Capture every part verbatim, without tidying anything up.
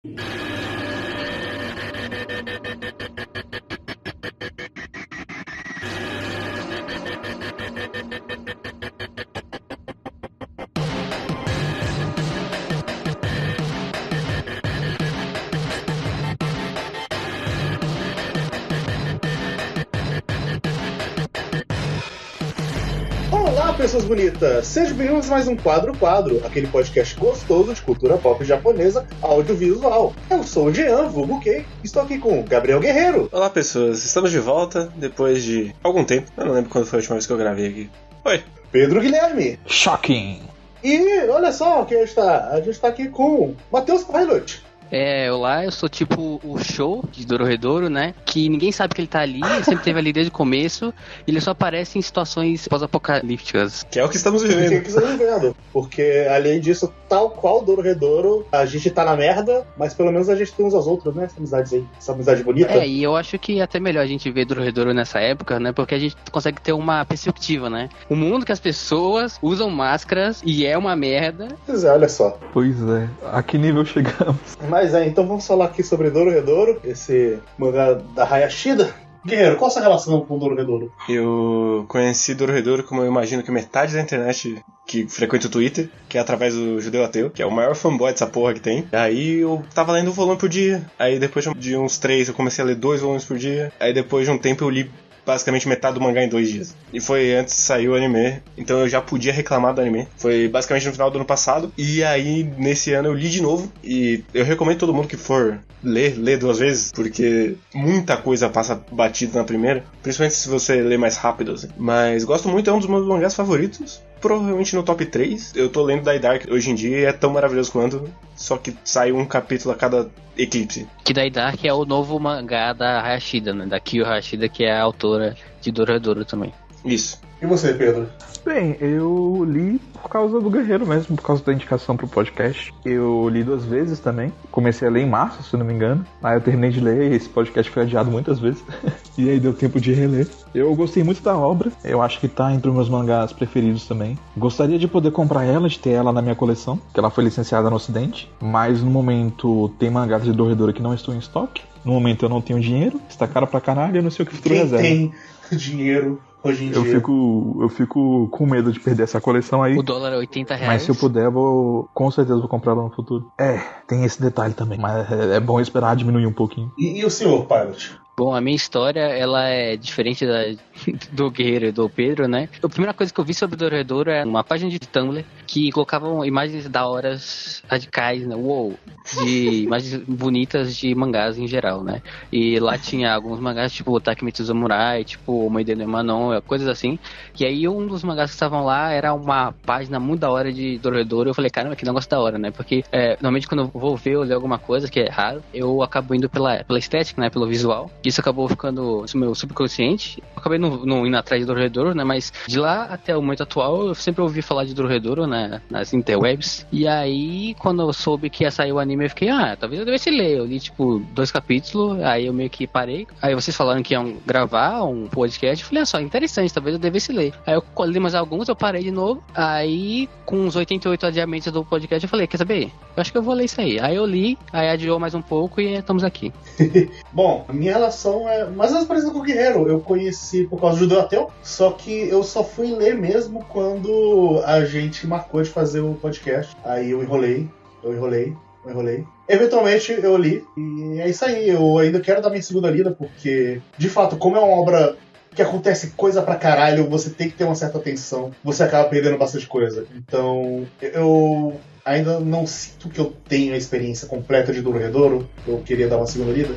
Olá, pessoas bonitas! Sejam bem-vindos a mais um Quadro Quadro, aquele podcast gostoso de cultura pop japonesa audiovisual. Eu sou o Jean, vulgo Kei, estou aqui com o Gabriel Guerreiro. Olá, pessoas, estamos de volta depois de algum tempo. Eu não lembro quando foi a última vez que eu gravei aqui. Oi! Pedro Guilherme. Shocking! E olha só quem está. A gente está aqui com Matheus Pilot. É, olá, eu sou tipo o Show de Dororedoro, né? Que ninguém sabe que ele tá ali, ele sempre esteve ali desde o começo, e ele só aparece em situações pós-apocalípticas. Que é o que estamos Que é o vivendo. que estamos vivendo. Porque, além disso, tal qual Dororedoro, a gente tá na merda, mas pelo menos a gente tem uns aos outros, né? Essa amizade aí, essa amizade bonita. É, e eu acho que é até melhor a gente ver Dororedoro nessa época, né? Porque a gente consegue ter uma perspectiva, né? O mundo que as pessoas usam máscaras e é uma merda. Pois é, olha só. Pois é, a que nível chegamos? Mas é, então vamos falar aqui sobre Dororedoro, esse mangá da Hayashida. Guerreiro, qual a sua relação com Dororedoro? Eu conheci Dororedoro como eu imagino que metade da internet que frequenta o Twitter, que é através do Judeu Ateu, que é o maior fanboy dessa porra que tem. Aí eu tava lendo um volume por dia. Aí depois de uns três eu comecei a ler dois volumes por dia. Aí depois de um tempo eu li basicamente metade do mangá em dois dias. E foi antes que saiu o anime, então eu já podia reclamar do anime. Foi basicamente no final do ano passado. E aí, nesse ano, eu li de novo. E eu recomendo todo mundo que for ler, ler duas vezes, porque muita coisa passa batida na primeira. Principalmente se você ler mais rápido, assim. Mas gosto muito, é um dos meus mangás favoritos. Provavelmente no top três. Eu tô lendo Die Dark hoje em dia e é tão maravilhoso quanto. Só que sai um capítulo a cada eclipse. Que Die Dark é o novo mangá da Hayashida, né? Da Kiyo Hayashida, que é a autora de Dororedoro também. Isso. E você, Pedro? Bem, eu li por causa do Guerreiro mesmo, por causa da indicação pro podcast. Eu li duas vezes também. Comecei a ler em março, se não me engano. Aí eu terminei de ler e esse podcast foi adiado muitas vezes. E aí deu tempo de reler. Eu gostei muito da obra. Eu acho que tá entre os meus mangás preferidos também. Gostaria de poder comprar ela, de ter ela na minha coleção, que ela foi licenciada no Ocidente. Mas no momento tem mangás de Dororedoro que não estão em estoque. No momento eu não tenho dinheiro. Está caro pra caralho, eu não sei o que o futuro Quem reserva. tem dinheiro hoje em Eu dia? fico, eu fico com medo de perder essa coleção aí. O dólar é oitenta reais. Mas se eu puder, eu vou, com certeza vou comprar ela no futuro. É, tem esse detalhe também. Mas é, é bom esperar diminuir um pouquinho. E, e o senhor, Pilot? Bom, a minha história, ela é diferente da, do Guerreiro e do Pedro, né? A primeira coisa que eu vi sobre o Dororedoro é uma página de Tumblr que colocavam imagens da horas radicais, né? Uou! De imagens bonitas de mangás em geral, né? E lá tinha alguns mangás, tipo Takemitsu Samurai, tipo Moide no Emanon, coisas assim. E aí um dos mangás que estavam lá era uma página muito da hora de Dororedoro. Eu falei, caramba, que negócio da hora, né? Porque é, normalmente quando eu vou ver ou ler alguma coisa, que é raro, eu acabo indo pela, pela estética, né? Pelo visual. Isso acabou ficando no meu subconsciente. Eu acabei não, não indo atrás de Dororedoro, né? Mas de lá até o momento atual, eu sempre ouvi falar de Dororedoro, né? Nas interwebs. E aí, quando eu soube que ia sair o anime, eu fiquei, ah, talvez eu devesse ler. Eu li, tipo, dois capítulos, aí eu meio que parei. Aí vocês falaram que iam gravar um podcast. Eu falei, ah, só, interessante, talvez eu devesse ler. Aí eu li mais alguns, eu parei de novo. Aí, com uns oitenta e oito adiamentos do podcast, eu falei, quer saber? Eu acho que eu vou ler isso aí. Aí eu li, aí adiou mais um pouco e estamos aqui. Bom, a minha relação é mais ou menos parecida com o Guerreiro. Eu conheci por causa do Judeu Ateu, só que eu só fui ler mesmo quando a gente marcou de fazer o podcast. Aí eu enrolei, eu enrolei, eu enrolei. Eventualmente eu li, e é isso aí. Eu ainda quero dar minha segunda lida, porque, de fato, como é uma obra que acontece coisa pra caralho, você tem que ter uma certa atenção, você acaba perdendo bastante coisa. Então, eu ainda não sinto que eu tenho a experiência completa de Dororedoro. Eu queria dar uma segunda lida.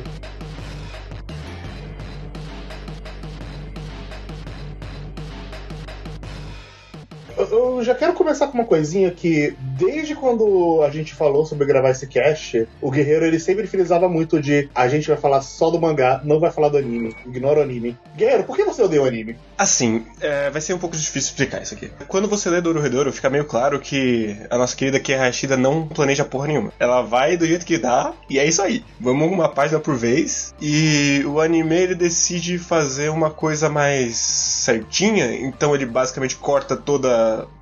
Eu já quero começar com uma coisinha que, desde quando a gente falou sobre gravar esse cast, o Guerreiro ele sempre frisava muito de a gente vai falar só do mangá, não vai falar do anime, ignora o anime. Guerreiro, por que você odeia o anime? Assim, é, vai ser um pouco difícil explicar isso aqui. Quando você lê Dororedoro, fica meio claro que a nossa querida Kiyo Hayashida não planeja porra nenhuma. Ela vai do jeito que dá, e é isso aí. Vamos uma página por vez, e o anime ele decide fazer uma coisa mais certinha, então ele basicamente corta toda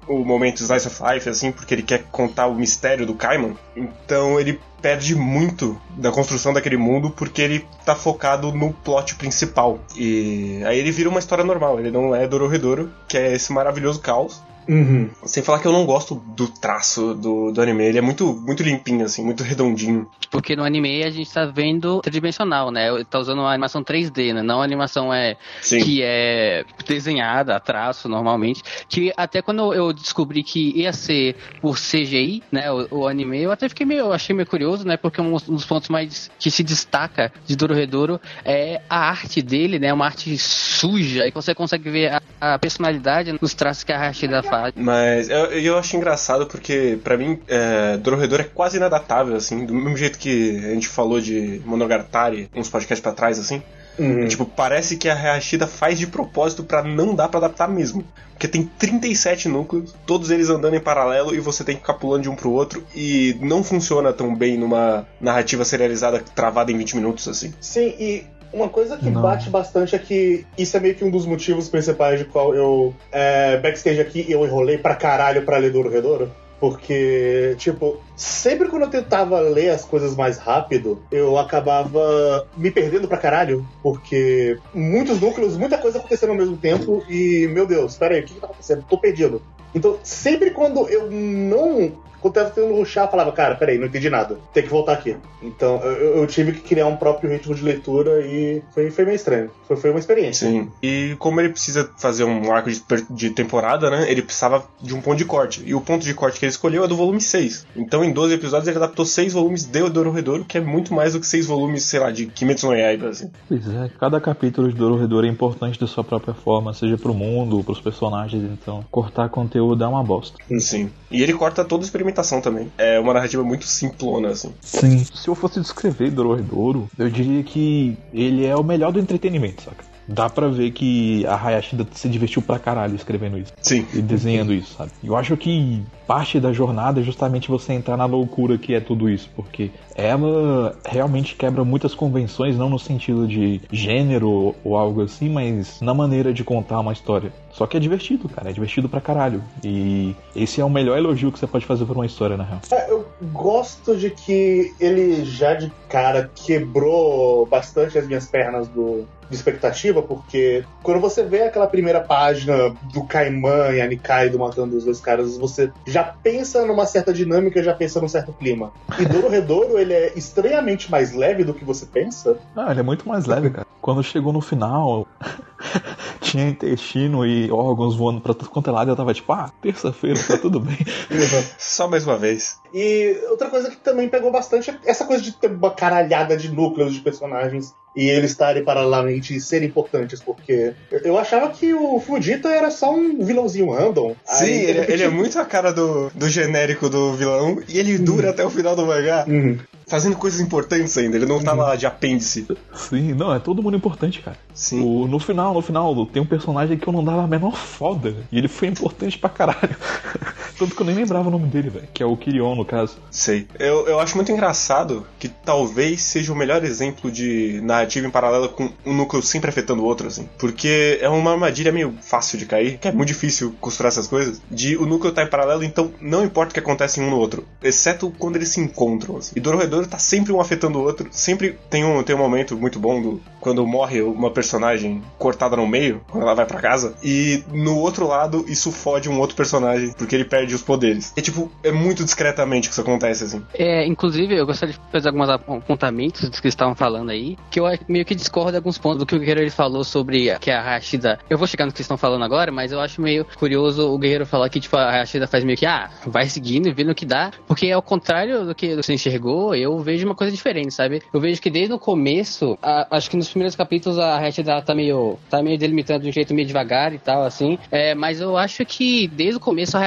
o momento Slice of Life, assim, porque ele quer contar o mistério do Kaiman. Então ele perde muito da construção daquele mundo porque ele tá focado no plot principal. E aí ele vira uma história normal, ele não é Dorohedoro, que é esse maravilhoso caos. Uhum. Sem falar que eu não gosto do traço do, do anime, ele é muito, muito limpinho, assim, muito redondinho. Porque no anime a gente tá vendo tridimensional, né? Tá usando uma animação três D, né? Não a animação é, que é desenhada a traço normalmente. Que até quando eu descobri que ia ser por C G I, né? O, o anime, eu até fiquei meio, achei meio curioso, né? Porque um dos pontos mais que se destaca de Dorohedoro é a arte dele, né? Uma arte suja, e você consegue ver a, a personalidade nos traços que a Hashida faz. Mas eu, eu acho engraçado porque, pra mim, é, Dorohedoro é quase inadatável, assim, do mesmo jeito que a gente falou de Monogatari uns podcasts pra trás, assim. Uhum. Tipo, parece que a Hashida faz de propósito pra não dar pra adaptar mesmo. Porque tem trinta e sete núcleos, todos eles andando em paralelo e você tem que ficar pulando de um pro outro. E não funciona tão bem numa narrativa serializada travada em vinte minutos, assim. Sim, e uma coisa que Não. bate bastante é que isso é meio que um dos motivos principais de qual eu, é, backstage aqui, eu enrolei pra caralho pra ler Dorohedoro. Porque, tipo, sempre quando eu tentava ler as coisas mais rápido, eu acabava me perdendo pra caralho. Porque muitos núcleos, muita coisa acontecendo ao mesmo tempo e, meu Deus, peraí, o que que tá acontecendo? Tô perdido. Então, sempre quando eu não... Quando eu tava tentando rushar, eu falava, cara, peraí, não entendi nada. Tem que voltar aqui. Então, eu, eu tive que criar um próprio ritmo de leitura e foi, foi meio estranho. Foi, foi uma experiência. Sim. E como ele precisa fazer um arco de, de temporada, né? Ele precisava de um ponto de corte. E o ponto de corte que ele escolheu é do volume seis. Então, em doze episódios, ele adaptou seis volumes de Dorohedoro, que é muito mais do que seis volumes, sei lá, de Kimetsu no Yaiba, assim. Pois é, cada capítulo de Dorohedoro é importante da sua própria forma, seja pro mundo ou pros personagens, então cortar conteúdo é uma bosta. Sim. E ele corta toda a experimentação também. É uma narrativa muito simplona, assim. Sim. Se eu fosse descrever Dorohedoro, eu diria que ele é o melhor do entretenimento, saca? Dá pra ver que a Hayashida se divertiu pra caralho escrevendo isso. Sim. E desenhando isso, sabe? Eu acho que parte da jornada é justamente você entrar na loucura que é tudo isso, porque ela realmente quebra muitas convenções, não no sentido de gênero ou algo assim, mas na maneira de contar uma história. Só que é divertido, cara, é divertido pra caralho. E esse é o melhor elogio que você pode fazer por uma história, na real. É, eu gosto de que ele já de cara quebrou bastante as minhas pernas do, de expectativa, porque quando você vê aquela primeira página do Kaiman e a Nikaido matando os dois caras, você já pensa numa certa dinâmica, já pensa num certo clima. E Dorohedoro, ele é estranhamente mais leve do que você pensa. Ah, ele é muito mais leve, cara. Quando chegou no final, tinha intestino e órgãos voando pra tudo quanto é lado, eu tava tipo, ah, terça-feira, tá tudo bem. Só mais uma vez. E outra coisa que também pegou bastante é essa coisa de ter uma caralhada de núcleos de personagens e eles estarem paralelamente e serem importantes, porque eu achava que o Fujita era só um vilãozinho random. Sim, Aí, ele, repente... ele é muito a cara do, do genérico do vilão e ele dura uhum. até o final do mangá, uhum. fazendo coisas importantes ainda, ele não tá uhum. lá de apêndice. Sim, não, é todo mundo importante, cara. Sim. O, no final, no final, tem um personagem que eu não dava a menor foda, e ele foi importante pra caralho. Tanto que eu nem lembrava o nome dele, velho, que é o Kirion, no caso. Sei. Eu, eu acho muito engraçado que talvez seja o melhor exemplo de narrativa em paralelo com um núcleo sempre afetando o outro, assim. Porque é uma armadilha meio fácil de cair, que é muito difícil costurar essas coisas, de o núcleo tá em paralelo, então não importa o que acontece em um no outro, exceto quando eles se encontram, assim. E Dorohedoro tá sempre um afetando o outro, sempre tem um, tem um momento muito bom do, quando morre uma personagem cortada no meio, quando ela vai pra casa, e no outro lado isso fode um outro personagem, porque ele perde os poderes. É tipo, é muito discretamente que isso acontece, assim. É, inclusive, eu gostaria de fazer alguns apontamentos dos que estavam falando aí, que eu meio que discordo de alguns pontos do que o Guerreiro ele falou sobre que a Hashida... Eu vou chegar no que vocês estão falando agora, mas eu acho meio curioso o Guerreiro falar que, tipo, a Hashida faz meio que, ah, vai seguindo e vendo o que dá, porque ao contrário do que você enxergou, eu vejo uma coisa diferente, sabe? Eu vejo que desde o começo, a, acho que nos primeiros capítulos a Hashida tá meio, tá meio delimitando de um jeito meio devagar e tal, assim, é, mas eu acho que desde o começo a Hashida, ela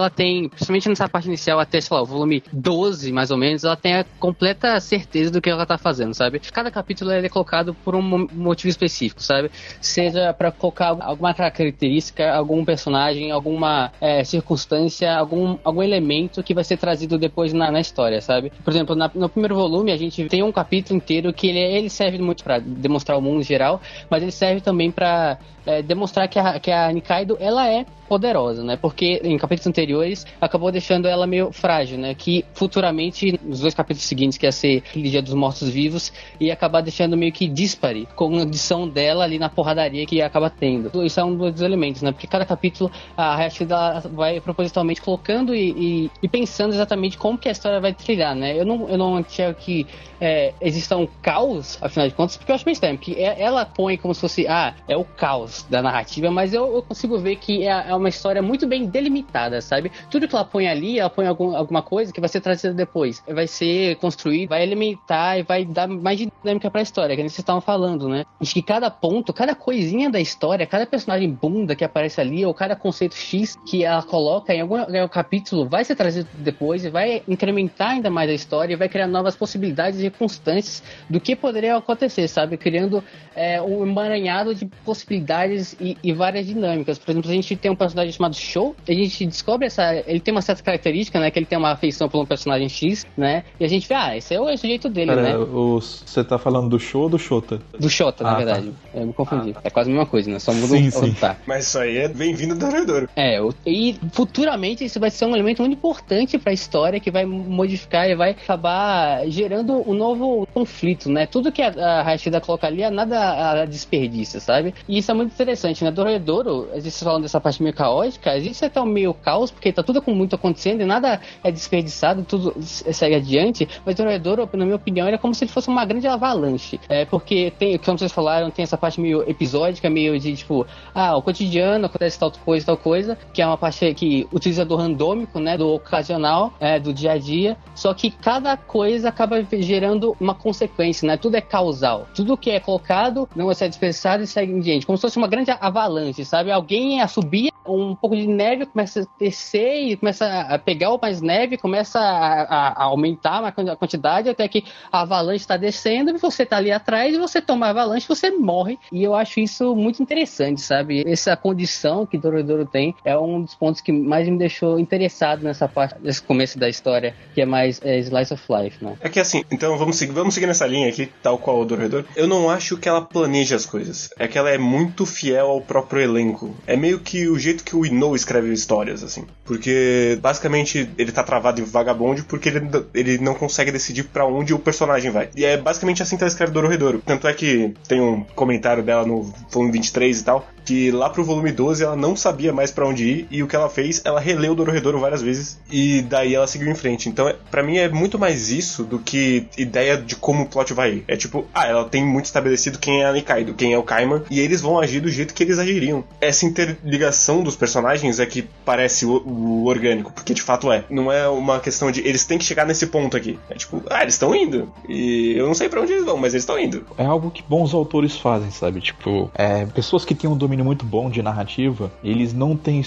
ela tem, principalmente nessa parte inicial, até, sei lá, o volume doze, mais ou menos, ela tem a completa certeza do que ela tá fazendo, sabe? Cada capítulo ele é colocado por um motivo específico, sabe? Seja pra colocar alguma característica, algum personagem, alguma é, circunstância, algum, algum elemento que vai ser trazido depois na, na história, sabe? Por exemplo, na, no primeiro volume a gente tem um capítulo inteiro que ele, ele serve muito pra demonstrar o mundo em geral, mas ele serve também pra é, demonstrar que a, que a Nikaido, ela é poderosa, né? Porque em capítulos anteriores acabou deixando ela meio frágil, né? Que futuramente, nos dois capítulos seguintes, que ia ser aquele Dia dos Mortos-Vivos, ia acabar deixando meio que dispare com a condição dela ali na porradaria que acaba tendo. Isso é um dos elementos, né? Porque cada capítulo a Hayashida vai propositalmente colocando e, e, e pensando exatamente como que a história vai trilhar, né? Eu não, eu não enxergo que é, exista um caos, afinal de contas, porque eu acho meio estranho, porque ela põe como se fosse, ah, é o caos da narrativa, mas eu, eu consigo ver que é, é uma história muito bem delimitada, sabe? Tudo que ela põe ali, ela põe algum, alguma coisa que vai ser trazida depois. Vai ser construído, vai alimentar e vai dar mais dinâmica pra história, que nem vocês estavam falando, né? Acho que cada ponto, cada coisinha da história, cada personagem bunda que aparece ali, ou cada conceito X que ela coloca em algum, em algum capítulo, vai ser trazido depois e vai incrementar ainda mais a história e vai criar novas possibilidades e circunstâncias do que poderia acontecer, sabe? Criando é, um emaranhado de possibilidades e, e várias dinâmicas. Por exemplo, a gente tem um personagem chamado Show, a gente descobre essa... Ele tem uma certa característica, né? Que ele tem uma afeição por um personagem X, né? E a gente vê, ah, esse é o jeito dele, Pera, né? Você tá falando do Show ou do Shota? Do Shota, ah, na verdade. Tá. Eu me confundi. Ah, tá. É quase a mesma coisa, né? Só muda sim, o sim. tá. Mas isso aí é bem-vindo do Dororedoro. É, e futuramente isso vai ser um elemento muito importante pra história, que vai modificar e vai acabar gerando um novo conflito, né? Tudo que a Hayashida coloca ali é nada a desperdício, sabe? E isso é muito interessante, né? Dororedoro, a gente falando dessa parte meio caótica, existe até um meio caos, porque tá tudo com muito acontecendo e nada é desperdiçado, tudo segue adiante, mas Dororedoro, na minha opinião, era como se ele fosse uma grande avalanche. É, porque tem, como vocês falaram, tem essa parte meio episódica, meio de tipo, ah, o cotidiano acontece tal coisa, tal coisa, que é uma parte que utiliza do randômico, né? Do ocasional, é, do dia a dia, só que cada coisa acaba gerando uma consequência, né? Tudo é causal. Tudo que é colocado não vai ser desperdiçado e segue em diante. Como se fosse uma grande avalanche, sabe? Alguém subir um pouco de neve, começa a descer e começa a pegar mais neve, começa a, a, a aumentar a quantidade até que a avalanche está descendo e você tá ali atrás e você toma a avalanche e você morre. E eu acho isso muito interessante, sabe? Essa condição que Dororedoro tem é um dos pontos que mais me deixou interessado nessa parte, nesse começo da história, que é mais é, Slice of Life, né? É que assim, então vamos seguir, vamos seguir nessa linha aqui, tal qual o Dororedoro. Eu não acho que ela planeja as coisas. É que ela é muito fiel ao próprio elenco. É meio que o jeito que o Inoue escreve histórias, assim. Porque, basicamente, ele tá travado em Vagabond porque ele, ele não consegue decidir pra onde o personagem vai. E é basicamente assim que ela escreve Dororedoro. Tanto é que tem um comentário dela no volume vinte e três e tal, que lá pro volume doze ela não sabia mais pra onde ir, e o que ela fez, ela releu Dororedoro várias vezes, e daí ela seguiu em frente. Então, é, pra mim, é muito mais isso do que ideia de como o plot vai ir. É tipo, ah, ela tem muito estabelecido quem é a Nikaido, quem é o Kaiman, e eles vão agir do jeito que eles agiriam. Essa interligação dos personagens é que parece o, o orgânico, porque de fato é. Não é uma questão de eles têm que chegar nesse ponto aqui. É tipo, ah, eles estão indo. E eu não sei pra onde eles vão, mas eles estão indo. É algo que bons autores fazem, sabe? Tipo, é, pessoas que têm um domínio muito bom de narrativa, eles não têm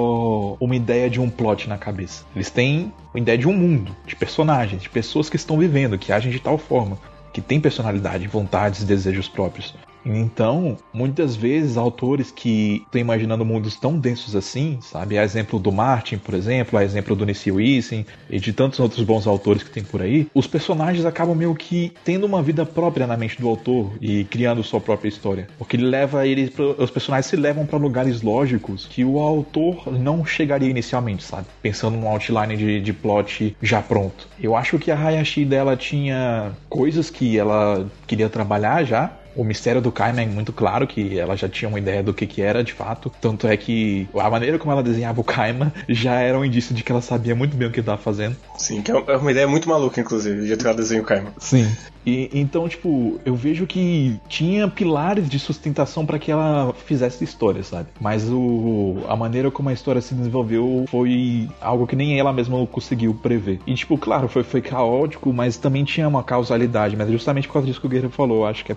só uma ideia de um plot na cabeça. Eles têm uma ideia de um mundo, de personagens, de pessoas que estão vivendo, que agem de tal forma, que têm personalidade, vontades e desejos próprios. Então, muitas vezes, autores que estão imaginando mundos tão densos assim, sabe? A exemplo do Martin, por exemplo, a exemplo do Nisio Isen e de tantos outros bons autores que tem por aí, os personagens acabam meio que tendo uma vida própria na mente do autor e criando sua própria história. Porque ele leva eles, os personagens se levam para lugares lógicos que o autor não chegaria inicialmente, sabe? Pensando num outline de, de plot já pronto. Eu acho que a Hayashida, ela tinha coisas que ela queria trabalhar já. O mistério do Kaiman é muito claro que ela já tinha uma ideia do que que era de fato. Tanto é que a maneira como ela desenhava o Kaiman já era um indício de que ela sabia muito bem o que estava fazendo. Sim, que é uma ideia muito maluca, inclusive, o jeito que ela desenha o Kaiman. Sim. E, então, tipo, eu vejo que tinha pilares de sustentação para que ela fizesse história, sabe? Mas o, a maneira como a história se desenvolveu foi algo que nem ela mesma conseguiu prever. E, tipo, claro, foi, foi caótico, mas também tinha uma causalidade. Mas justamente por causa disso que o Guerreiro falou, acho que é porque ela,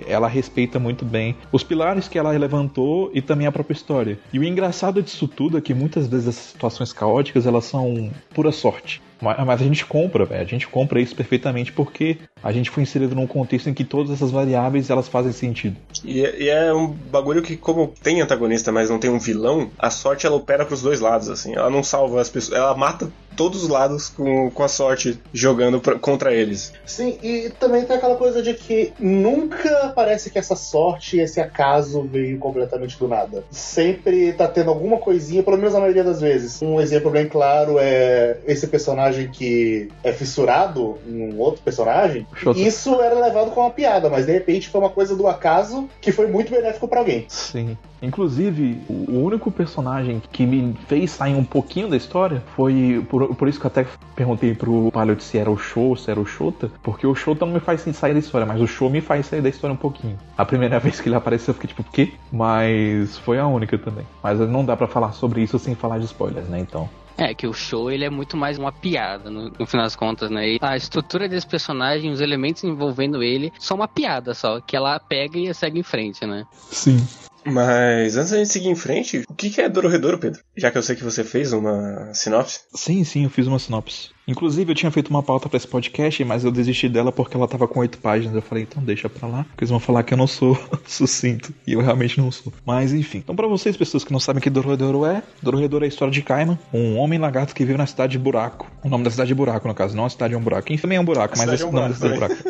porque ela respeita muito bem os pilares que ela levantou e também a própria história. E o engraçado disso tudo é que muitas vezes essas situações caóticas, elas são pura sorte. Mas a gente compra, velho. A gente compra isso perfeitamente porque a gente foi inserido num contexto em que todas essas variáveis, elas fazem sentido. E é, e é um bagulho que, como tem antagonista, mas não tem um vilão, a sorte ela opera pros dois lados, assim. Ela não salva as pessoas, ela mata todos os lados com, com a sorte jogando pra, contra eles. Sim, e também tem aquela coisa de que nunca parece que essa sorte e esse acaso veio completamente do nada. Sempre tá tendo alguma coisinha, pelo menos a maioria das vezes. Um exemplo bem claro é esse personagem que é fissurado em um outro personagem. Shota. Isso era levado como uma piada, mas de repente foi uma coisa do acaso que foi muito benéfico pra alguém. Sim. Inclusive, o único personagem que me fez sair um pouquinho da história foi... Por, por isso que eu até perguntei pro Pallet se era o Show ou se era o Shota, porque o Shota não me faz sair da história, mas o Show me faz sair da história um pouquinho. A primeira vez que ele apareceu eu fiquei tipo, o quê? Mas foi a única também. Mas não dá pra falar sobre isso sem falar de spoilers, né, então... É, que o Show, ele é muito mais uma piada, no, no final das contas, né? E a estrutura desse personagem, os elementos envolvendo ele, são uma piada só, que ela pega e segue em frente, né? Sim. Mas antes da gente seguir em frente, o que é Dorohedoro, Pedro? Já que eu sei que você fez uma sinopse. Sim, sim, eu fiz uma sinopse. Inclusive, eu tinha feito uma pauta pra esse podcast, mas eu desisti dela porque ela tava com oito páginas. Eu falei, então deixa pra lá, porque eles vão falar que eu não sou sucinto. E eu realmente não sou. Mas enfim. Então, pra vocês, pessoas que não sabem o que Dorohedoro é, Dorohedoro é a história de Kaiman, um homem lagarto que vive na cidade de Buraco. O nome da cidade é Buraco, no caso, não a cidade é um buraco. Enfim, também é um buraco, mas esse é o nome da cidade é Buraco.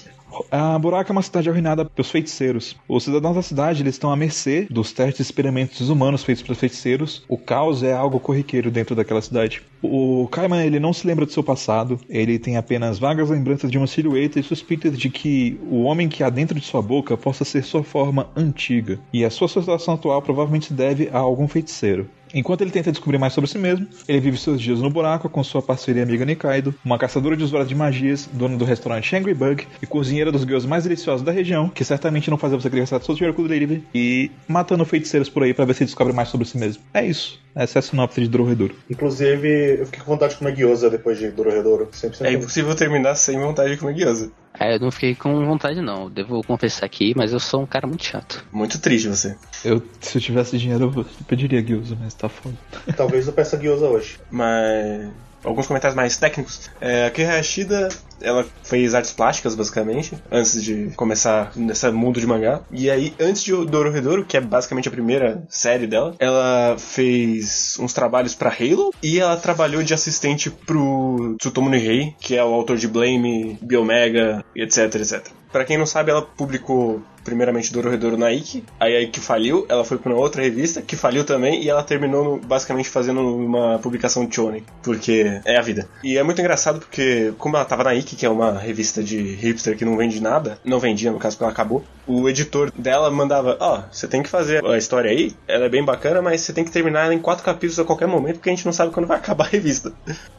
A Buraco é uma cidade arruinada pelos feiticeiros. Os cidadãos da cidade eles estão à mercê dos testes e experimentos humanos feitos pelos feiticeiros. O caos é algo corriqueiro dentro daquela cidade. O Kaiman ele não se lembra do seu passado. Ele tem apenas vagas lembranças de uma silhueta e suspeitas de que o homem que há dentro de sua boca possa ser sua forma antiga. E a sua situação atual provavelmente se deve a algum feiticeiro. Enquanto ele tenta descobrir mais sobre si mesmo, ele vive seus dias no buraco com sua parceira e amiga Nikaido, uma caçadora de usuários de magias, dona do restaurante Angry Bug e cozinheira dos guios mais deliciosos da região, que certamente não fazia você querer gastar todo o dinheiro com o delivery, e matando feiticeiros por aí pra ver se descobre mais sobre si mesmo. É isso. Essa é a sinopse de Dorohedoro. Inclusive, eu fiquei com vontade de comer gyoza depois de Dorohedoro. É impossível terminar sem vontade de comer gyoza. É, eu não fiquei com vontade não, devo confessar aqui, mas eu sou um cara muito chato. Muito triste você. Eu, se eu tivesse dinheiro, eu pediria gyoza, mas tá foda. Talvez eu peça gyoza hoje. Mas... alguns comentários mais técnicos. É, a Kei Hayashida, ela fez artes plásticas, basicamente, antes de começar nesse mundo de mangá. E aí, antes de Dorohedoro, que é basicamente a primeira série dela, ela fez uns trabalhos pra Halo e ela trabalhou de assistente pro Tsutomu Nihei, que é o autor de Blame, Biomega, etc, etcétera. Pra quem não sabe, ela publicou primeiramente Dorohedoro na Ikki, aí a Ikki faliu, ela foi pra uma outra revista, que faliu também, e ela terminou no, basicamente fazendo uma publicação de shonen, porque é a vida. E é muito engraçado porque, como ela tava na Ikki, que é uma revista de hipster que não vende nada, não vendia no caso porque ela acabou, o editor dela mandava, ó, oh, você tem que fazer a história aí, ela é bem bacana, mas você tem que terminar ela em quatro capítulos a qualquer momento, porque a gente não sabe quando vai acabar a revista.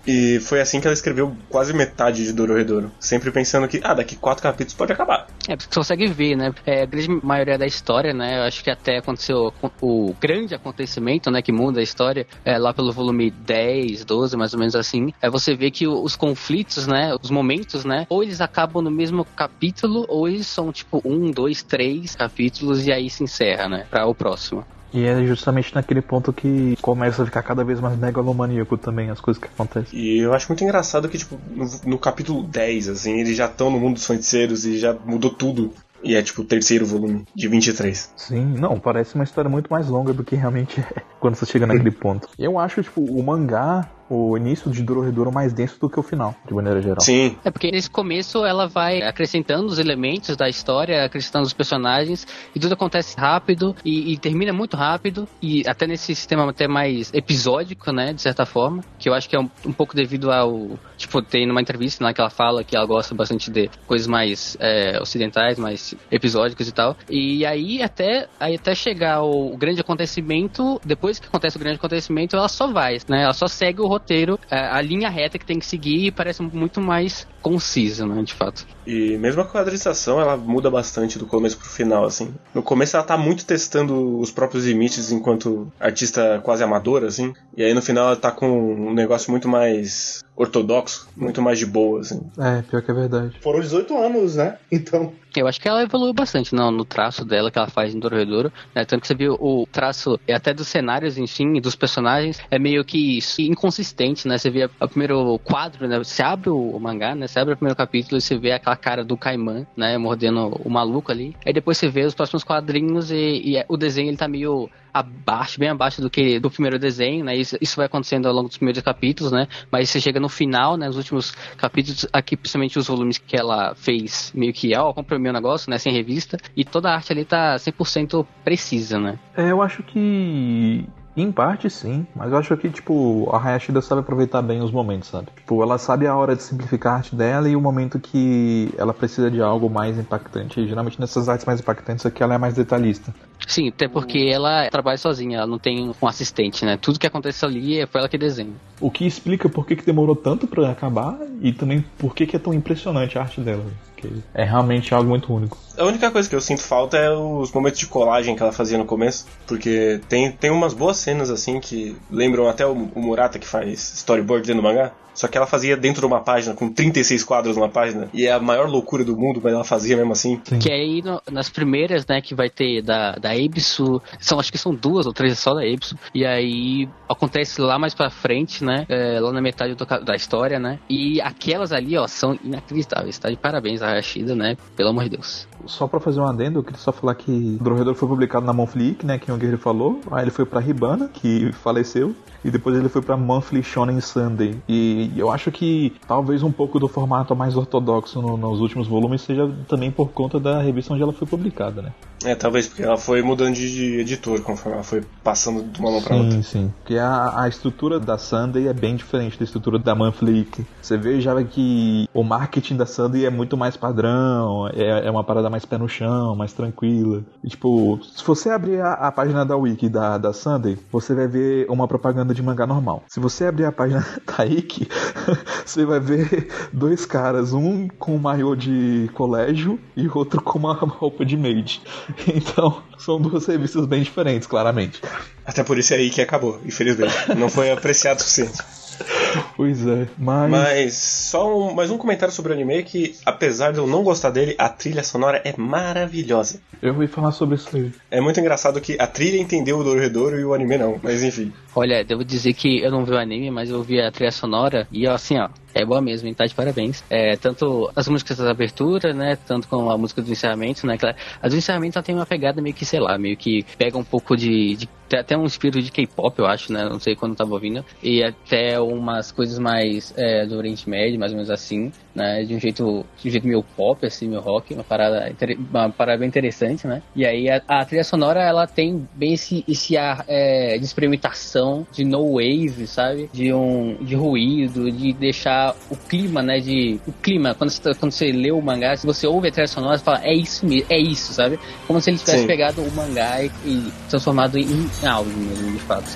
E foi assim que ela escreveu quase metade de Dorohedoro, sempre pensando que, ah, daqui quatro capítulos pode acabar. É, porque você consegue ver, né? É, a grande maioria da história, né? Eu acho que até aconteceu o grande acontecimento, né? Que muda a história, é, lá pelo volume dez, doze, mais ou menos assim. É você vê que os conflitos, né? Os momentos, né? Ou eles acabam no mesmo capítulo, ou eles são tipo um, dois, três capítulos e aí se encerra, né? Pra o próximo. E é justamente naquele ponto que começa a ficar cada vez mais megalomaníaco também as coisas que acontecem. E eu acho muito engraçado que, tipo, no, no capítulo dez, assim, eles já estão no mundo dos feiticeiros e já mudou tudo. E é tipo o terceiro volume, de vinte e três. Sim, não, parece uma história muito mais longa do que realmente é quando você chega naquele ponto. Eu acho, tipo, o mangá, o início de Dorohedoro mais denso do que o final, de maneira geral. Sim. É porque nesse começo ela vai acrescentando os elementos da história, acrescentando os personagens, e tudo acontece rápido, e, e termina muito rápido, e até nesse sistema até mais episódico, né, de certa forma, que eu acho que é um, um pouco devido ao... Tipo, tem numa entrevista, né, que ela fala que ela gosta bastante de coisas mais é, ocidentais, mais episódicas e tal. E aí até, aí até chegar o, o grande acontecimento, depois que acontece o grande acontecimento, ela só vai, né? Ela só segue o roteiro, a linha reta que tem que seguir, e parece muito mais conciso, né, de fato. E mesmo a quadrinização, ela muda bastante do começo pro final, assim. No começo ela tá muito testando os próprios limites enquanto artista quase amadora, assim. E aí no final ela tá com um negócio muito mais ortodoxo, muito mais de boa, assim. É, pior que é verdade. Foram dezoito anos, né? Então... Eu acho que ela evoluiu bastante no, no traço dela que ela faz em Dorohedoro, né? Tanto que você viu o traço, até dos cenários, enfim, dos personagens, é meio que inconsistente, né? Você vê o primeiro quadro, né? Você abre o, o mangá, né? Você abre o primeiro capítulo e você vê aquela cara do Caimã, né? Mordendo o maluco ali. Aí depois você vê os próximos quadrinhos e, e o desenho, ele tá meio abaixo, bem abaixo do que do primeiro desenho, né? Isso, isso vai acontecendo ao longo dos primeiros capítulos, né? Mas você chega no final, né? Nos últimos capítulos, aqui principalmente os volumes que ela fez, meio que, ó, comprei meu negócio, né? Sem revista, e toda a arte ali tá cem por cento precisa, né? É, eu acho que... Em parte, sim. Mas eu acho que, tipo, a Hayashida sabe aproveitar bem os momentos, sabe? Tipo, ela sabe a hora de simplificar a arte dela e o momento que ela precisa de algo mais impactante. E, geralmente, nessas artes mais impactantes, aqui ela é mais detalhista. Sim, até porque ela trabalha sozinha, ela não tem um assistente, né? Tudo que acontece ali foi ela que desenha. O que explica por que, que demorou tanto pra acabar e também por que, que é tão impressionante a arte dela. Porque é realmente algo muito único. A única coisa que eu sinto falta é os momentos de colagem que ela fazia no começo, porque tem, tem umas boas cenas assim que lembram até o, o Murata que faz storyboard dentro do mangá. Só que ela fazia dentro de uma página, com trinta e seis quadros numa página, e é a maior loucura do mundo, mas ela fazia mesmo assim. Sim. Que aí, no, nas primeiras, né, que vai ter da, da Ebisu, são, acho que são duas ou três só da Ebisu, e aí acontece lá mais pra frente, né, é, lá na metade do, da história, né, e aquelas ali, ó, são inacreditáveis, tá? De parabéns a Hayashida, né, pelo amor de Deus. Só pra fazer um adendo, eu queria só falar que o Dorohedoro foi publicado na Monflic, né, que o Guerreiro falou, aí ele foi pra Hibana, que faleceu, e depois ele foi pra Monthly Shonen Sunday. E eu acho que talvez um pouco do formato mais ortodoxo no, nos últimos volumes seja também por conta da revista onde ela foi publicada, né? É, talvez porque ela foi mudando de, de editor conforme ela foi passando de uma mão pra sim, outra. Sim, sim. Porque a, a estrutura da Sunday é bem diferente da estrutura da Monthly. Você vê já que o marketing da Sunday é muito mais padrão, é, é uma parada mais pé no chão, mais tranquila. E, tipo, se você abrir a, a página da Wiki da, da Sunday, você vai ver uma propaganda de mangá normal. Se você abrir a página da Ikki, você vai ver dois caras, um com um maiô de colégio e outro com uma roupa de maid. Então, são duas revistas bem diferentes, claramente. Até por isso é aí que acabou, infelizmente. Não foi apreciado o suficiente. Pois é, mas... Mas só um, mais um comentário sobre o anime que, apesar de eu não gostar dele, a trilha sonora é maravilhosa. Eu vou falar sobre isso aí. É muito engraçado que a trilha entendeu o Dorohedoro e o anime não, mas enfim. Olha, devo dizer que eu não vi o anime, mas eu vi a trilha sonora e assim, ó, é boa mesmo, hein? Tá de parabéns. É, tanto as músicas da abertura, né? Tanto com a música do encerramento, né? As do encerramento ela tem uma pegada meio que, sei lá, meio que pega um pouco de... de até um espírito de K-pop, eu acho, né? Não sei quando eu tava ouvindo. E até umas coisas mais é, do Oriente Médio, mais ou menos assim, né? De um jeito, de um jeito meio pop, assim, meio rock. Uma parada, uma parada bem interessante, né? E aí a, a trilha sonora, ela tem bem esse, esse ar é, de experimentação, de no wave, sabe? De um de ruído, de deixar o clima, né? De, o clima, quando você, quando você lê o mangá, se você ouve a trilha sonora, você fala, é isso mesmo, é isso, sabe? Como se ele tivesse Sim. pegado o mangá e, e transformado em áudio mesmo, de fato.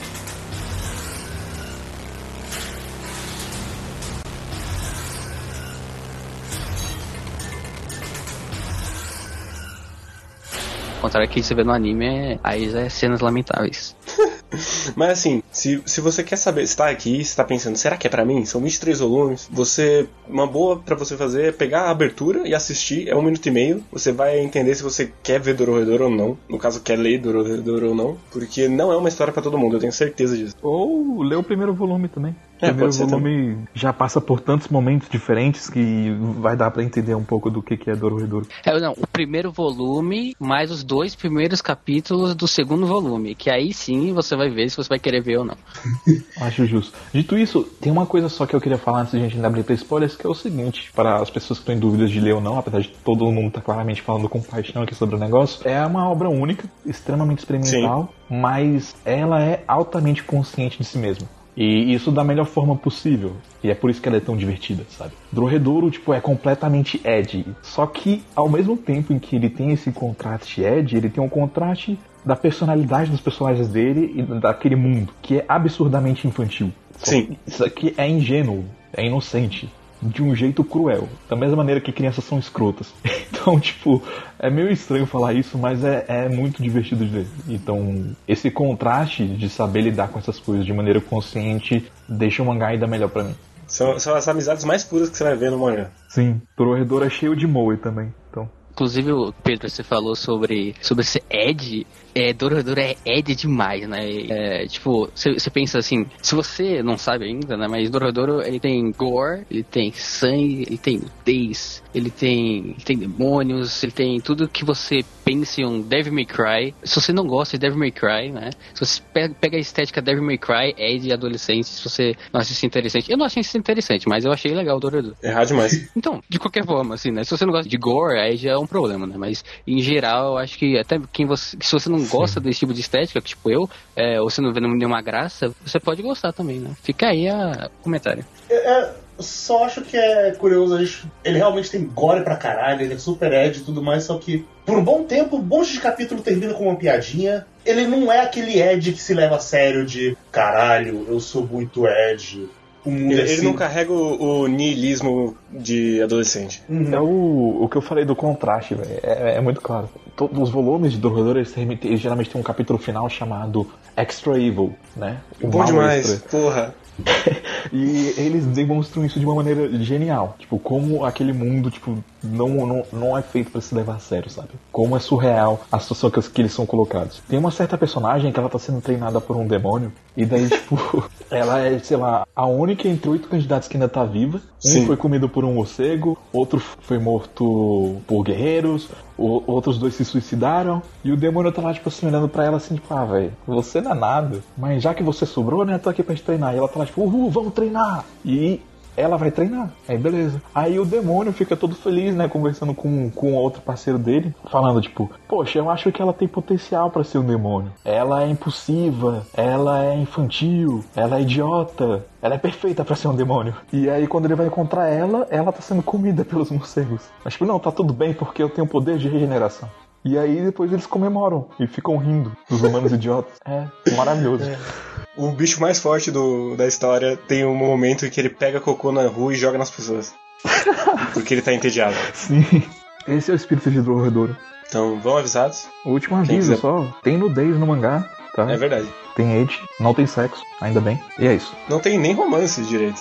Ao contrário que você vê no anime, aí já é cenas lamentáveis. Mas assim, se, se você quer saber, se tá aqui, se tá pensando, será que é pra mim? São vinte e três volumes. Você, uma boa pra você fazer é pegar a abertura e assistir, é um minuto e meio. Você vai entender se você quer ver Dorohedoro ou não. No caso, quer ler Dorohedoro ou não. Porque não é uma história pra todo mundo, eu tenho certeza disso. Ou ler o primeiro volume também. O É, primeiro pode ser volume também. Já passa por tantos momentos diferentes que vai dar pra entender um pouco do que, que é Dorohedoro. É, não, o primeiro volume mais os dois primeiros capítulos do segundo volume, que aí sim você vai ver se você vai querer ver ou não. Acho justo. Dito isso, tem uma coisa só que eu queria falar antes de a gente abrir pra spoilers, que é o seguinte, para as pessoas que estão em dúvidas de ler ou não, apesar de todo mundo estar tá claramente falando com paixão aqui sobre o negócio, é uma obra única, extremamente experimental, Sim. mas ela é altamente consciente de si mesma. E isso da melhor forma possível. E é por isso que ela é tão divertida, sabe? Dorohedoro, tipo, é completamente edgy. Só que, ao mesmo tempo em que ele tem esse contraste edgy, ele tem um contraste da personalidade dos personagens dele e daquele mundo, que é absurdamente infantil. Sim. Isso aqui é ingênuo, é inocente. de um jeito cruel, da mesma maneira que crianças são escrotas. Então, tipo, é meio estranho falar isso, mas é, é muito divertido de ver. Então, esse contraste de saber lidar com essas coisas de maneira consciente deixa o mangá ainda melhor pra mim. São, são as amizades mais puras que você vai ver no mangá. Sim, Dorohedoro é cheio de moe também, então... Inclusive, Pedro, você falou sobre, sobre esse Ed. É, Dorohedoro é Ed demais, né? É, tipo, você pensa assim, se você não sabe ainda, né? Mas Dorohedoro, ele tem gore, ele tem sangue, ele tem nudez, ele tem, ele tem demônios, ele tem tudo que você pensa em um Devil May Cry. Se você não gosta de Devil May Cry, né? Se você pega, pega a estética Devil May Cry, Ed adolescente, se você não acha isso interessante. Eu não achei isso interessante, mas eu achei legal o Dorohedoro. Errado demais. Então, de qualquer forma, assim, né? Se você não gosta de gore, aí já é um problema, né? Mas, em geral, eu acho que até quem você, se você não gosta Sim. desse tipo de estética, tipo eu, é, ou você não vê nenhuma graça, você pode gostar também, né? Fica aí a comentário. É, é, só acho que é curioso, a gente, ele realmente tem gore pra caralho, ele é super Ed e tudo mais, só que por um bom tempo, um monte de capítulo termina com uma piadinha. Ele não é aquele Ed que se leva a sério de caralho, eu sou muito Ed. Um ele, assim. ele não carrega o, o niilismo de adolescente. Uhum. É o, o que eu falei do contraste, velho. É, é muito claro. Todos os volumes de Dorohedoro, eles, eles geralmente tem um capítulo final chamado Extra Evil, né? O Bom demais, extra. Porra. E eles demonstram isso de uma maneira genial. Tipo, como aquele mundo, tipo, não, não, não é feito pra se levar a sério, sabe? Como é surreal a situação que, que eles são colocados. Tem uma certa personagem que ela tá sendo treinada por um demônio. E daí, tipo, ela é, sei lá, a única entre oito candidatos que ainda tá viva. Um Sim. foi comido por um morcego, outro foi morto por guerreiros, o, outros dois se suicidaram. E o demônio tá lá, tipo assim, olhando pra ela assim, tipo, ah, velho, você não é nada. Mas já que você sobrou, né, eu tô aqui pra te treinar. E ela tá lá, tipo, uhul, vamos treinar. E ela vai treinar. Aí beleza. Aí o demônio fica todo feliz, né, conversando com, com outro parceiro dele, falando tipo, poxa, eu acho que ela tem potencial pra ser um demônio. Ela é impulsiva, ela é infantil, ela é idiota, ela é perfeita pra ser um demônio. E aí quando ele vai encontrar ela, ela tá sendo comida pelos morcegos. Mas tipo, não, tá tudo bem porque eu tenho poder de regeneração. E aí depois eles comemoram e ficam rindo dos humanos idiotas. É maravilhoso. É. O bicho mais forte do, da história tem um momento em que ele pega cocô na rua e joga nas pessoas. Porque ele tá entediado. Sim. Esse é o espírito de Dorohedoro. Então, vão avisados. O último aviso só. Tem nudez no mangá, tá? É verdade. Tem age, não tem sexo, ainda bem. E é isso. Não tem nem romance direito.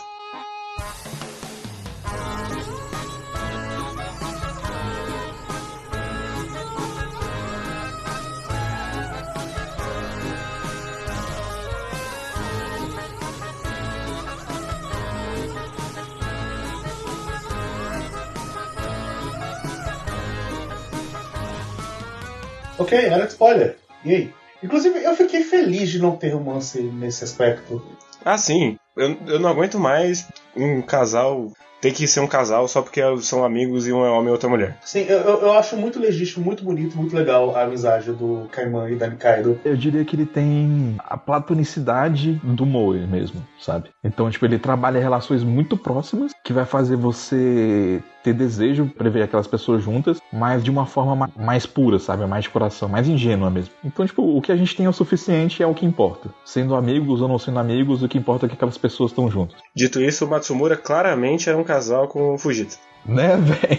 Ok, era spoiler. E aí? Inclusive, eu fiquei feliz de não ter romance nesse aspecto. Ah, sim. Eu, eu não aguento mais um casal ter que ser um casal só porque são amigos e um é homem e outra mulher. Sim, eu, eu acho muito legítimo, muito bonito, muito legal a amizade do Kaiman e da Nikaido. Eu diria que ele tem a platonicidade do Moe mesmo, sabe? Então, tipo, ele trabalha relações muito próximas que vai fazer você ter desejo pra ver aquelas pessoas juntas, mas de uma forma mais pura, sabe? Mais de coração, mais ingênua mesmo. Então, tipo, o que a gente tem é o suficiente é o que importa. Sendo amigos ou não sendo amigos, o que importa é que aquelas pessoas estão juntas. Dito isso, o Matsumura claramente era um casal com o Fujita. Né, velho?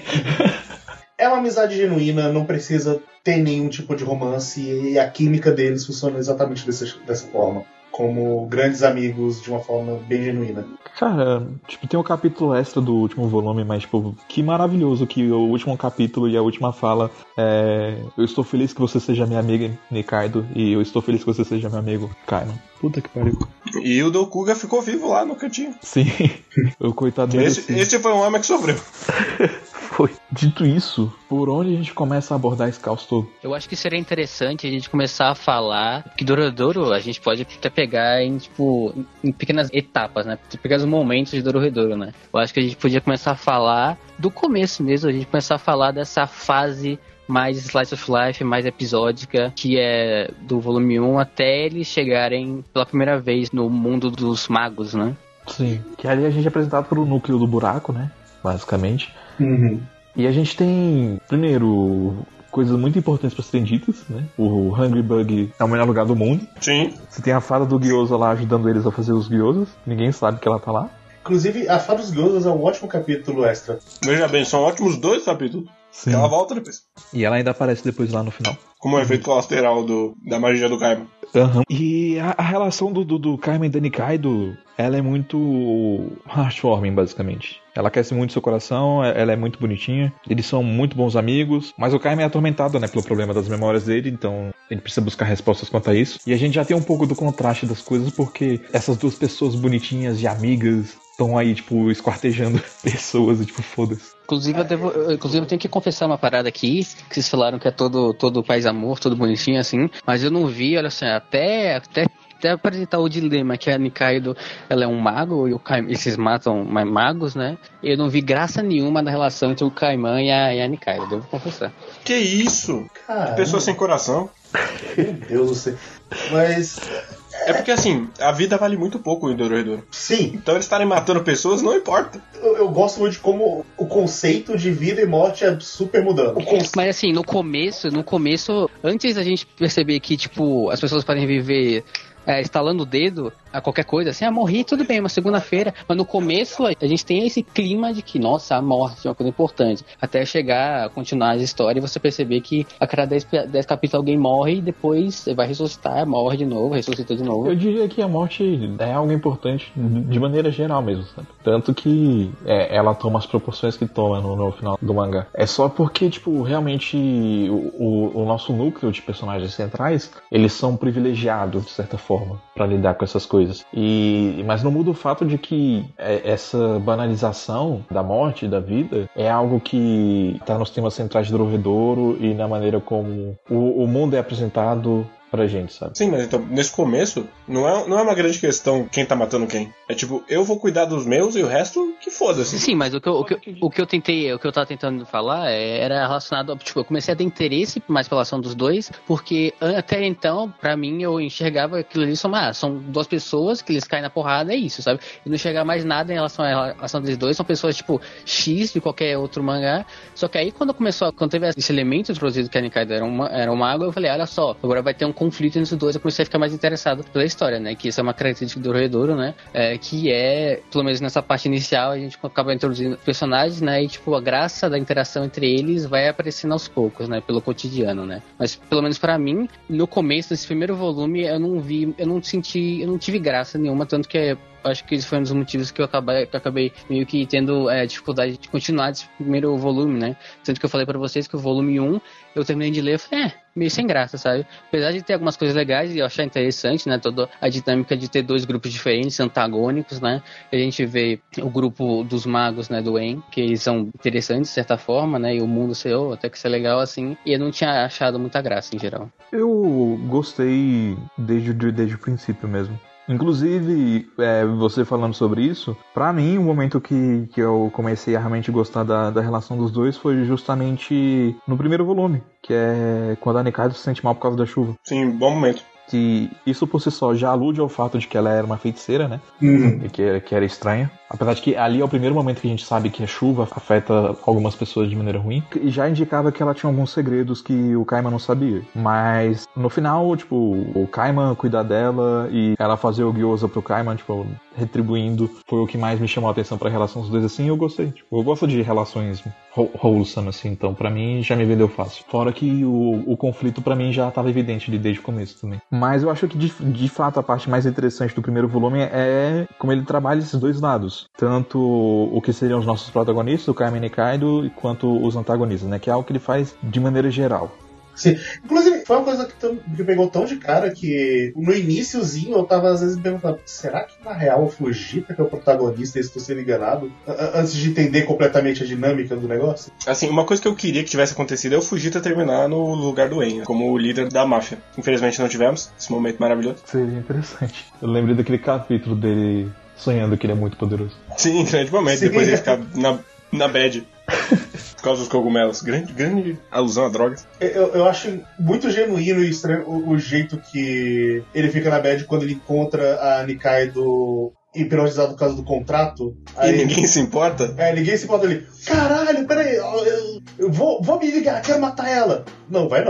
É uma amizade genuína, não precisa ter nenhum tipo de romance e a química deles funciona exatamente dessa, dessa forma. Como grandes amigos de uma forma bem genuína. Cara, tipo, tem um capítulo extra do último volume, mas, tipo, que maravilhoso que o último capítulo e a última fala é... Eu estou feliz que você seja minha amiga, Nikaido, e eu estou feliz que você seja meu amigo, Kaiman. Puta que pariu. E o Dokuga ficou vivo lá no cantinho. Sim, o coitado dele. Esse, esse foi um homem que sofreu. Foi. Dito isso, por onde a gente começa a abordar esse caos todo? Eu acho que seria interessante a gente começar a falar que Dorohedoro a gente pode até pegar em, tipo, em pequenas etapas, né? Pegar os momentos de Dorohedoro, né? Eu acho que a gente podia começar a falar do começo mesmo, a gente começar a falar dessa fase mais slice of life, mais episódica, que é do volume um até eles chegarem pela primeira vez no mundo dos magos, né? Sim. Que ali a gente é apresentado pelo núcleo do buraco, né? Basicamente. Uhum. E a gente tem, primeiro, coisas muito importantes para serem ditas, né? O Hungry Bug é o melhor lugar do mundo. Sim. Você tem a fada do Gyoza lá ajudando eles a fazer os gyozas. Ninguém sabe que ela tá lá. Inclusive, a Fada dos Gyozas é um ótimo capítulo extra. Veja bem, são ótimos dois capítulos. Sim. Ela volta depois. E ela ainda aparece depois lá no final. Como o efeito colateral do, da magia do Kaiman. Uhum. E a, a relação do, do, do Kaiman e da Nikaido, ela é muito heartwarming, basicamente. Ela aquece muito seu coração, ela é muito bonitinha. Eles são muito bons amigos. Mas o Kaiman é atormentado, né, pelo problema das memórias dele. Então ele precisa buscar respostas quanto a isso. E a gente já tem um pouco do contraste das coisas, porque essas duas pessoas bonitinhas e amigas estão aí, tipo, esquartejando pessoas e, tipo, foda-se. Inclusive eu, devo, eu, inclusive, eu tenho que confessar uma parada aqui, que vocês falaram que é todo, todo paz e amor, todo bonitinho, assim, mas eu não vi, olha assim, até, até, até apresentar o dilema, que a Nikaido, ela é um mago, e o Kaiman, eles matam magos, né? Eu não vi graça nenhuma na relação entre o Kaiman e a, e a Nikaido, devo confessar. Que isso? Caramba. Que pessoa sem coração. Meu Deus do céu. Mas... É porque assim, a vida vale muito pouco em Dorohedoro. Sim. Então eles estarem matando pessoas não importa. Eu, eu gosto muito de como o conceito de vida e morte é super mudando. Conce... Mas assim, no começo, no começo, antes da gente perceber que, tipo, as pessoas podem viver é, estalando o dedo a qualquer coisa, assim, ah, morri, tudo bem, uma segunda-feira, mas no começo a gente tem esse clima de que, nossa, a morte é uma coisa importante, até chegar a continuar a história e você perceber que a cada dez capítulos alguém morre e depois vai ressuscitar, morre de novo, ressuscita de novo. Eu diria que a morte é algo importante de maneira geral mesmo, sabe? Tanto que é, ela toma as proporções que toma no, no final do mangá. É só porque, tipo, realmente o, o, o nosso núcleo de personagens centrais, eles são privilegiados, de certa forma, pra lidar com essas coisas. E, mas não muda o fato de que essa banalização da morte e da vida é algo que está nos temas centrais de Dorohedoro e na maneira como o, o mundo é apresentado pra gente, sabe? Sim, mas então, nesse começo, não é, não é uma grande questão quem tá matando quem. É tipo, eu vou cuidar dos meus e o resto, que foda-se. Sim, mas o que eu, o que, o que eu tentei, o que eu tava tentando falar é, era relacionado, tipo, eu comecei a ter interesse mais pela ação dos dois, porque até então, pra mim, eu enxergava aquilo ali, são, ah, são duas pessoas que eles caem na porrada, é isso, sabe? E não enxergar mais nada em relação à relação deles dois, são pessoas, tipo, X de qualquer outro mangá, só que aí quando começou, quando teve esse elemento introduzido que a Nikaido era uma, era uma água, eu falei, olha só, agora vai ter um conflito entre os dois, eu comecei a ficar mais interessado pela história, né, que isso é uma característica do Dorohedoro, né, é, que é, pelo menos nessa parte inicial, a gente acaba introduzindo personagens, né, e tipo, a graça da interação entre eles vai aparecendo aos poucos, né, pelo cotidiano, né, mas pelo menos pra mim, no começo desse primeiro volume, eu não vi, eu não senti, eu não tive graça nenhuma, tanto que é acho que esse foi um dos motivos que eu acabei, que eu acabei meio que tendo é, dificuldade de continuar esse primeiro volume, né? Tanto que eu falei pra vocês que o volume um eu terminei de ler e falei, é, meio sem graça, sabe? Apesar de ter algumas coisas legais e eu achar interessante, né? Toda a dinâmica de ter dois grupos diferentes, antagônicos, né? A gente vê o grupo dos magos, né? Do En, que eles são interessantes de certa forma, né? E o mundo seu, até que isso é legal assim. E eu não tinha achado muita graça em geral. Eu gostei desde, desde o princípio mesmo. Inclusive, é, você falando sobre isso, pra mim, o momento que, que eu comecei a realmente gostar da, da relação dos dois foi justamente no primeiro volume, que é quando a Nikaido se sente mal por causa da chuva. Sim, bom momento. Que isso por si só já alude ao fato de que ela era uma feiticeira, né? Uhum. E que, que era estranha. Apesar de que ali é o primeiro momento que a gente sabe que a chuva afeta algumas pessoas de maneira ruim. E já indicava que ela tinha alguns segredos que o Kaiman não sabia. Mas no final, tipo, o Kaiman cuidar dela e ela fazer o gyoza pro Kaiman, tipo, retribuindo, foi o que mais me chamou a atenção pra relação dos dois, assim, eu gostei. Tipo, eu gosto de relações wholesome, assim, então pra mim já me vendeu fácil. Fora que o, o conflito pra mim já tava evidente desde o começo também. Mas eu acho que de, de fato a parte mais interessante do primeiro volume é como ele trabalha esses dois lados. Tanto o que seriam os nossos protagonistas, o Kaiman e Nikaido, quanto os antagonistas, né? Que é algo que ele faz de maneira geral. Sim. Inclusive, foi uma coisa que, tão, que pegou tão de cara que no iniciozinho eu tava às vezes me perguntando, será que na real o Fujita que é o protagonista e estou sendo enganado? Antes de entender completamente a dinâmica do negócio? Assim, uma coisa que eu queria que tivesse acontecido é o Fujita terminar no lugar do En, como o líder da máfia. Infelizmente não tivemos esse momento maravilhoso. Seria interessante. Eu lembrei daquele capítulo dele sonhando que ele é muito poderoso. Sim, grande momento. Sim. Depois ele ficar na, na bad. Por causa dos cogumelos. Grande, grande alusão a drogas. Eu, eu acho muito genuíno e estranho o, o jeito que ele fica na bad quando ele encontra a Nikaido hipnotizado por causa do contrato. Aí, e ninguém se importa? É, ninguém se importa ali. Caralho, peraí, eu, eu vou, vou me ligar, quero matar ela. Não, vai não.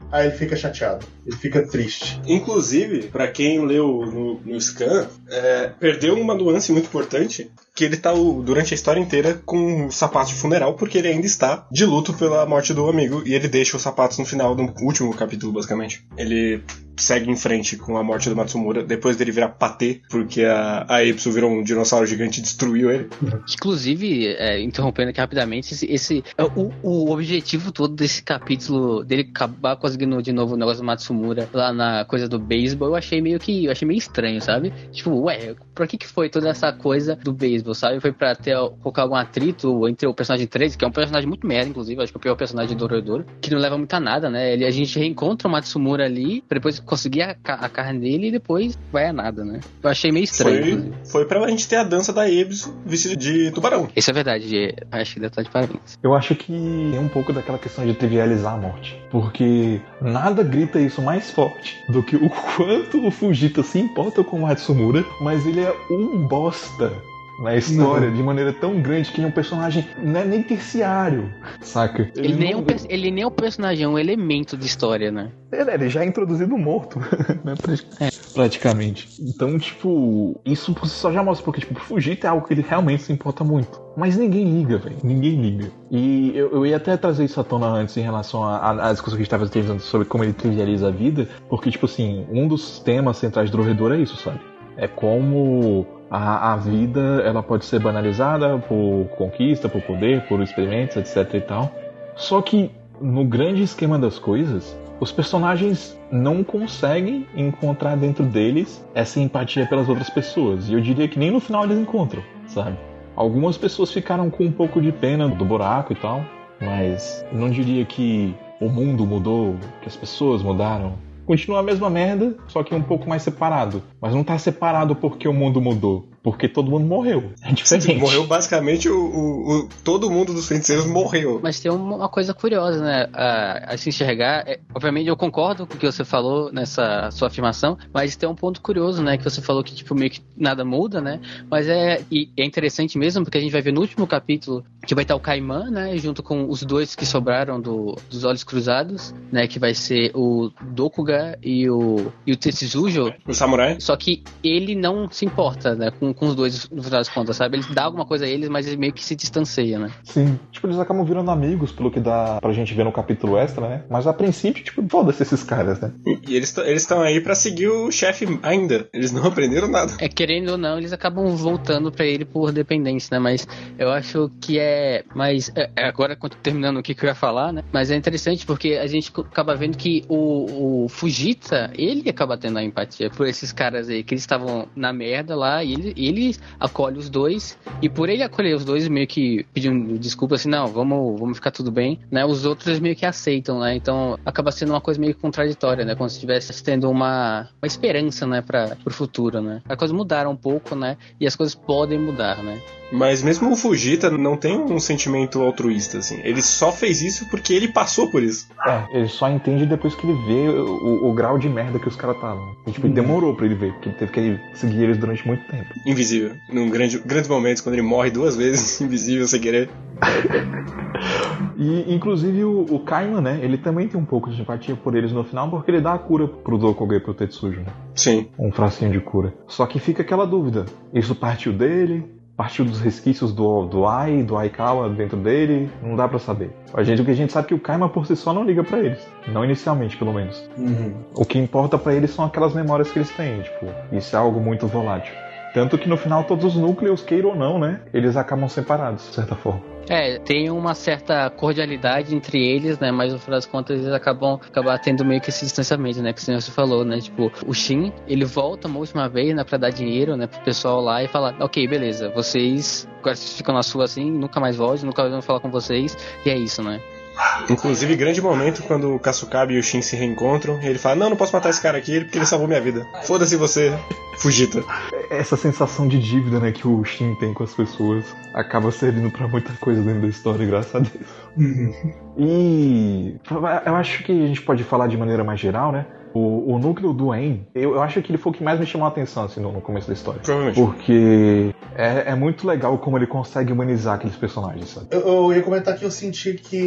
aí ele fica chateado, ele fica triste. Inclusive, pra quem leu no, no Scan, é, perdeu uma nuance muito importante, que ele tá o, durante a história inteira com o sapato de funeral, porque ele ainda está de luto pela morte do amigo, e ele deixa os sapatos no final do último capítulo, basicamente. Ele segue em frente com a morte do Matsumura, depois dele virar patê, porque a, a Epsu virou um dinossauro gigante e destruiu ele. Inclusive, é, interrompendo aqui rapidamente, esse, esse o, o objetivo todo desse capítulo, dele acabar conseguindo de novo o negócio do Matsumura lá na coisa do beisebol, eu achei meio que, eu achei meio estranho, sabe? Tipo, ué, pra que que foi toda essa coisa do beisebol, sabe? Foi pra ter, colocar algum atrito entre o personagem treze, que é um personagem muito merda, inclusive, acho que é o pior personagem de Dorohedoro, que não leva muito a nada, né? Ele, a gente reencontra o Matsumura ali, pra depois conseguir a, a carne dele e depois vai a nada, né? Eu achei meio estranho. Foi, foi pra gente ter a dança da Ebs vestida de tubarão. Isso é verdade, acho que deve estar de parabéns. Eu acho que tem um pouco daquela questão de trivializar a morte, porque nada grita isso mais forte do que o quanto o Fujita se importa com o Matsumura, mas ele é um bosta na história, uhum. de maneira tão grande que ele é um personagem não é nem terciário, saca? Ele, ele, nem, não... é um, ele nem é um personagem, é um elemento de história, né? Ele, ele já é introduzido morto, né? É. Praticamente. Então, tipo, isso por si só já mostra, porque, tipo, o Fujita é algo que ele realmente se importa muito. Mas ninguém liga, velho. Ninguém liga. E eu, eu ia até trazer isso à tona antes em relação à discussão que a gente estava tendo sobre como ele trivializa a vida, porque, tipo assim, um dos temas centrais do Dorohedoro é isso, sabe? É como a, a vida ela pode ser banalizada por conquista, por poder, por experimentos, etc e tal. Só que, no grande esquema das coisas, os personagens não conseguem encontrar dentro deles essa empatia pelas outras pessoas. E eu diria que nem no final eles encontram, sabe? Algumas pessoas ficaram com um pouco de pena do buraco e tal, mas não diria que o mundo mudou, que as pessoas mudaram. Continua a mesma merda, só que um pouco mais separado. Mas não tá separado porque o mundo mudou, porque todo mundo morreu. É diferente. Morreu basicamente, o, o, o, todo mundo dos feiticeiros morreu. Mas tem uma coisa curiosa, né? A, a se enxergar, é, obviamente eu concordo com o que você falou nessa sua afirmação, mas tem um ponto curioso, né? Que você falou que tipo, meio que nada muda, né? Mas é, e é interessante mesmo, porque a gente vai ver no último capítulo que vai estar o Kaiman, né? Junto com os dois que sobraram do, dos Olhos Cruzados, né? Que vai ser o Dokuga e o, e o Tetsujo. O samurai. Só que ele não se importa, né? Com, com os dois, no final das contas, sabe? Ele dá alguma coisa a eles, mas ele meio que se distancia, né? Sim. Tipo, eles acabam virando amigos, pelo que dá pra gente ver no capítulo extra, né? Mas a princípio, tipo, foda-se esses caras, né? E, e eles estão aí pra seguir o chefe ainda. Eles não aprenderam nada. É, querendo ou não, eles acabam voltando pra ele por dependência, né? Mas eu acho que é mais... É, agora, terminando o que eu ia falar, né? Mas é interessante porque a gente acaba vendo que o, o Fujita, ele acaba tendo a empatia por esses caras aí, que eles estavam na merda lá, e ele, ele acolhe os dois, e por ele acolher os dois, meio que pedindo desculpa, assim, não, vamos, vamos ficar tudo bem, né? Os outros meio que aceitam, né? Então acaba sendo uma coisa meio contraditória, né? Como se estivesse tendo uma, uma esperança, né? Para pro futuro, né? As coisas mudaram um pouco, né? E as coisas podem mudar, né? Mas mesmo o Fujita não tem um sentimento altruísta, assim. Ele só fez isso porque ele passou por isso. É, ele só entende depois que ele vê o, o, o grau de merda que os caras estavam. E, tipo, ele demorou pra ele ver, porque ele teve que seguir eles durante muito tempo. Invisível. Num grande, grandes momentos, quando ele morre duas vezes, invisível, sem querer. E, inclusive, o, o Kaiman, né, ele também tem um pouco de empatia por eles no final, porque ele dá a cura pro Dokuga e pro Tetsujo, né? Sim. Um frasquinho de cura. Só que fica aquela dúvida. Isso partiu dele? Partiu dos resquícios do, do Ai, do Aikawa dentro dele? Não dá pra saber. A gente, o que a gente sabe é que o Kaiman por si só não liga pra eles. Não inicialmente, pelo menos. Uhum. O que importa pra eles são aquelas memórias que eles têm, tipo, isso é algo muito volátil. Tanto que no final todos os núcleos, queiram ou não, né, eles acabam separados, de certa forma. É, tem uma certa cordialidade entre eles, né? Mas no final das contas eles acabam, acabam tendo meio que esse distanciamento, né? Que você falou, né? Tipo, o Shin, ele volta uma última vez, né? Pra dar dinheiro, né? Pro pessoal lá e falar, ok, beleza, vocês agora vocês ficam na sua assim, nunca mais volte, nunca vamos falar com vocês, e é isso, né? Inclusive, grande momento quando o Kasukabe e o Shin se reencontram e ele fala, não, não posso matar esse cara aqui porque ele salvou minha vida. Foda-se você, Fujita. Essa sensação de dívida, né, que o Shin tem com as pessoas acaba servindo pra muita coisa dentro da história, graças a Deus. Uhum. E eu acho que a gente pode falar de maneira mais geral, né? O, o núcleo do En, eu, eu acho que ele foi o que mais me chamou a atenção assim, no, no começo da história. Provavelmente. Porque é, é muito legal como ele consegue humanizar aqueles personagens, sabe? Eu, eu ia comentar que eu senti que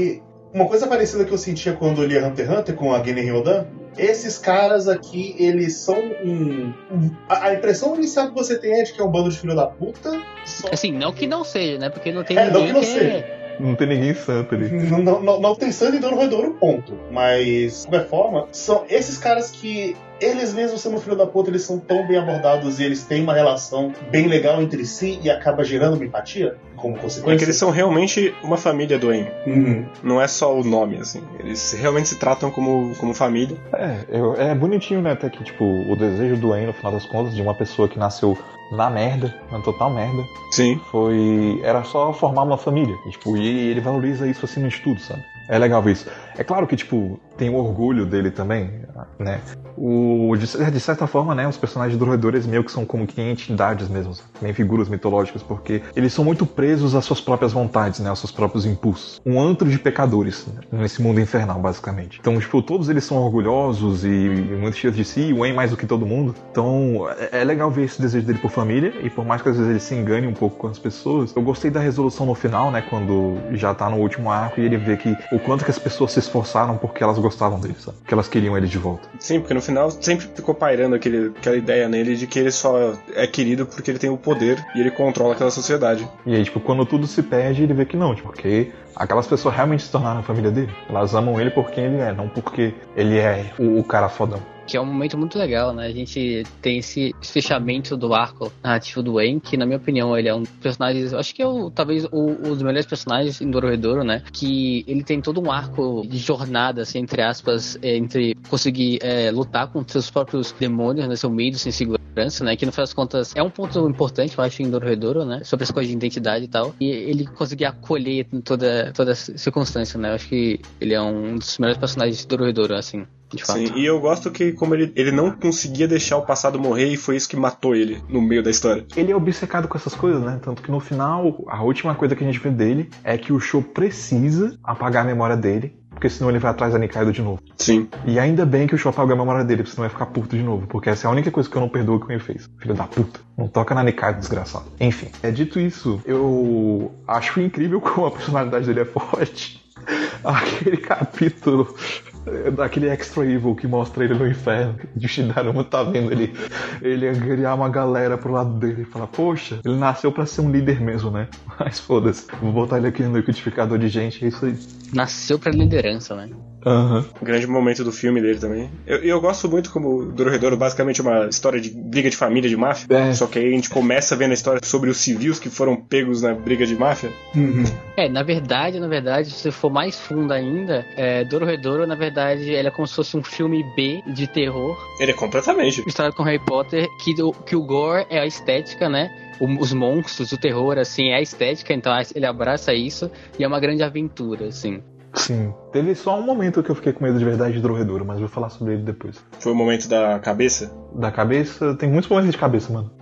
Uma coisa parecida que eu sentia quando eu lia Hunter x Hunter com a Genen Ryodan, esses caras aqui, eles são um... um a, a impressão inicial que você tem é de que é um bando de filho da puta. Só... Assim, não que não seja, né? Porque não tem é, ninguém não que não que seja. É... Não tem ninguém santo ali. Não, não, não tem sangue em Dorohedoro, ponto. Mas, de qualquer forma, são esses caras que, eles mesmos sendo filho da puta, eles são tão bem abordados e eles têm uma relação bem legal entre si e acaba gerando uma empatia como consequência. É que eles são realmente uma família do En. Uhum. Não é só o nome, assim. Eles realmente se tratam como, como família. É, eu, é bonitinho, né? Até que, tipo, o desejo do En, no final das contas, de uma pessoa que nasceu na merda, na total merda. Sim. Foi... Era só formar uma família. E, tipo, e ele valoriza isso acima de tudo, sabe? É legal ver isso. É claro que, tipo, tem o orgulho dele também, né? O, de, de certa forma, né, os personagens do Dorohedoro, eles meio que são como que entidades mesmo, nem figuras mitológicas, porque eles são muito presos às suas próprias vontades, né, aos seus próprios impulsos. Um antro de pecadores, né, nesse mundo infernal, basicamente. Então, tipo, todos eles são orgulhosos e, e muito cheios de si, o En mais do que todo mundo. Então, é, é legal ver esse desejo dele por família, e por mais que às vezes ele se engane um pouco com as pessoas, eu gostei da resolução no final, né, quando já tá no último arco e ele vê que o quanto que as pessoas se esforçaram porque elas gostavam dele, sabe? Que elas queriam ele de volta. Sim, porque no final sempre ficou pairando aquele, aquela ideia nele de que ele só é querido porque ele tem o poder e ele controla aquela sociedade. E aí, tipo, quando tudo se perde, ele vê que não, tipo, porque aquelas pessoas realmente se tornaram a família dele. Elas amam ele por quem ele é, não porque ele é o, o cara fodão. Que é um momento muito legal, né? A gente tem esse fechamento do arco narrativo do En, que na minha opinião ele é um dos personagens, acho que é o, talvez o, um dos melhores personagens em Dorohedoro, né? Que ele tem todo um arco de jornada, assim, entre aspas, entre conseguir é, lutar contra seus próprios demônios, né? Seu medo, sem segurança, né? Que no final das contas é um ponto importante, eu acho, em Dorohedoro, né? Sobre essa coisa de identidade e tal. E ele conseguir acolher toda, toda essa circunstância, né? Eu acho que ele é um dos melhores personagens de Dorohedoro, assim. Sim, e eu gosto que como ele, ele não conseguia deixar o passado morrer e foi isso que matou ele no meio da história. Ele é obcecado com essas coisas, né? Tanto que no final, a última coisa que a gente vê dele é que o Sho precisa apagar a memória dele, porque senão ele vai atrás da Nikaido de novo. Sim. E ainda bem que o Sho apagou a memória dele, porque senão vai ficar puto de novo, porque essa é a única coisa que eu não perdoo que ele fez. Filho da puta. Não toca na Nikaido, desgraçado. Enfim, é dito isso, eu acho incrível como a personalidade dele é forte. Aquele capítulo daquele Extra Evil que mostra ele no inferno, de Shidaruma tá vendo ele, ele angariar uma galera pro lado dele e falar, poxa, ele nasceu pra ser um líder mesmo, né? Mas foda-se, vou botar ele aqui no liquidificador de gente, é isso aí. Nasceu pra liderança, né? Uhum. O grande momento do filme dele também. Eu, eu gosto muito como Dorohedoro basicamente é uma história de briga de família de máfia. É. Só que aí a gente começa vendo a história sobre os civis que foram pegos na briga de máfia. Uhum. É, na verdade, na verdade, se for mais fundo ainda, é, Dorohedoro, na verdade, ele é como se fosse um filme B de terror. Ele é completamente. Misturado com Harry Potter, que, do, que o gore é a estética, né? O, os monstros, o terror, assim, é a estética, então ele abraça isso e é uma grande aventura, assim. Sim. Teve só um momento que eu fiquei com medo de verdade de Dorohedoro, mas vou falar sobre ele depois. Foi o momento da cabeça? Da cabeça? Tem muitos momentos de cabeça, mano.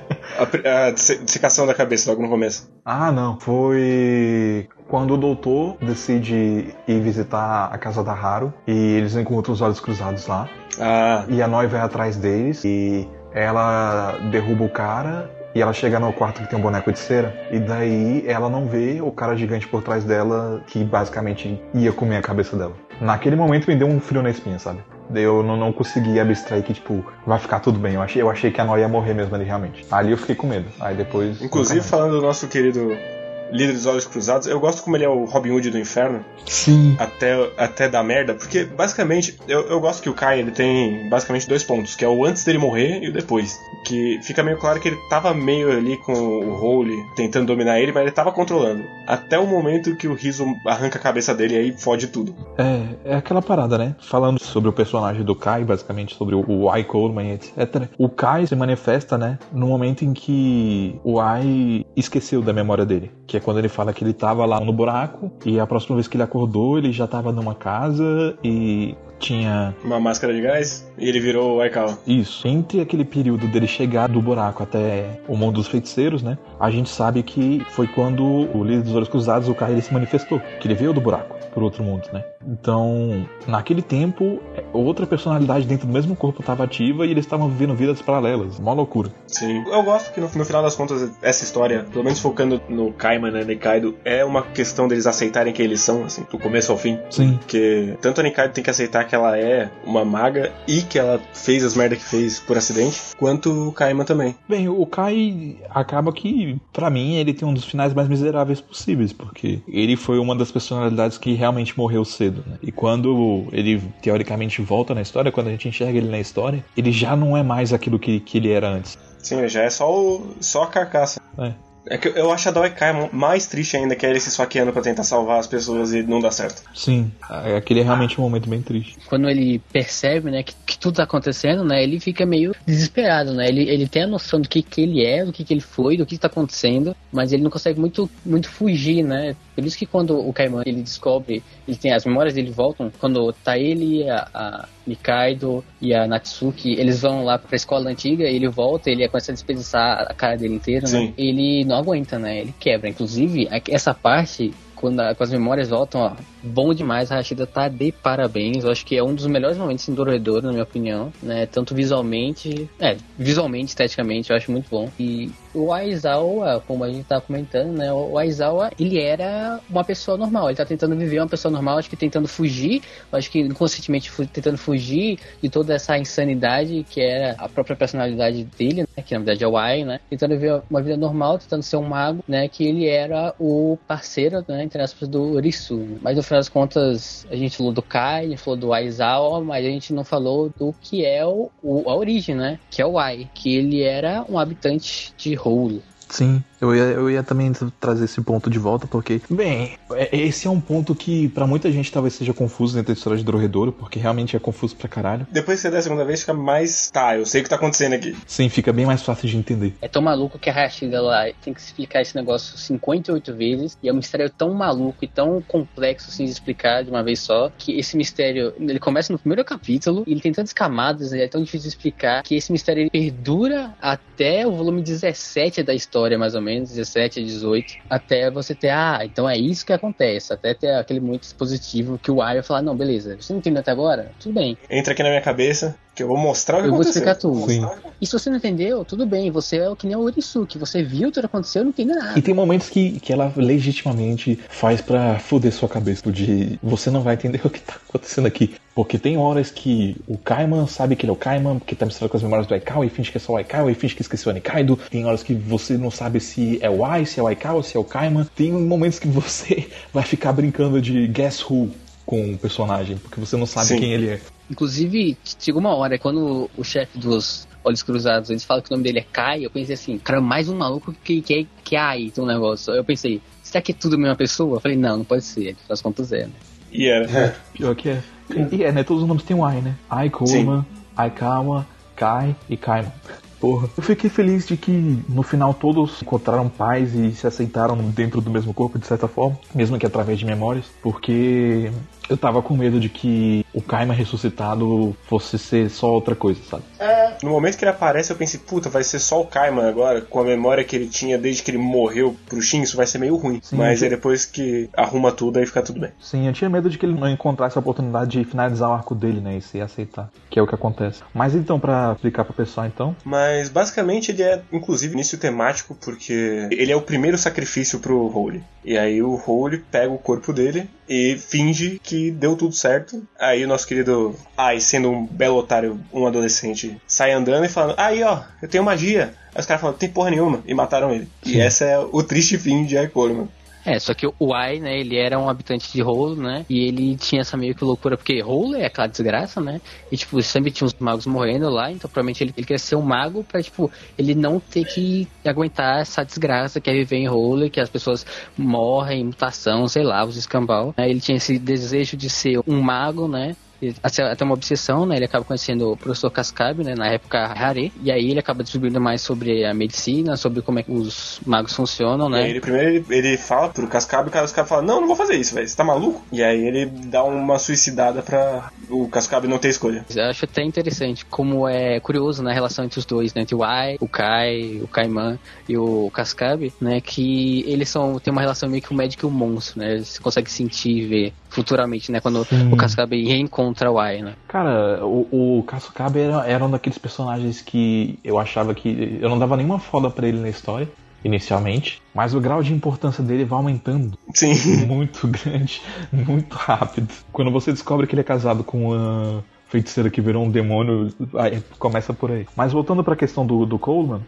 a, a dissecação da cabeça logo no começo. Ah, não. Foi quando o doutor decide ir visitar a casa da Haru e eles encontram os olhos cruzados lá. Ah. E a Noi vai atrás deles e ela derruba o cara. E ela chega no quarto que tem um boneco de cera. E daí ela não vê o cara gigante por trás dela, que basicamente ia comer a cabeça dela. Naquele momento me deu um frio na espinha, sabe? Daí eu não, não consegui abstrair que, tipo, vai ficar tudo bem. Eu achei, eu achei que a Noi ia morrer mesmo ali, realmente. Ali eu fiquei com medo. Aí depois... Inclusive, falando do nosso querido líder dos olhos cruzados, eu gosto como ele é o Robin Hood do inferno. Sim. Até, até da merda, porque basicamente, eu, eu gosto que o Kai, ele tem basicamente dois pontos, que é o antes dele morrer e o depois. Que fica meio claro que ele tava meio ali com o Holy tentando dominar ele, mas ele tava controlando. Até o momento que o Rizo arranca a cabeça dele e aí fode tudo. É, é aquela parada, né? Falando sobre o personagem do Kai, basicamente sobre o, o Ai Coleman, etcétera. O Kai se manifesta, né? No momento em que o Ai esqueceu da memória dele. Que é quando ele fala que ele tava lá no buraco e a próxima vez que ele acordou, ele já tava numa casa e tinha... Uma máscara de gás e ele virou o Aikawa. Isso. Entre aquele período dele chegar do buraco até o mundo dos feiticeiros, né? A gente sabe que foi quando o líder dos Olhos Cruzados, o Kai, ele se manifestou. Que ele veio do buraco pro outro mundo, né? Então, naquele tempo, outra personalidade dentro do mesmo corpo estava ativa e eles estavam vivendo vidas paralelas. Uma loucura. Sim. Eu gosto que no, no final das contas, essa história, pelo menos focando no Kaiman, né, Nikaido, é uma questão deles aceitarem quem eles são, assim, do começo ao fim. Sim. Porque tanto a Nikaido tem que aceitar que ela é uma maga e que ela fez as merdas que fez por acidente, quanto o Kaiman também. Bem, o Kai acaba que, pra mim, ele tem um dos finais mais miseráveis possíveis, porque ele foi uma das personalidades que realmente morreu cedo, né? E quando ele, teoricamente, volta na história, quando a gente enxerga ele na história, ele já não é mais aquilo que, que ele era antes. Sim, ele já é só, o, só a carcaça. É. É que eu acho a Daikai mais triste ainda, que é ele se esfaqueando pra tentar salvar as pessoas e não dá certo. Sim, aquele é realmente um momento bem triste. Quando ele percebe, né, que, que tudo tá acontecendo, né, ele fica meio desesperado, né, ele, ele tem a noção do que, que ele é, do que, que ele foi, do que tá acontecendo, mas ele não consegue muito, muito fugir, né. Por isso que quando o Kaiman, ele descobre, ele tem as memórias dele voltam, quando tá ele, a, a Nikaido e a Natsuki, eles vão lá pra escola antiga, ele volta, ele começa a desperdiçar a cara dele inteira, né, ele não aguenta, né, ele quebra. Inclusive, essa parte, quando, a, quando as memórias voltam, ó, bom demais, a Hashida tá de parabéns. Eu acho que é um dos melhores momentos em Dorohedoro, na minha opinião, né? Tanto visualmente, é, visualmente, esteticamente, eu acho muito bom. E o Aizawa, como a gente tá comentando, né? O Aizawa, ele era uma pessoa normal, ele tá tentando viver uma pessoa normal, acho que tentando fugir, acho que inconscientemente tentando fugir de toda essa insanidade que era a própria personalidade dele, né? Que na verdade é o Ai, né? Tentando viver uma vida normal, tentando ser um mago, né? Que ele era o parceiro, né? Entre aspas, do Orisu, né? Mas no final das contas, a gente falou do Kai, a gente falou do Aizawa, mas a gente não falou do que é o, o, a origem, né? Que é o Ai, que ele era um habitante de Houle. Sim, eu ia, eu ia também trazer esse ponto de volta, porque, bem, esse é um ponto que pra muita gente talvez seja confuso dentro da história de Dorohedoro, porque realmente é confuso pra caralho. Depois que você der a segunda vez, fica mais... Tá, eu sei o que tá acontecendo aqui. Sim, fica bem mais fácil de entender. É tão maluco que a Hashida lá tem que explicar esse negócio cinquenta e oito vezes, e é um mistério tão maluco e tão complexo assim de explicar de uma vez só, que esse mistério, ele começa no primeiro capítulo, e ele tem tantas camadas, e é tão difícil de explicar, que esse mistério ele perdura até o volume dezessete da história, mais ou menos, dezessete a dezoito, até você ter, ah, então é isso que acontece, até ter aquele muito dispositivo que o Ai vai falar, não, beleza, você não entendeu até agora? Tudo bem. Entra aqui na minha cabeça, que eu vou mostrar o que eu aconteceu. Eu vou explicar tudo. Sim. E se você não entendeu, tudo bem, você é o que nem o Orisu, que você viu tudo aconteceu e não entendeu nada. E tem momentos que, que ela legitimamente faz pra foder sua cabeça, de você não vai entender o que tá acontecendo aqui. Porque tem horas que o Kaiman sabe que ele é o Kaiman, porque tá misturado com as memórias do Aikawa e finge que é só o Aikawa e finge que esqueceu o Nikaido. Tem horas que você não sabe se é o Ai, se é o Aikawa, se é o Kaiman. Tem momentos que você vai ficar brincando de Guess Who com o personagem, porque você não sabe Sim. quem ele é. Inclusive, chegou uma hora, quando o chefe dos Olhos Cruzados, eles falam que o nome dele é Kai, eu pensei assim, cara, mais um maluco que, que, que é Ai, tem um negócio. Eu pensei, será que é tudo a mesma pessoa? Eu falei, não, não pode ser, das contas é, né? E era. Pior que é. E é, né? Todos os nomes tem um Ai, né? Ai Koma, Aikawa, Kai e Kaiman. Porra. Eu fiquei feliz de que no final todos encontraram paz e se aceitaram dentro do mesmo corpo, de certa forma, mesmo que através de memórias, porque eu tava com medo de que o Kaiman ressuscitado fosse ser só outra coisa, sabe? É. No momento que ele aparece, eu pensei, puta, vai ser só o Kaiman agora, com a memória que ele tinha desde que ele morreu pro Shin, isso vai ser meio ruim. Sim, Mas aí depois que arruma tudo, aí fica tudo bem. Sim, eu tinha medo de que ele não encontrasse a oportunidade de finalizar o arco dele, né, e se aceitar, que é o que acontece. Mas então, pra explicar pro pessoal, então... Mas basicamente ele é, inclusive, início temático, porque ele é o primeiro sacrifício pro Houle. E aí o Houle pega o corpo dele e finge que deu tudo certo. Aí o nosso querido Ai, sendo um belo otário, um adolescente, sai andando e falando, aí ó, eu tenho magia. Aí os caras falam, tem porra nenhuma, e mataram ele. Sim. E esse é o triste fim de Ai Coleman. É, só que o Ai, né, ele era um habitante de Houle, né, e ele tinha essa meio que loucura, porque Houle é aquela desgraça, né, e tipo, sempre tinha uns magos morrendo lá, então provavelmente ele, ele queria ser um mago pra, tipo, ele não ter que aguentar essa desgraça que é viver em Houle, que as pessoas morrem, mutação, sei lá, os escambau, né, ele tinha esse desejo de ser um mago, né, até uma obsessão, né? Ele acaba conhecendo o professor Cascabe, né? Na época Hare, e aí ele acaba descobrindo mais sobre a medicina, sobre como é que os magos funcionam, né? E aí ele primeiro ele, ele fala pro Cascabe, e o Cascabe fala, não, não vou fazer isso, velho, você tá maluco? E aí ele dá uma suicidada pra o Cascabe não ter escolha. Eu acho até interessante como é curioso, né, a relação entre os dois, né? Entre o Ai, o Kai, o Kaiman e o Cascabe, né? Que eles são, tem uma relação meio que o médico e o monstro, né? Você consegue sentir e ver futuramente, né? Quando Sim. o Cascabe reencontra o Ai, né? Cara, o, o Cascabe era, era um daqueles personagens que eu achava que... Eu não dava nenhuma foda pra ele na história, inicialmente, mas o grau de importância dele vai aumentando. Sim. Muito grande, muito rápido. Quando você descobre que ele é casado com uma feiticeira que virou um demônio, aí começa por aí. Mas voltando pra questão do, do Coleman,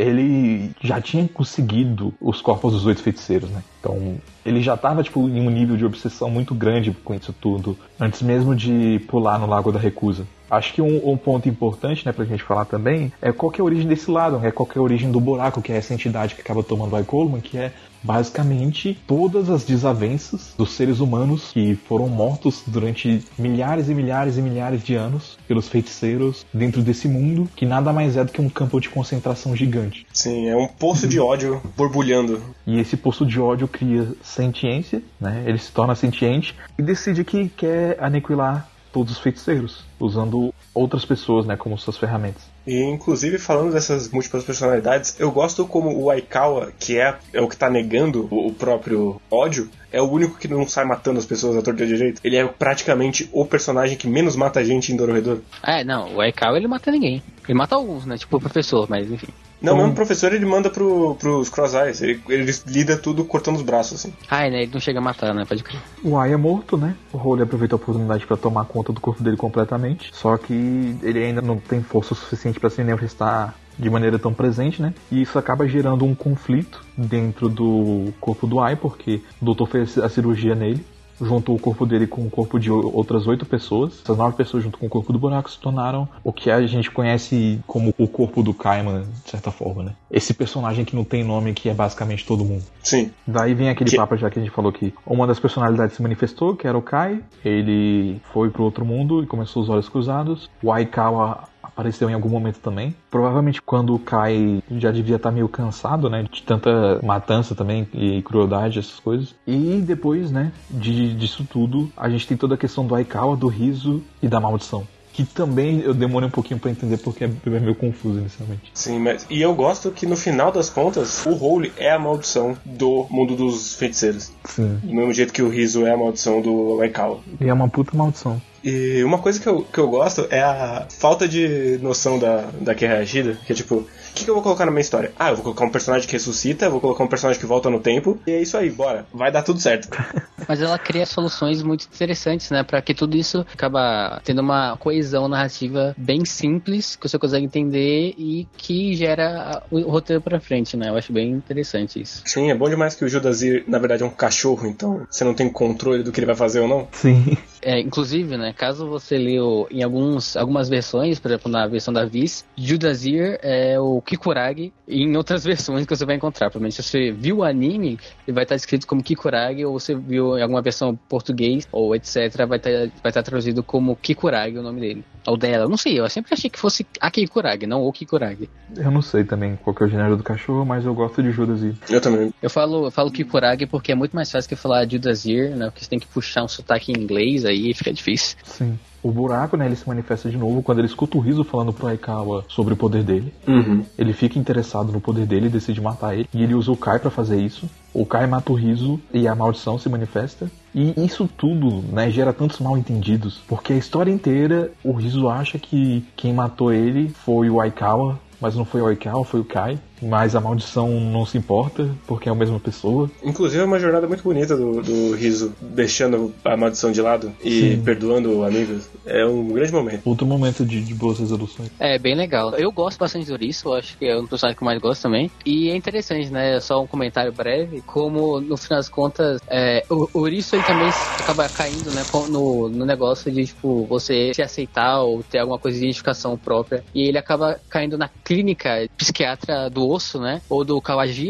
ele já tinha conseguido os corpos dos oito feiticeiros, né? Então, ele já tava, tipo, em um nível de obsessão muito grande com isso tudo, antes mesmo de pular no Lago da Recusa. Acho que um, um ponto importante, né, pra gente falar também, é qual que é a origem desse lado, é qual que é a origem do buraco, que é essa entidade que acaba tomando o Coleman, que é basicamente todas as desavenças dos seres humanos que foram mortos durante milhares e milhares e milhares de anos pelos feiticeiros dentro desse mundo, que nada mais é do que um campo de concentração gigante. Sim, é um poço de ódio borbulhando. E esse poço de ódio cria sentiência, né? Ele se torna sentiente e decide que quer aniquilar todos os feiticeiros, usando outras pessoas, né, como suas ferramentas. E, inclusive, falando dessas múltiplas personalidades, eu gosto como o Aikawa, que é, é o que tá negando o, o próprio ódio, é o único que não sai matando as pessoas à torta de direito. Ele é praticamente o personagem que menos mata gente em Dorohedoro. É, não, o Aikawa ele mata ninguém. Ele mata alguns, né, tipo o professor, mas enfim. Não, então... mesmo o professor ele manda pro, pros Cross-Eyes, ele, ele lida tudo cortando os braços, assim. Ah, né, ele não chega a matar, né, pode crer. O Ai é morto, né, o Role aproveita a oportunidade pra tomar conta do corpo dele completamente, só que ele ainda não tem força suficiente pra se manifestar de maneira tão presente, né? E isso acaba gerando um conflito dentro do corpo do Ai, porque o doutor fez a cirurgia nele, juntou o corpo dele com o corpo de outras oito pessoas. Essas nove pessoas junto com o corpo do buraco se tornaram o que a gente conhece como o corpo do Kaiman, de certa forma, né? Esse personagem que não tem nome, que é basicamente todo mundo. Sim. Daí vem aquele que... papo já que a gente falou que uma das personalidades se manifestou, que era o Kai. Ele foi pro outro mundo e começou os olhos cruzados. O Aikawa apareceu em algum momento também. Provavelmente quando o Kai já devia estar meio cansado, né? De tanta matança também e crueldade, essas coisas. E depois, né? De, disso tudo, a gente tem toda a questão do Aikawa, do riso e da maldição. Que também eu demorei um pouquinho pra entender porque é meio confuso inicialmente. Sim, mas e eu gosto que no final das contas o Role é a maldição do mundo dos feiticeiros. Sim. Do mesmo jeito que o riso é a maldição do Aikawa. E é uma puta maldição. E uma coisa que eu, que eu gosto é a falta de noção da, da Kei Hashida, que é tipo, o que, que eu vou colocar na minha história? Ah, eu vou colocar um personagem que ressuscita, vou colocar um personagem que volta no tempo, e é isso aí, bora, vai dar tudo certo. Mas ela cria soluções muito interessantes, né, pra que tudo isso acaba tendo uma coesão narrativa bem simples, que você consegue entender e que gera o roteiro pra frente, né, eu acho bem interessante isso. Sim, é bom demais que o Judazir, na verdade, é um cachorro, então você não tem controle do que ele vai fazer ou não. Sim. É, inclusive, né, caso você leu em alguns, algumas versões, por exemplo, na versão da Viz, Judazir é o Kikurage, e em outras versões que você vai encontrar. Provavelmente se você viu o anime, ele vai estar escrito como Kikurage, ou você viu em alguma versão português, ou etcétera, vai estar, vai estar traduzido como Kikurage o nome dele. Ou dela, eu não sei, eu sempre achei que fosse a Kikurage, não o Kikurage. Eu não sei também qual que é o gênero do cachorro, mas eu gosto de Judazir. Eu também. Eu falo, eu falo Kikurage porque é muito mais fácil que falar Judazir, né, porque você tem que puxar um sotaque em inglês, aí fica difícil. Sim. O buraco, né, ele se manifesta de novo quando ele escuta o Riso falando pro Aikawa sobre o poder dele. Uhum. Ele fica interessado no poder dele e decide matar ele. E ele usa o Kai pra fazer isso. O Kai mata o Riso e a maldição se manifesta. E isso tudo, né, gera tantos mal entendidos. Porque a história inteira, o Riso acha que quem matou ele foi o Aikawa, mas não foi o Aikawa, foi o Kai. Mas a maldição não se importa, porque é a mesma pessoa. Inclusive é uma jornada muito bonita do, do Riso, deixando a maldição de lado e Sim. perdoando amigos. É um grande momento. Outro momento de, de boas resoluções. É, bem legal. Eu gosto bastante do Riso, acho que é um dos personagens que eu mais gosto também. E é interessante, né, só um comentário breve, como no final das contas, é, o, o Riso ele também acaba caindo, né, no, no negócio de, tipo, você se aceitar ou ter alguma coisa de identificação própria. E ele acaba caindo na clínica psiquiatra do osso, né? Ou do Kawajiri, né?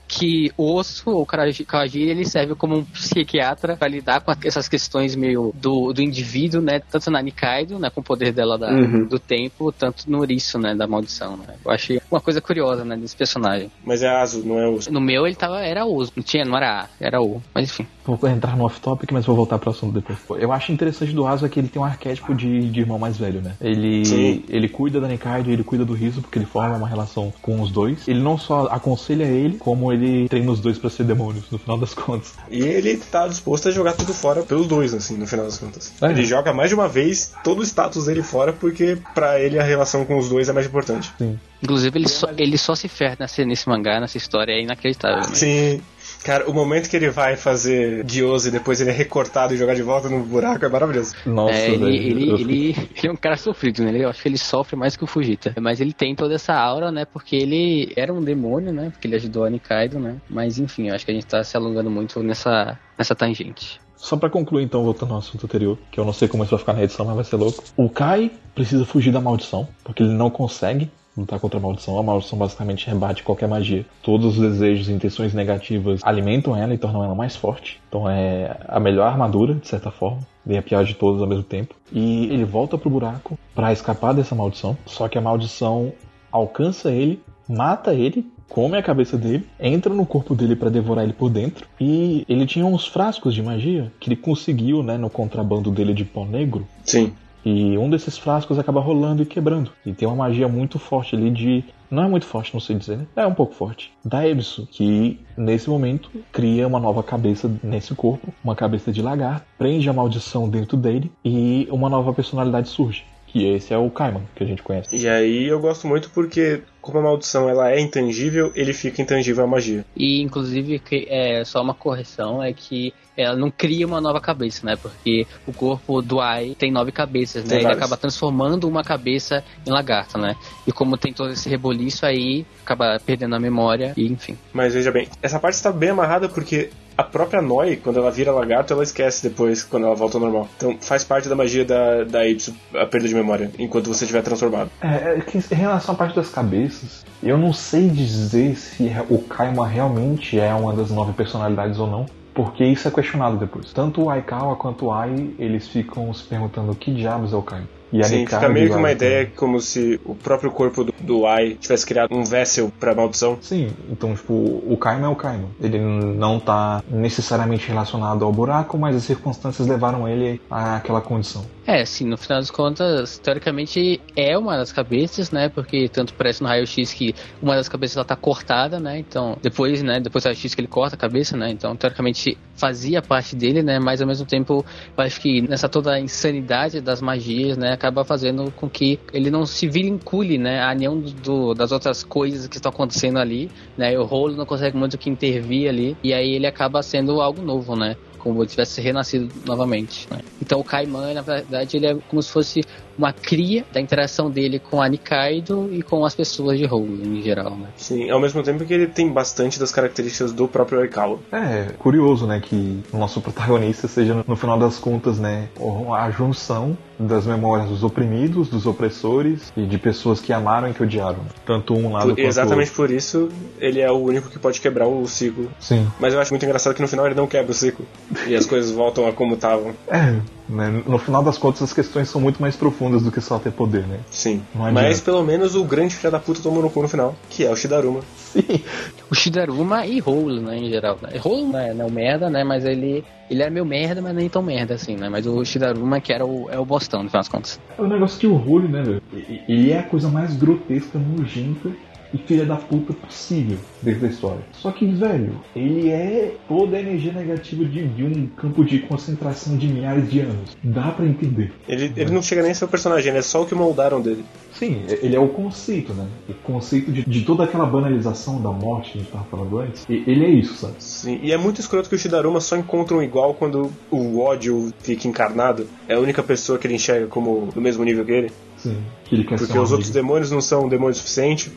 que o osso, ou Kawajiri, ele serve como um psiquiatra para lidar com essas questões meio do, do indivíduo, né? Tanto na Nikaido, né? Com o poder dela da, uhum. do tempo, tanto no Riso, né? Da maldição, né? Eu achei uma coisa curiosa, né? Desse personagem. Mas é Aso, não é osso. No meu, ele tava, era osso. Não tinha, não era A, era O. Mas enfim. Vou entrar no off-topic, mas vou voltar pro assunto depois. Eu acho interessante do Aso é que ele tem um arquétipo de, de irmão mais velho, né? Ele, ele cuida da Nikaido, ele cuida do Riso, porque ele forma uma relação com os dois. Ele não só aconselha ele, como ele treina os dois pra ser demônios, no final das contas. E ele tá disposto a jogar tudo fora pelos dois, assim, no final das contas. É. Ele joga mais de uma vez todo o status dele fora, porque pra ele a relação com os dois é mais importante. Sim. Inclusive, ele só, ele só se ferra nesse, nesse mangá, nessa história, é inacreditável. Né? Sim. Cara, o momento que ele vai fazer Gyose e depois ele é recortado e jogar de volta no buraco é maravilhoso. Nossa, é, ele, ele, ele, ele, ele é um cara sofrido, né? Eu acho que ele sofre mais que o Fujita. Mas ele tem toda essa aura, né? Porque ele era um demônio, né? Porque ele ajudou a Nikaido, né? Mas enfim, eu acho que a gente tá se alongando muito nessa, nessa tangente. Só pra concluir, então, voltando ao assunto anterior, que eu não sei como isso vai ficar na edição, mas vai ser louco. O Kai precisa fugir da maldição, porque ele não consegue lutar contra a maldição. A maldição basicamente rebate qualquer magia. Todos os desejos e intenções negativas alimentam ela e tornam ela mais forte. Então é a melhor armadura, de certa forma. Vem a pior de todas ao mesmo tempo. E ele volta pro buraco pra escapar dessa maldição. Só que a maldição alcança ele, mata ele, come a cabeça dele, entra no corpo dele pra devorar ele por dentro. E ele tinha uns frascos de magia que ele conseguiu, né, no contrabando dele de pó negro. Sim. E um desses frascos acaba rolando e quebrando. E tem uma magia muito forte ali de... Não é muito forte, não sei dizer, né? É um pouco forte. Da Ebisu, que nesse momento cria uma nova cabeça nesse corpo. Uma cabeça de lagarto. Prende a maldição dentro dele. E uma nova personalidade surge. Que esse é o Kaiman, que a gente conhece. E aí eu gosto muito porque, como a maldição ela é intangível, ele fica intangível a magia. E inclusive, é, só uma correção, é que ela não cria uma nova cabeça, né? Porque o corpo do Ai tem nove cabeças, né? Ele acaba transformando uma cabeça em lagarto, né? E como tem todo esse reboliço aí, acaba perdendo a memória e enfim. Mas veja bem, essa parte está bem amarrada porque a própria Noi, quando ela vira lagarto, ela esquece depois, quando ela volta ao normal. Então faz parte da magia da, da Ebisu, a perda de memória, enquanto você estiver transformado. É, é que em relação à parte das cabeças, eu não sei dizer se o Kaiman realmente é uma das nove personalidades ou não. Porque isso é questionado depois. Tanto o Aikawa quanto o Ai, eles ficam se perguntando que diabos é o Kaiman. E a Sim, Nikaido fica meio que uma ideia como se o próprio corpo do, do Ai tivesse criado um vessel pra maldição. Sim, então tipo, o Kaiman é o Kaiman. Ele não tá necessariamente relacionado ao buraco, mas as circunstâncias levaram ele àquela condição. É, sim, no final das contas, teoricamente é uma das cabeças, né? Porque tanto parece no raio-x que uma das cabeças ela tá cortada, né? Então, depois, né? Depois do raio-x que ele corta a cabeça, né? Então, teoricamente fazia parte dele, né? Mas ao mesmo tempo, eu acho que nessa toda a insanidade das magias, né? Acaba fazendo com que ele não se vincule, né? A nenhum do, das outras coisas que estão acontecendo ali, né? O Rolo não consegue muito que intervir ali, e aí ele acaba sendo algo novo, né? Como se tivesse renascido novamente, né? Então o Kaiman, na verdade, ele é como se fosse uma cria da interação dele com a Nikaido e com as pessoas de Rolo, em geral, né? Sim, ao mesmo tempo que ele tem bastante das características do próprio Aikawa. É, curioso, né, que o nosso protagonista seja, no final das contas, né, a junção das memórias dos oprimidos, dos opressores e de pessoas que amaram e que odiaram. Tanto um lado por, quanto exatamente por isso, ele é o único que pode quebrar o ciclo. Sim. Mas eu acho muito engraçado que no final ele não quebra o ciclo. E as coisas voltam a como estavam. É, né, no final das contas as questões são muito mais profundas do que só ter poder, né? Sim. Mas pelo menos o grande filho da puta tomou no cu no final, que é o Shidaruma. Sim. O Shidaruma e Rolo, né, em geral. Né? Rolo não é, não é o merda, né, mas ele... Ele era meio merda, mas nem tão merda assim, né? Mas o Shidaruma que era o, é o bostão, no final das contas. É o negócio que o Rolo, né, velho? Ele é a coisa mais grotesca, nojenta e filha da puta possível dentro da história. Só que, velho, ele é toda a energia negativa de, de um campo de concentração de milhares de anos. Dá pra entender. Ele, ele não chega nem a ser o personagem, ele é só o que moldaram dele. Sim, ele é o conceito, né? O conceito de, de toda aquela banalização da morte que a gente tava falando antes. Ele é isso, sabe? Sim, e é muito escroto que o Shidaruma só encontra um igual quando o ódio fica encarnado. É a única pessoa que ele enxerga como do mesmo nível que ele. Sim, que ele quer porque ser um os amigo. Outros demônios não são demônios suficientes, porque eles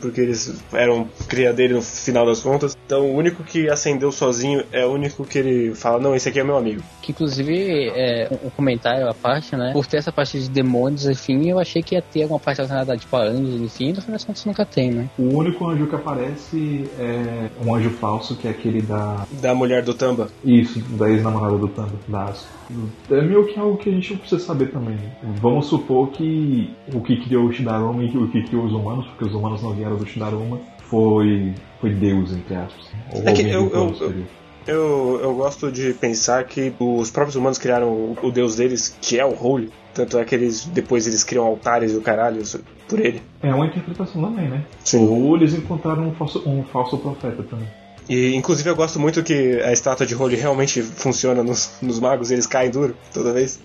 dois eram cria dele no final das contas. Então o único que acendeu sozinho é o único que ele fala, não, esse aqui é meu amigo. Que inclusive, é, um comentário à parte, né? Por ter essa parte de demônios, enfim, eu achei que ia ter alguma parte relacionada tipo a anjos, enfim, no final das contas nunca tem, né? O único anjo que aparece é um anjo falso, que é aquele da... Da mulher do Tamba. Isso, da ex-namorada do Tamba, da Asuka. É meio que algo que a gente não precisa saber também. Vamos supor que o que criou o Shidaruma e o que criou os humanos, porque os humanos não vieram do Shidaruma, foi, foi Deus, entre aspas. Ou É que alguém eu, do eu, plano superior. eu, eu gosto de pensar que os próprios humanos criaram o, o deus deles, que é o Holy. Tanto é que eles depois eles criam altares e o caralho por ele. É uma interpretação também, né? Sim. Ou eles encontraram um falso, um falso profeta também. E inclusive eu gosto muito que a estátua de Holy realmente funciona nos, nos magos, eles caem duro toda vez.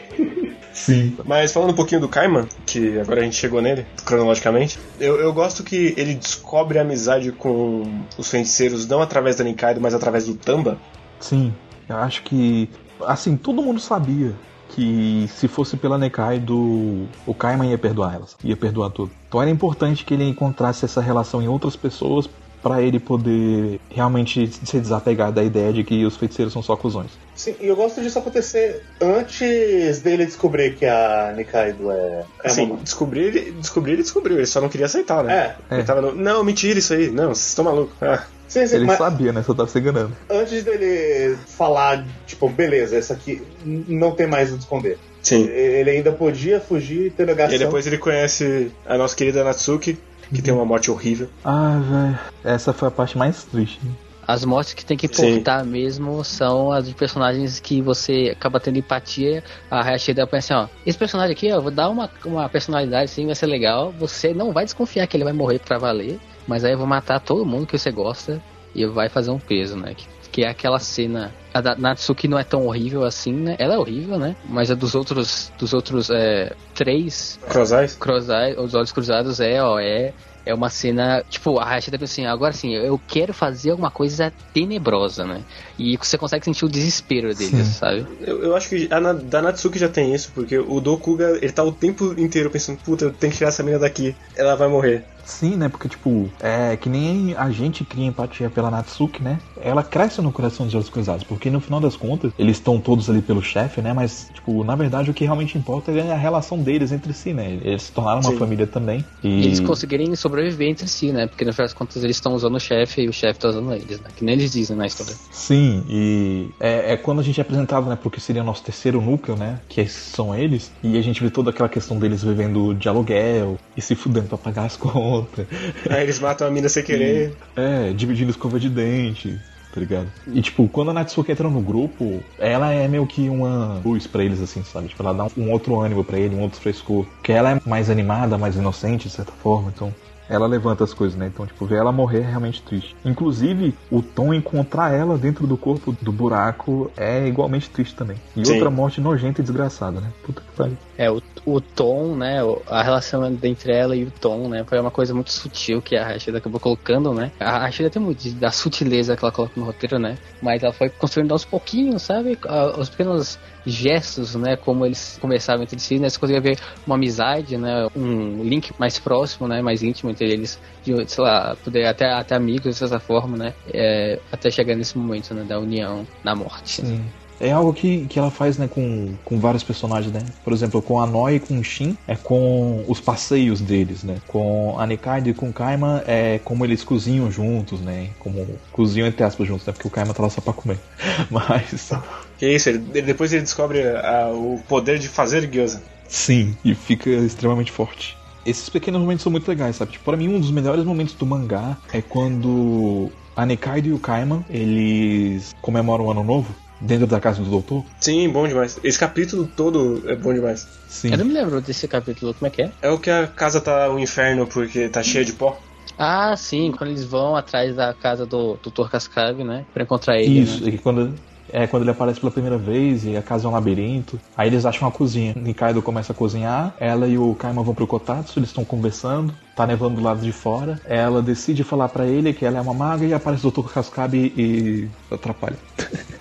Sim. Mas falando um pouquinho do Kaiman, que agora a gente chegou nele, cronologicamente, eu, eu gosto que ele descobre a amizade com os feiticeiros não através da Nikaido, mas através do Tamba. Sim, eu acho que, assim, todo mundo sabia que se fosse pela Nikaido, o Kaiman ia perdoar elas, ia perdoar tudo. Então era importante que ele encontrasse essa relação em outras pessoas pra ele poder realmente se desapegar da ideia de que os feiticeiros são só cuzões. Sim, e eu gosto disso acontecer antes dele descobrir que a Nikaido é... é Assim, uma... descobrir ele, descobrir ele descobriu, ele só não queria aceitar, né? É. Ele tava no, não, mentira isso aí, não, vocês estão malucos. Ah. Sim, sim, Ele mas sabia, né? Só tava se enganando. antes dele falar, tipo, beleza, essa aqui não tem mais o que esconder. Sim. Ele ainda podia fugir e ter negação. E aí depois ele conhece a nossa querida Natsuki, que tem uma morte horrível. Ah, velho. Essa foi a parte mais triste. As mortes que tem que Sim. importar mesmo são as de personagens que você acaba tendo empatia. A Hayashida pensa assim, ó, esse personagem aqui, ó, eu vou dar uma, uma personalidade assim, vai ser legal. Você não vai desconfiar que ele vai morrer pra valer, mas aí eu vou matar todo mundo que você gosta e vai fazer um peso, né? Que, que é aquela cena... A da Natsuki não é tão horrível assim, né? Ela é horrível, né? Mas a dos outros, dos outros é, três... Cross-eyes? Cross-eyes, os olhos cruzados é, ó, é... É uma cena, tipo, a Hayashida pensa assim, agora sim, eu quero fazer alguma coisa tenebrosa, né? E você consegue sentir o desespero deles, Sim. sabe? Eu, eu acho que a Na- da Natsuki já tem isso, porque o Dokuga, ele tá o tempo inteiro pensando, puta, eu tenho que tirar essa menina daqui, ela vai morrer. Sim, né? Porque, tipo, é que nem a gente cria empatia pela Natsuki, né? Ela cresce no coração dos olhos cruzados, porque no final das contas, eles estão todos ali pelo chefe, né? Mas, tipo, na verdade o que realmente importa é a relação deles entre si, né? Eles se tornaram uma Sim. família também. E... E eles conseguirem sobreviver entre si, né? Porque no final das contas eles estão usando o chefe e o chefe tá usando eles, né? Que nem eles dizem na história. Sim, e é, é quando a gente é apresentado, né, porque seria o nosso terceiro núcleo, né, que são eles, e a gente vê toda aquela questão deles vivendo de aluguel e se fudendo pra pagar as contas. Aí eles matam a mina sem querer. É, dividindo escova de dente, tá ligado? E tipo, quando a Natsuki entra no grupo, ela é meio que uma luz pra eles, assim, sabe? Tipo, ela dá um outro ânimo pra ele, um outro frescor. Porque ela é mais animada, mais inocente, de certa forma, então... Ela levanta as coisas, né? Então, tipo, ver ela morrer é realmente triste. Inclusive, o Tom encontrar ela dentro do corpo do buraco é igualmente triste também. E Sim. outra morte nojenta e desgraçada, né? Puta que pariu. É, o, o Tom, né? A relação entre ela e o Tom, né? Foi uma coisa muito sutil que a Hayashida acabou colocando, né? A Hayashida tem muito da sutileza que ela coloca no roteiro, né? Mas ela foi construindo aos pouquinhos, sabe? Os pequenos gestos, né? Como eles conversavam entre si, né? Você conseguia ver uma amizade, né? Um link mais próximo, né? Mais íntimo entre eles, de, sei lá, poder até, até amigos, de certa forma, né? É, até chegar nesse momento, né? Da união na morte. Sim. É algo que, que ela faz, né, com, com vários personagens, né? Por exemplo, com a Noi e com o Shin, é com os passeios deles, né? Com a Nikaido e com o Kaiman, é como eles cozinham juntos, né? Como cozinham entre aspas juntos, né? Porque o Kaiman tá lá só pra comer. Mas... Que isso, ele, ele- depois ele descobre a- o poder de fazer gyoza. Sim, e fica extremamente forte. Esses pequenos momentos são muito legais, sabe? Tipo, pra mim, um dos melhores momentos do mangá é quando a Nikaido e o Kaiman, eles comemoram o Ano Novo dentro da casa do doutor. Sim, bom demais. Esse capítulo todo é bom demais. Sim. Eu não me lembro desse capítulo, como é que é? É o que a casa tá um inferno porque tá cheia de pó. Ah, sim, quando eles vão atrás da casa do doutor Cascave, né? Pra encontrar ele. Isso, Né? e quando, é quando ele aparece pela primeira vez e a casa é um labirinto. Aí eles acham uma cozinha. Nikaido começa a cozinhar, ela e o Kaiman vão pro Kotatsu, eles estão conversando, tá nevando do lado de fora. Ela decide falar pra ele que ela é uma maga e aparece o doutor Cascave e atrapalha.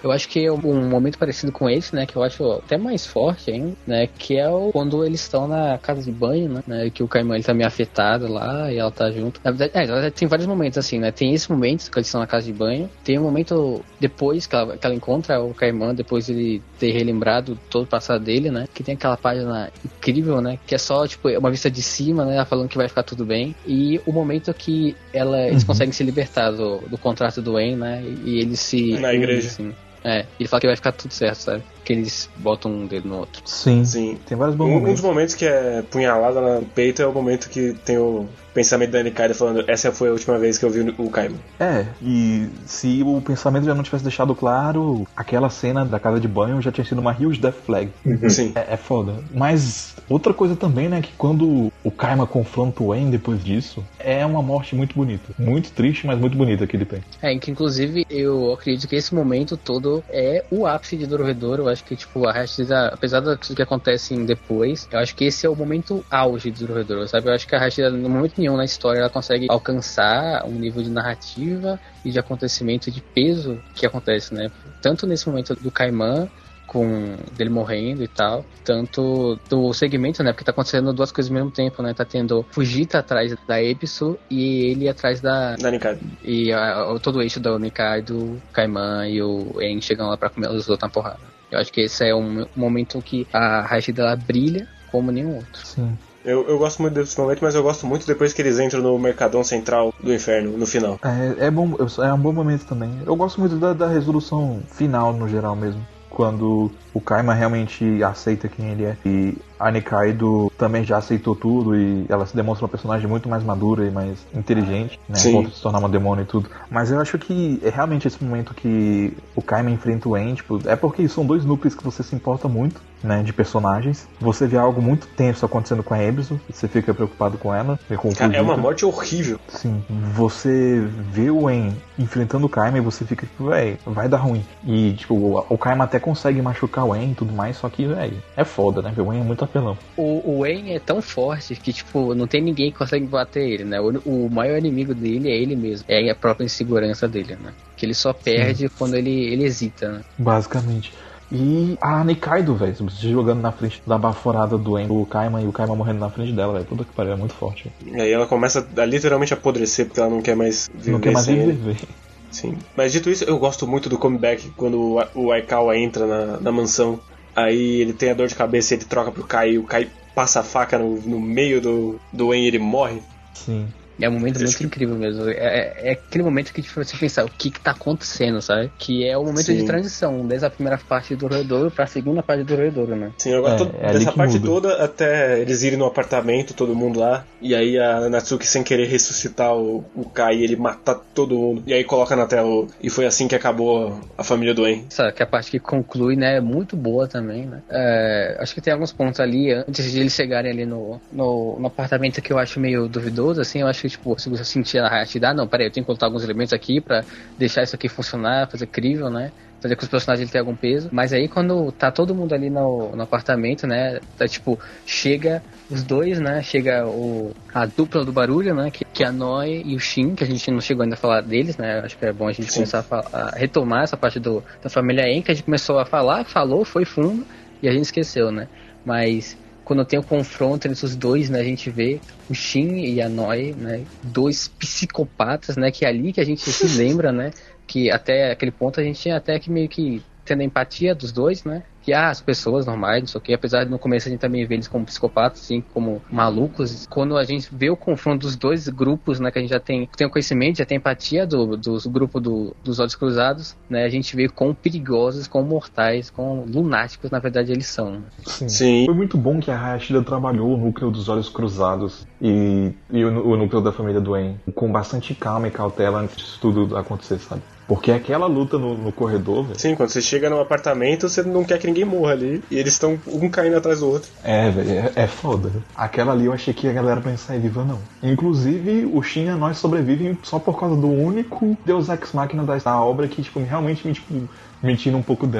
Eu acho que é um momento parecido com esse, né, que eu acho até mais forte ainda, né, que é o, quando eles estão na casa de banho, né, né que o Caimã ele tá meio afetado lá e ela tá junto. Na verdade, é, ela tem vários momentos assim, né, tem esse momento que eles estão na casa de banho, tem um momento depois que ela, que ela encontra o Caimã, depois ele ter relembrado todo o passado dele, né, que tem aquela página incrível, né, que é só, tipo, uma vista de cima, né, ela falando que vai ficar tudo bem, e o momento que ela, eles uhum. conseguem se libertar do, do contrato do Wayne, né, e eles se... Na igreja. Assim, é, ele fala que vai ficar tudo certo, sabe? Que eles botam um dedo no outro. Sim, Sim. Tem vários bons um, momentos. Um dos momentos que é punhalada no peito é o momento que tem o pensamento da Anikaido falando: essa foi a última vez que eu vi o Caimã. É, e se o pensamento já não tivesse deixado claro, aquela cena da casa de banho já tinha sido uma huge death flag. Uhum. Sim. É, é foda. Mas outra coisa também, né, que quando o Caimã confronta o Wayne depois disso, é uma morte muito bonita. Muito triste, mas muito bonita que ele tem. É, que inclusive eu acredito que esse momento todo é o ápice de Dorohedoro. Eu acho que, tipo, a Hashira, apesar do que acontece depois, eu acho que esse é o momento auge de Dorohedoro, sabe? Eu acho que a Hashira, no momento nenhum na história, ela consegue alcançar um nível de narrativa e de acontecimento de peso que acontece, né? Tanto nesse momento do Caimã, com dele morrendo e tal, tanto do segmento, né, porque tá acontecendo duas coisas ao mesmo tempo, né, tá tendo Fujita atrás da Ebisu e ele atrás da... Da Nikaido. E a, todo o eixo da Nikaido, Caimã e o En chegam lá pra comer os outros na porrada. Eu acho que esse é um momento que a Hashida ela brilha como nenhum outro. Sim. Eu, eu gosto muito desse momento, mas eu gosto muito depois que eles entram no Mercadão Central do Inferno, no final. É, é, bom, é um bom momento também. Eu gosto muito da, da resolução final, no geral mesmo. Quando o Caimã realmente aceita quem ele é. E a Nikaido também já aceitou tudo e ela se demonstra uma personagem muito mais madura e mais inteligente, né? A ponto de se tornar uma demônio e tudo. Mas eu acho que é realmente esse momento que o Caimã enfrenta o En, tipo, é porque são dois núcleos que você se importa muito, né? De personagens. Você vê algo muito tenso acontecendo com a Ebisu, você fica preocupado com ela. Com o Cara, é uma morte horrível. Sim. Você vê o En enfrentando o Caimã e você fica tipo, véi, vai dar ruim. E, tipo, o, o Caimã até consegue machucar o En e tudo mais, só que, véi, é foda, né? O En é muito apelão. O, o En é tão forte que, tipo, não tem ninguém que consegue bater ele, né? O, o maior inimigo dele é ele mesmo. É a própria insegurança dele, né? Que ele só perde Sim. quando ele, ele hesita, né? Basicamente. E a Nikaido, velho, você jogando na frente da baforada do En, o Caimã e o Caimã morrendo na frente dela, velho. Puta que pariu, é muito forte. E aí ela começa a literalmente apodrecer porque ela não quer mais viver. Não quer mais viver. Sim. Mas dito isso, eu gosto muito do comeback quando o Aikawa entra na, na mansão. Aí ele tem a dor de cabeça e ele troca pro Kai e o Kai passa a faca no, no meio do, do En e ele morre. Sim. É um momento muito incrível mesmo. É, é, é aquele momento que você pensar o que que tá acontecendo, sabe? Que é o momento Sim. de transição, desde a primeira parte do Dorohedoro pra segunda parte do Dorohedoro, né? Sim, agora é, todo, é dessa parte muda. toda até eles irem no apartamento, todo mundo lá, e aí a Natsuki sem querer ressuscitar o, o Kai e ele matar todo mundo, e aí coloca na tela o, e foi assim que acabou a família do En. Essa que é a parte que conclui, né, é muito boa também, né? É, acho que tem alguns pontos ali, antes de eles chegarem ali no, no, no apartamento que eu acho meio duvidoso, assim, eu acho que, tipo, se você sentir a Hashida, não, peraí, eu tenho que colocar alguns elementos aqui pra deixar isso aqui funcionar, fazer crível, né? Fazer com que os personagens tenham algum peso. Mas aí quando tá todo mundo ali no, no apartamento, né? Tá tipo, chega os dois, né? Chega o, a dupla do barulho, né? Que, que é a Noi e o Shin, que a gente não chegou ainda a falar deles, né? Acho que é bom a gente Sim. começar a, falar, a retomar essa parte do, da família En, que a gente começou a falar, falou, foi fundo, e a gente esqueceu, né? Mas quando tem o confronto entre os dois, né, a gente vê o Shin e a Noi, né, dois psicopatas, né, que é ali que a gente se lembra, né, que até aquele ponto a gente tinha até que meio que tendo a empatia dos dois, né, que ah, as pessoas normais, não sei o que, apesar de no começo a gente também vê eles como psicopatas, assim, como malucos, quando a gente vê o confronto dos dois grupos, né, que a gente já tem, tem o conhecimento, já tem empatia do, do grupo do, dos Olhos Cruzados, né, a gente vê quão perigosos, quão mortais, quão lunáticos, na verdade, eles são. Sim. Sim. Foi muito bom que a Hashida trabalhou o núcleo dos Olhos Cruzados e, e o, o núcleo da família do En com bastante calma e cautela antes disso tudo acontecer, sabe? Porque aquela luta no, no corredor, velho. Sim, quando você chega no apartamento, você não quer que ninguém morra ali. E eles estão um caindo atrás do outro. É, velho, é, é foda. Aquela ali eu achei que a galera não ia sair viva, não. Inclusive, o Shin e a Noi sobrevivem só por causa do único Deus Ex Machina da, da obra que, tipo, realmente me, tipo, me tira um pouco dela.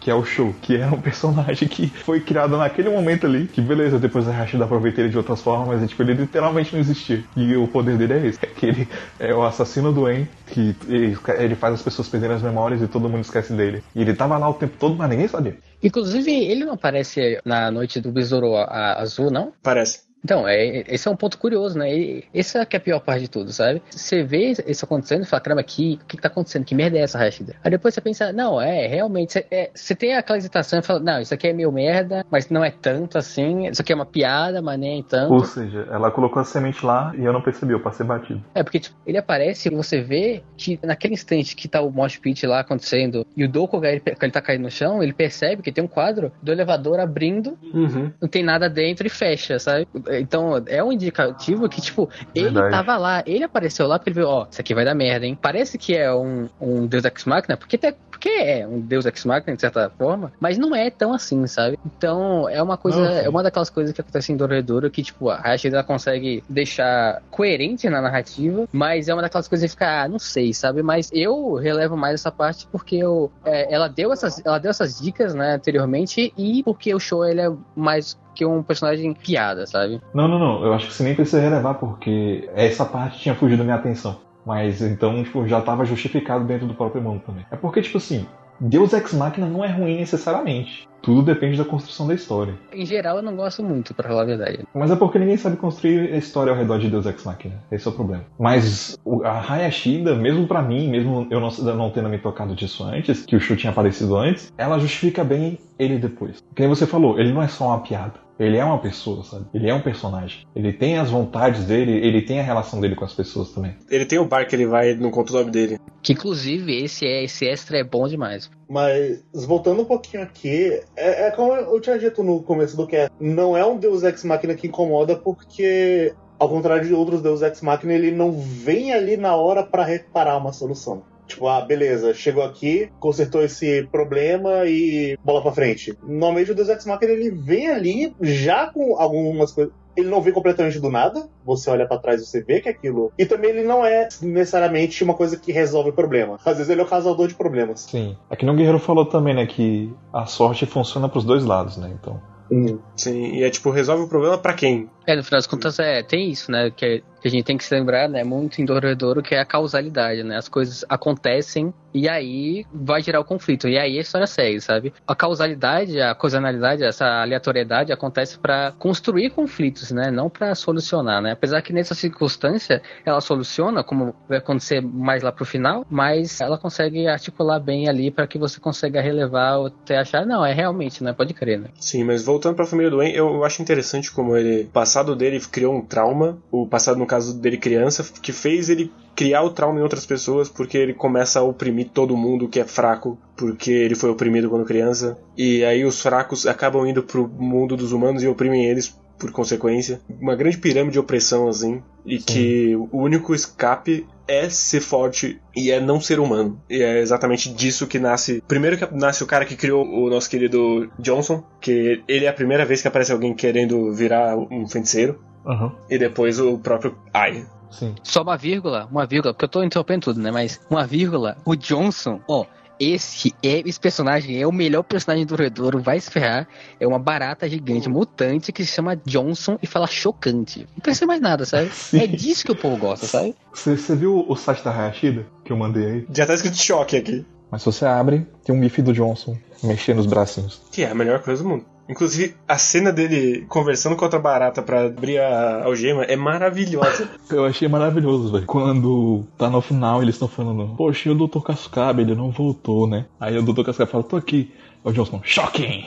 que é o Show, que é um personagem que foi criado naquele momento ali, que beleza, depois a Rashida aproveita ele de outras formas, mas tipo, ele literalmente não existia. E o poder dele é esse, é que ele é o assassino do En, que ele, ele faz as pessoas perderem as memórias e todo mundo esquece dele. E ele tava lá o tempo todo, mas ninguém sabia. Inclusive, ele não aparece na noite do Besouro Azul, não? Parece. Então, é, esse é um ponto curioso, né? E esse é que é a pior parte de tudo, sabe? Você vê isso acontecendo e fala, caramba, aqui, o que, que tá acontecendo? Que merda é essa, Rashida? Aí depois você pensa, não, é, realmente, você, é, você tem aquela hesitação e fala, não, isso aqui é meio merda, mas não é tanto assim, isso aqui é uma piada, mas nem tanto. Ou seja, ela colocou a semente lá e eu não percebi, eu passei batido. É, porque tipo, ele aparece e você vê que naquele instante que tá o mosh pit lá acontecendo e o Dokuga, ele, ele tá caindo no chão, ele percebe que tem um quadro do elevador abrindo, uhum. não tem nada dentro e fecha, sabe? Então, é um indicativo que, tipo, ele Verdade. tava lá, ele apareceu lá porque ele viu, ó, isso aqui vai dar merda, hein? Parece que é um, um Deus Ex Machina, porque, te, porque é um Deus Ex Machina, de certa forma, mas não é tão assim, sabe? Então, é uma coisa, Nossa. é uma daquelas coisas que acontece em Dorohedoro que, tipo, a Rashida consegue deixar coerente na narrativa, mas é uma daquelas coisas que fica, ah, não sei, sabe? Mas eu relevo mais essa parte porque eu, é, ela, deu essas, ela deu essas dicas, né, anteriormente, e porque o show, ele é mais que um personagem piada, sabe? Não, não, não. Eu acho que você nem precisa relevar, porque essa parte tinha fugido da minha atenção. Mas então, tipo, já estava justificado dentro do próprio mundo também. É porque, tipo assim, Deus Ex Machina não é ruim necessariamente. Tudo depende da construção da história. Em geral, eu não gosto muito, pra falar a verdade. Mas é porque ninguém sabe construir a história ao redor de Deus Ex Machina. Esse é o problema. Mas a Hayashida, mesmo pra mim, mesmo eu não, não tendo me tocado disso antes, que o Shu tinha aparecido antes, ela justifica bem ele depois. Que nem você falou, ele não é só uma piada. Ele é uma pessoa, sabe? Ele é um personagem. Ele tem as vontades dele, ele tem a relação dele com as pessoas também. Ele tem o bar que ele vai, não conta o nome dele. Que, inclusive, esse, é, esse extra é bom demais. Mas, voltando um pouquinho aqui, é, é como eu tinha dito no começo do cast, não é um Deus Ex Machina que incomoda porque, ao contrário de outros Deus Ex Machina, ele não vem ali na hora pra reparar uma solução. Tipo, ah, beleza, chegou aqui, consertou esse problema e bola pra frente. Normalmente o Deus Ex Machina, ele vem ali já com algumas coisas. Ele não vem completamente do nada, você olha pra trás e você vê que é aquilo. E também ele não é necessariamente uma coisa que resolve o problema. Às vezes ele é o causador de problemas. Sim. Aqui no Guerreiro falou também, né, que a sorte funciona pros dois lados, né, então... Hum. Sim, e é tipo, resolve o problema pra quem? É, no final das contas, é, tem isso, né, que, é, que a gente tem que se lembrar, né, muito em Dorohedoro, que é a causalidade, né, as coisas acontecem e aí vai gerar o conflito, e aí a história segue, sabe? A causalidade, a causalidade, essa aleatoriedade acontece pra construir conflitos, né, não pra solucionar, né, apesar que nessa circunstância ela soluciona, como vai acontecer mais lá pro final, mas ela consegue articular bem ali pra que você consiga relevar ou até achar, não, é realmente, né, pode crer, né? Sim, mas voltando pra família do En, eu acho interessante como ele, o passado dele criou um trauma, o passado no caso dele criança, que fez ele criar o trauma em outras pessoas, porque ele começa a oprimir todo mundo que é fraco, porque ele foi oprimido quando criança, e aí os fracos acabam indo pro mundo dos humanos e oprimem eles por consequência. Uma grande pirâmide de opressão, assim, e Sim. que o único escape é ser forte e é não ser humano. E é exatamente disso que nasce... Primeiro que nasce o cara que criou o nosso querido Johnson, que ele é a primeira vez que aparece alguém querendo virar um feiticeiro. Uhum. E depois o próprio Ai. Sim. Só uma vírgula, uma vírgula, porque eu tô interrompendo tudo, né? Mas uma vírgula, o Johnson, ó... Esse, é, esse personagem é o melhor personagem do Dorohedoro, vai se ferrar. É uma barata gigante, mutante, que se chama Johnson e fala chocante. Não precisa mais nada, sabe? Sim. É disso que o povo gosta, sabe? Você viu o site da Hayashida que eu mandei aí? Já tá escrito choque aqui. Mas se você abre, tem um gif do Johnson mexendo os bracinhos. Que é a melhor coisa do mundo. Inclusive, a cena dele conversando com outra barata pra abrir a algema é maravilhosa. Eu achei maravilhoso, velho. Quando tá no final, eles estão falando, poxa, e o doutor Cascaba, ele não voltou, né? Aí o doutor Cascaba fala, tô aqui. O Johnson, shocking!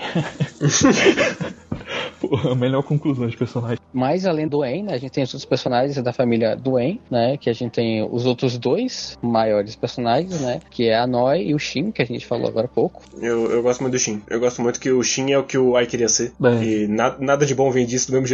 Porra, a melhor conclusão de personagem. Mas além do En, né, a gente tem os outros personagens da família do En, né? Que a gente tem os outros dois maiores personagens, né? Que é a Noi e o Shin, que a gente falou agora há pouco. Eu, eu gosto muito do Shin. Eu gosto muito que o Shin é o que o Ai queria ser. É. E na, nada de bom vem disso do mesmo jeito.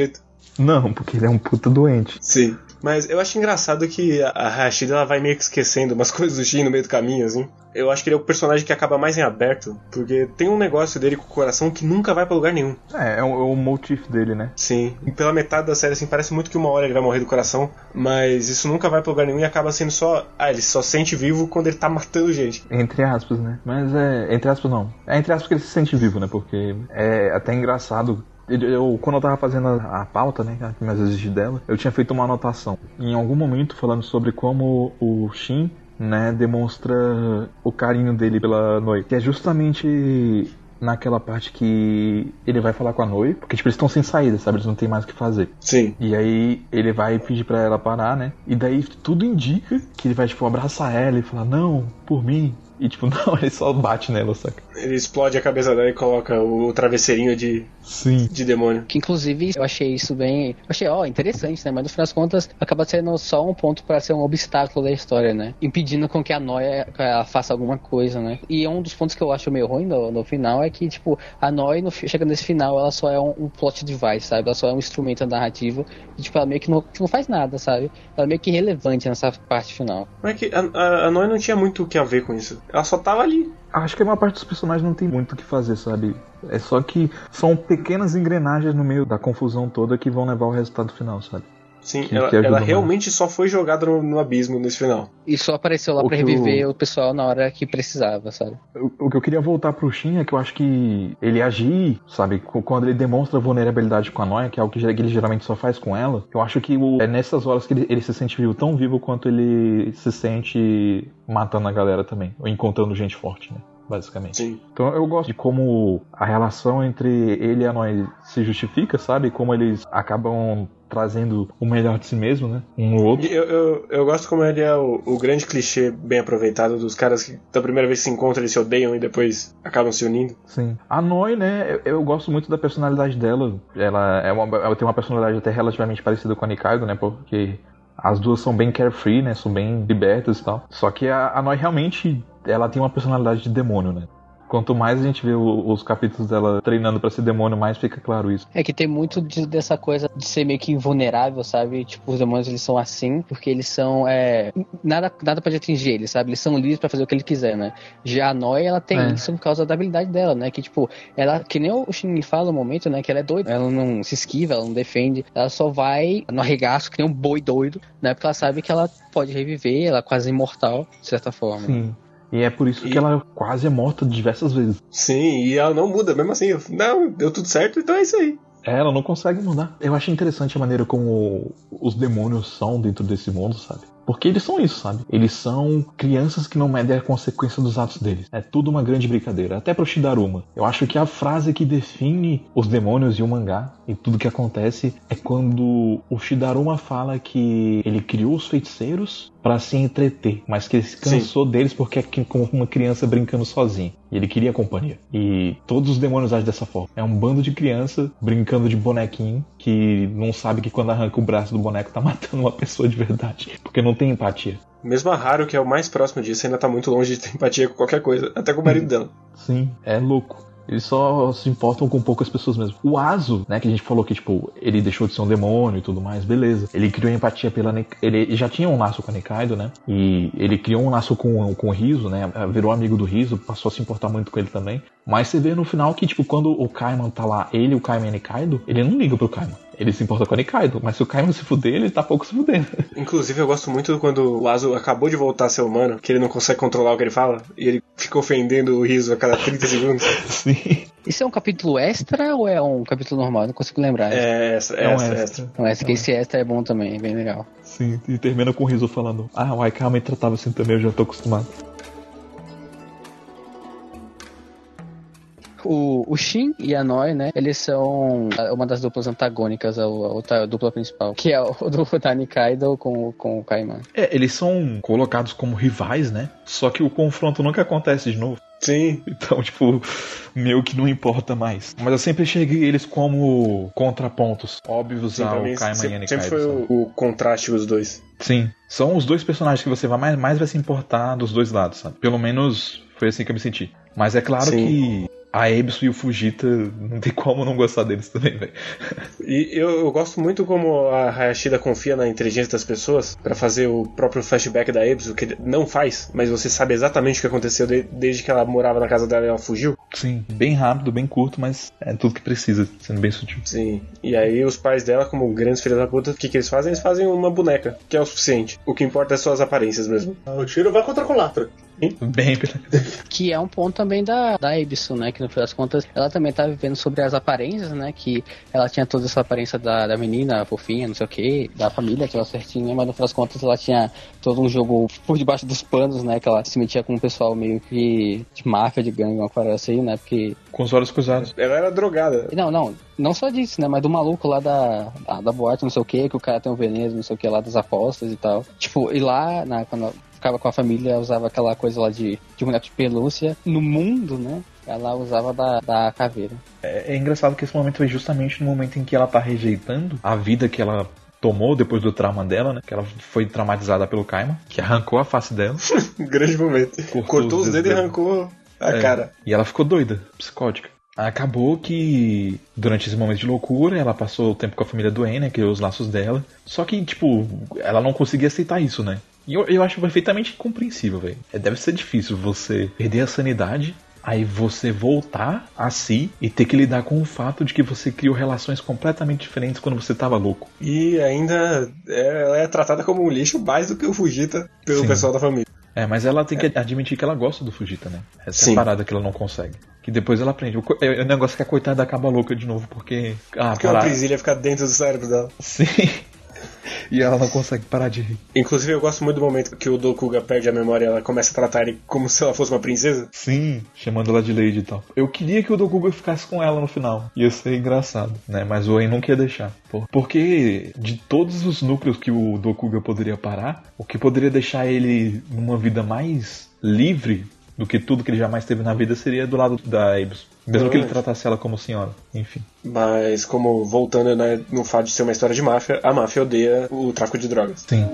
Não, porque ele é um puta doente. Sim. Mas eu acho engraçado que a Rashida ela vai meio que esquecendo umas coisas do Shin no meio do caminho, assim. Eu acho que ele é o personagem que acaba mais em aberto, porque tem um negócio dele com o coração que nunca vai pra lugar nenhum. É, é o, é o motif dele, né? Sim. E pela metade da série, assim, parece muito que uma hora ele vai morrer do coração, mas isso nunca vai pra lugar nenhum e acaba sendo só... Ah, ele só sente vivo quando ele tá matando gente. Entre aspas, né? Mas é... Entre aspas, não. É entre aspas que ele se sente vivo, né? Porque é até engraçado... Eu, quando eu tava fazendo a, a pauta, né, que mais existe dela, eu tinha feito uma anotação em algum momento falando sobre como o Shin, né, demonstra o carinho dele pela Noi, que é justamente naquela parte que ele vai falar com a Noi, porque tipo, eles estão sem saída, sabe, eles não tem mais o que fazer. Sim. E aí ele vai pedir pra ela parar, né, e daí tudo indica que ele vai tipo abraçar ela e falar, não, por mim. E tipo, não, ele só bate nela, saca? Ele explode a cabeça dela e coloca o travesseirinho de, Sim. de demônio. Que inclusive eu achei isso bem... Eu achei, ó, interessante, né? Mas no final das contas acaba sendo só um ponto pra ser um obstáculo da história, né? Impedindo com que a Noi ela faça alguma coisa, né? E um dos pontos que eu acho meio ruim no, no final é que, tipo, a Noi, no, chega nesse final, ela só é um, um plot device, sabe? Ela só é um instrumento narrativo e, tipo, ela meio que não, que não faz nada, sabe? Ela é meio que irrelevante nessa parte final. Mas é que a, a, a Noi não tinha muito o que a ver com isso. Ela só tava ali. Acho que a maior parte dos personagens não tem muito o que fazer, sabe? É só que são pequenas engrenagens no meio da confusão toda que vão levar ao resultado final, sabe? Sim, que, ela, que ela mais. realmente só foi jogada no, no abismo nesse final. E só apareceu lá o pra reviver eu... o pessoal na hora que precisava, sabe? O, o que eu queria voltar pro Shin é que eu acho que ele agir, sabe? Quando ele demonstra vulnerabilidade com a Noi, que é algo que ele geralmente só faz com ela, eu acho que o, é nessas horas que ele, ele se sente vivo, tão vivo quanto ele se sente matando a galera também, ou encontrando gente forte, né? Basicamente. Sim. Então eu gosto de como a relação entre ele e a Noi se justifica, sabe? Como eles acabam trazendo o melhor de si mesmo, né? Um no outro. Eu, eu, eu gosto como ele é o, o grande clichê bem aproveitado dos caras que da primeira vez que se encontram eles se odeiam e depois acabam se unindo. Sim. A Noi, né? Eu, eu gosto muito da personalidade dela. Ela, é uma, ela tem uma personalidade até relativamente parecida com a Nikaido, né? Porque as duas são bem carefree, né? São bem libertas e tal. Só que a, a Noi realmente... ela tem uma personalidade de demônio, né? Quanto mais a gente vê o, os capítulos dela treinando pra ser demônio, mais fica claro isso. É que tem muito de, dessa coisa de ser meio que invulnerável, sabe? Tipo, os demônios, eles são assim, porque eles são, é... Nada, nada pode atingir eles, sabe? Eles são livres pra fazer o que ele quiser, né? Já a Noi, ela tem é. isso por causa da habilidade dela, né? Que, tipo, ela... Que nem o Shin fala no momento, né? Que ela é doida. Ela não se esquiva, ela não defende. Ela só vai no arregaço, que nem um boi doido, né? Porque ela sabe que ela pode reviver, ela é quase imortal, de certa forma. Sim. E é por isso e... que ela quase é morta diversas vezes. Sim, e ela não muda, mesmo assim. Não, deu tudo certo, então é isso aí. É, ela não consegue mudar. Eu acho interessante a maneira como os demônios são dentro desse mundo, sabe? Porque eles são isso, sabe? Eles são crianças que não medem a consequência dos atos deles. É tudo uma grande brincadeira. Até pro Shidaruma. Eu acho que a frase que define os demônios e o mangá e tudo que acontece é quando o Shidaruma fala que ele criou os feiticeiros pra se entreter, mas que ele se cansou Sim. deles porque é como uma criança brincando sozinho. E ele queria companhia. E todos os demônios agem dessa forma. É um bando de criança brincando de bonequinho que não sabe que quando arranca o braço do boneco tá matando uma pessoa de verdade. Porque não tem empatia. Mesmo a Haru, que é o mais próximo disso, ainda tá muito longe de ter empatia com qualquer coisa. Até com o marido dela. Sim, é louco. Eles só se importam com poucas pessoas mesmo. O Aso, né, que a gente falou que, tipo, ele deixou de ser um demônio e tudo mais, beleza. Ele criou empatia pela... Ne- ele já tinha um laço com a Nikaido, né? E ele criou um laço com, com o Rizo, né? Virou amigo do Rizo, passou a se importar muito com ele também. Mas você vê no final que, tipo, quando o Kaiman tá lá, ele, o Kaiman e a Nikaido, ele não liga pro Kaiman. Ele se importa com a Nikaido, mas se o Kaiman se fuder, ele tá pouco se fudendo. Inclusive, eu gosto muito quando o Aso acabou de voltar a ser humano, que ele não consegue controlar o que ele fala, e ele fica ofendendo o Rizo a cada trinta segundos. Sim. Isso é um capítulo extra ou é um capítulo normal? Eu não consigo lembrar. É extra, é, é um extra. extra. Não, extra, que esse extra é bom também, é bem legal. Sim, e termina com o Rizo falando: ah, o Aikawa me tratava assim também, eu já tô acostumado. O, o Shin e a Noi, né, eles são uma das duplas antagônicas, a, a outra dupla principal, que é o duplo da Nikaido com, com o Kaiman. É, eles são colocados como rivais, né, só que o confronto nunca acontece de novo. Sim. Então, tipo, meio que não importa mais. Mas eu sempre cheguei eles como contrapontos óbvios Sim, ao Kaiman sempre, e a Nikaido. Sempre foi o, o contraste dos dois. Sim. São os dois personagens que você vai mais, mais vai se importar dos dois lados, sabe? Pelo menos foi assim que eu me senti. Mas é claro Sim. que A Aebisu e o Fujita, não tem como não gostar deles também, velho. E eu, eu gosto muito como a Hayashida confia na inteligência das pessoas pra fazer o próprio flashback da Aebisu, que ele não faz, mas você sabe exatamente o que aconteceu de, desde que ela morava na casa dela e ela fugiu. Sim, bem rápido, bem curto, mas é tudo que precisa, sendo bem sutil. Sim, e aí os pais dela, como grandes filhos da puta, o que, que eles fazem? Eles fazem uma boneca, que é o suficiente. O que importa é só as aparências mesmo. O tiro vai contra a culatra. Bem, que é um ponto também da, da Aebisu, né? Que no final das contas ela também tá vivendo sobre as aparências, né? Que ela tinha toda essa aparência da, da menina fofinha, não sei o que, da família, aquela certinha, mas no final das contas ela tinha todo um jogo por debaixo dos panos, né? Que ela se metia com um pessoal meio que de máfia, de gangue, uma coisa assim, né? Porque... com os olhos cruzados. Ela era drogada. Não, não. Não só disso, né? Mas do maluco lá da, da, da boate, não sei o que, que o cara tem um veneno, não sei o que, lá das apostas e tal. Tipo, e lá, na, quando ficava com a família, usava aquela coisa lá de, de boneco de pelúcia. No mundo, né? Ela usava da, da caveira. É, é engraçado que esse momento foi justamente no momento em que ela tá rejeitando a vida que ela tomou depois do trauma dela, né? Que ela foi traumatizada pelo Kaima, que arrancou a face dela. Grande momento. Cortou, Cortou os dedos e arrancou a é, cara. E ela ficou doida, psicótica. Acabou que, durante esse momento de loucura, ela passou o tempo com a família do En, né? Criou os laços dela. Só que, tipo, ela não conseguia aceitar isso, né? E eu, eu acho perfeitamente compreensível, velho. Deve ser difícil você perder a sanidade, aí você voltar a si e ter que lidar com o fato de que você criou relações completamente diferentes quando você tava louco. E ainda ela é tratada como um lixo mais do que o Fujita pelo Sim. pessoal da família. É, mas ela tem que é. admitir que ela gosta do Fujita, né? Essa Sim. é a parada que ela não consegue. Que depois ela aprende. O, é, o negócio que a coitada acaba louca de novo, porque... Ah, porque a presilha fica dentro do cérebro dela. Sim. E ela não consegue parar de rir. Inclusive, eu gosto muito do momento que o Dokuga perde a memória e ela começa a tratar ele como se ela fosse uma princesa. Sim, chamando ela de Lady e tal. Eu queria que o Dokuga ficasse com ela no final. Ia ser engraçado, né? Mas o En não quer deixar. Porque de todos os núcleos que o Dokuga poderia parar, o que poderia deixar ele numa vida mais livre do que tudo que ele jamais teve na vida seria do lado da Aebisu. Mesmo que ele tratasse ela como senhora, enfim. Mas, como voltando, né, no fato de ser uma história de máfia, a máfia odeia o tráfico de drogas. Sim.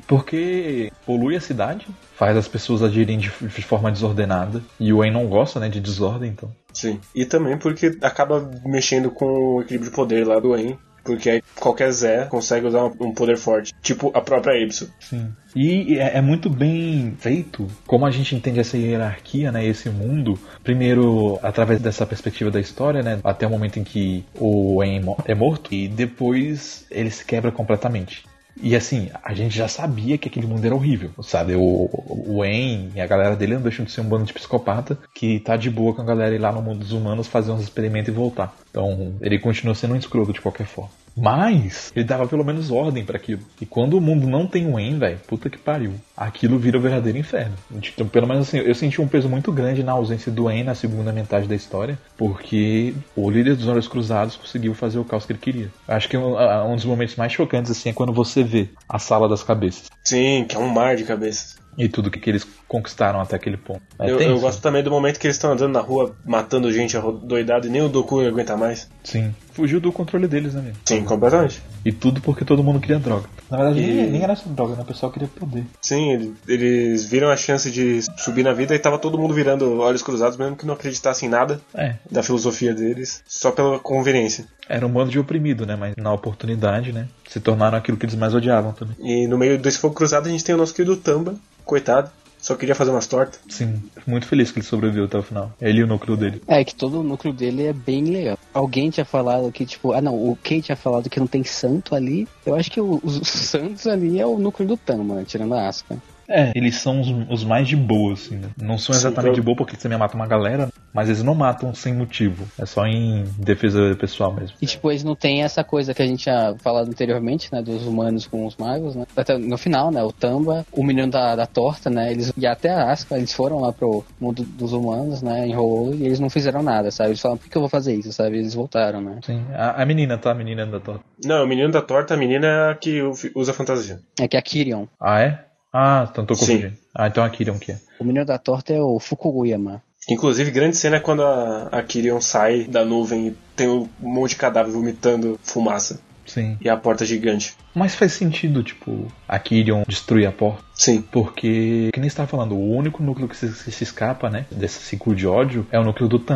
Porque polui a cidade, faz as pessoas agirem de, de forma desordenada, e o En não gosta, né, de desordem, então. Sim. E também porque acaba mexendo com o equilíbrio de poder lá do En. Porque aí qualquer Zé consegue usar um poder forte. Tipo a própria Aebisu. Sim. E é, é muito bem feito como a gente entende essa hierarquia, né? Esse mundo. Primeiro, através dessa perspectiva da história, né? Até o momento em que o En é morto. E depois ele se quebra completamente. E assim, a gente já sabia que aquele mundo era horrível, sabe? O, o En e a galera dele não deixam de ser um bando de psicopata que tá de boa com a galera ir lá no mundo dos humanos fazer uns experimentos e voltar. Então, ele continua sendo um escroto de qualquer forma. Mas, ele dava pelo menos ordem pra aquilo. E quando o mundo não tem um En, velho, puta que pariu, aquilo vira o verdadeiro inferno. Então, pelo menos assim, eu senti um peso muito grande na ausência do En na segunda metade da história, porque o líder dos Olhos Cruzados conseguiu fazer o caos que ele queria. Acho que um, um dos momentos mais chocantes, assim, é quando você vê a Sala das Cabeças. Sim, que é um mar de cabeças. E tudo que, que eles conquistaram até aquele ponto. É eu, eu gosto também do momento que eles estão andando na rua, matando gente doidada e nem o Doku aguenta mais. Sim. Fugiu do controle deles, né, amigo? Sim, completamente. E tudo porque todo mundo queria droga. Na verdade, e... nem, nem era só droga, né? O pessoal queria poder. Sim, eles viram a chance de subir na vida e tava todo mundo virando olhos cruzados, mesmo que não acreditasse em nada é. da filosofia deles, só pela conveniência. Era um bando de oprimido, né? Mas na oportunidade, né? Se tornaram aquilo que eles mais odiavam também. E no meio desse fogo cruzado a gente tem o nosso querido Tamba, coitado. Só queria fazer umas tortas. Sim, muito feliz que ele sobreviveu até o final. Ele e o núcleo dele. É, que todo o núcleo dele é bem legal. Alguém tinha falado que, tipo... Ah, não, o Kei tinha falado que não tem santo ali. Eu acho que o, os santos ali é o núcleo do Tama, né, tirando a Asuka. É, eles são os, os mais de boa, assim, né? Não são exatamente Sim, eu... de boa porque eles também matam uma galera, mas eles não matam sem motivo. É só em defesa pessoal mesmo. E tipo, eles não tem essa coisa que a gente tinha falado anteriormente, né? Dos humanos com os magos, né? Até no final, né? O Tamba, o menino da, da torta, né? Eles, e até a Asuka, eles foram lá pro mundo dos humanos, né? Em Ho-Oh, e eles não fizeram nada, sabe? Eles falaram, por que eu vou fazer isso, sabe? Eles voltaram, né? Sim, a, a menina, tá? A menina da torta. Não, o menino da torta, a menina é a que usa fantasia. É que é a Kirion. Ah, é? Ah, então tô confundindo. Ah, então a Kirion que é. O menino da torta é o Fukuyama. Inclusive, grande cena é quando a, a Kirion sai da nuvem e tem um monte de cadáver vomitando fumaça. Sim. E a porta gigante. Mas faz sentido, tipo, a Kirion destruir a porta. Sim. Porque, que nem você tava falando, o único núcleo que se, se escapa, né, desse ciclo de ódio é o núcleo do Tamba.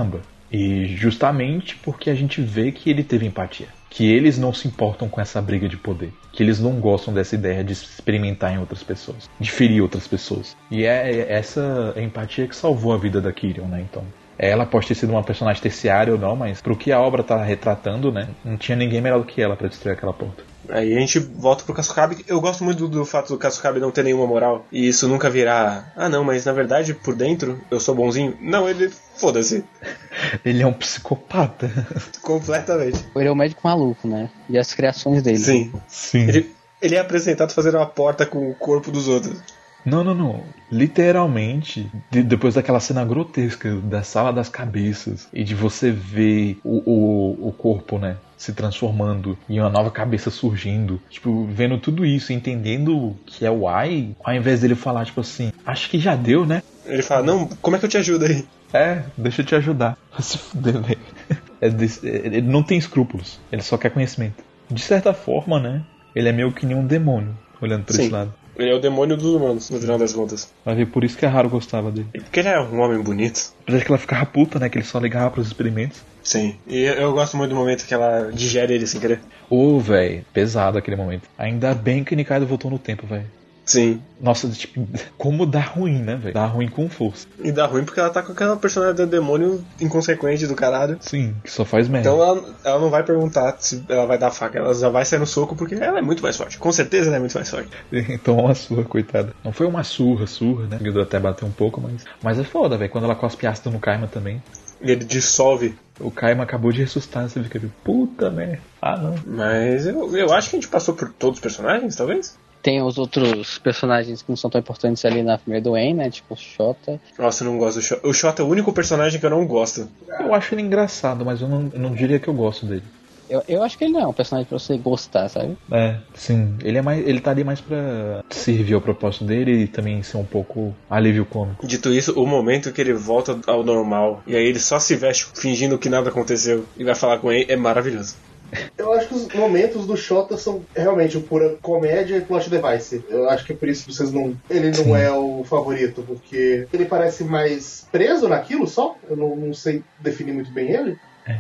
E justamente porque a gente vê que ele teve empatia. Que eles não se importam com essa briga de poder. Que eles não gostam dessa ideia de experimentar em outras pessoas. De ferir outras pessoas. E é essa empatia que salvou a vida da Kirion, né? Então, ela pode ter sido uma personagem terciária ou não, mas pro que a obra tá retratando, né? Não tinha ninguém melhor do que ela pra destruir aquela porta. Aí a gente volta pro Kasukabe. Eu gosto muito do, do fato do Kasukabe não ter nenhuma moral. E isso nunca virar... Ah, não, mas na verdade, por dentro, eu sou bonzinho. Não, ele... Foda-se. Ele é um psicopata. Completamente. Ele é o médico maluco, né? E as criações dele. Sim. Sim. Ele, ele é apresentado fazendo uma porta com o corpo dos outros. Não, não, não. Literalmente, de, depois daquela cena grotesca da sala das cabeças e de você ver o, o, o corpo, né, se transformando e uma nova cabeça surgindo, tipo, vendo tudo isso, entendendo que é o Ai, ao invés dele falar, tipo assim, acho que já deu, né? Ele fala, não, como é que eu te ajudo aí? É, deixa eu te ajudar. Vai se fuder, velho. É desse- é- ele não tem escrúpulos, ele só quer conhecimento. De certa forma, né, ele é meio que nem um demônio, olhando pra Sim. esse lado. Ele é o demônio dos humanos, no final das contas. Vai ver por isso que a Haru gostava dele. E porque ele é um homem bonito. Apesar de que ela ficava puta, né, que ele só ligava pros experimentos. Sim. E eu gosto muito do momento que ela digere ele sem querer. Ô, velho, pesado aquele momento. Ainda bem que o Nikaido voltou no tempo, velho. Sim. Nossa, tipo, como dá ruim, né, velho? Dá ruim com força. E dá ruim porque ela tá com aquela personagem do demônio inconsequente do caralho. Sim, que só faz merda. Então ela, ela não vai perguntar se ela vai dar faca, ela já vai sair no soco porque ela é muito mais forte. Com certeza ela é muito mais forte. Então uma surra, coitada. Não foi uma surra, surra, né? Conseguiu até bater um pouco, mas. Mas é foda, velho. Quando ela cospe ácido no Kaima também. E ele dissolve. O Kaima acabou de ressuscitar, você fica, puta merda. Ah, não. Mas eu, eu acho que a gente passou por todos os personagens, talvez. Tem os outros personagens que não são tão importantes ali na primeira do Wayne, né? Tipo o Shota. Nossa, eu não gosto do Shota. O Shota é o único personagem que eu não gosto. Eu acho ele engraçado, mas eu não, eu não diria que eu gosto dele. Eu, eu acho que ele não é um personagem pra você gostar, sabe? É, sim. Ele é mais. Ele tá ali mais pra servir ao propósito dele e também ser um pouco alívio cômico. Dito isso, o momento que ele volta ao normal e aí ele só se veste fingindo que nada aconteceu e vai falar com ele é maravilhoso. Eu acho que os momentos do Shota são realmente pura comédia e plot device. Eu acho que é por isso que vocês não. Ele não Sim. é o favorito, porque ele parece mais preso naquilo só. Eu não, não sei definir muito bem ele.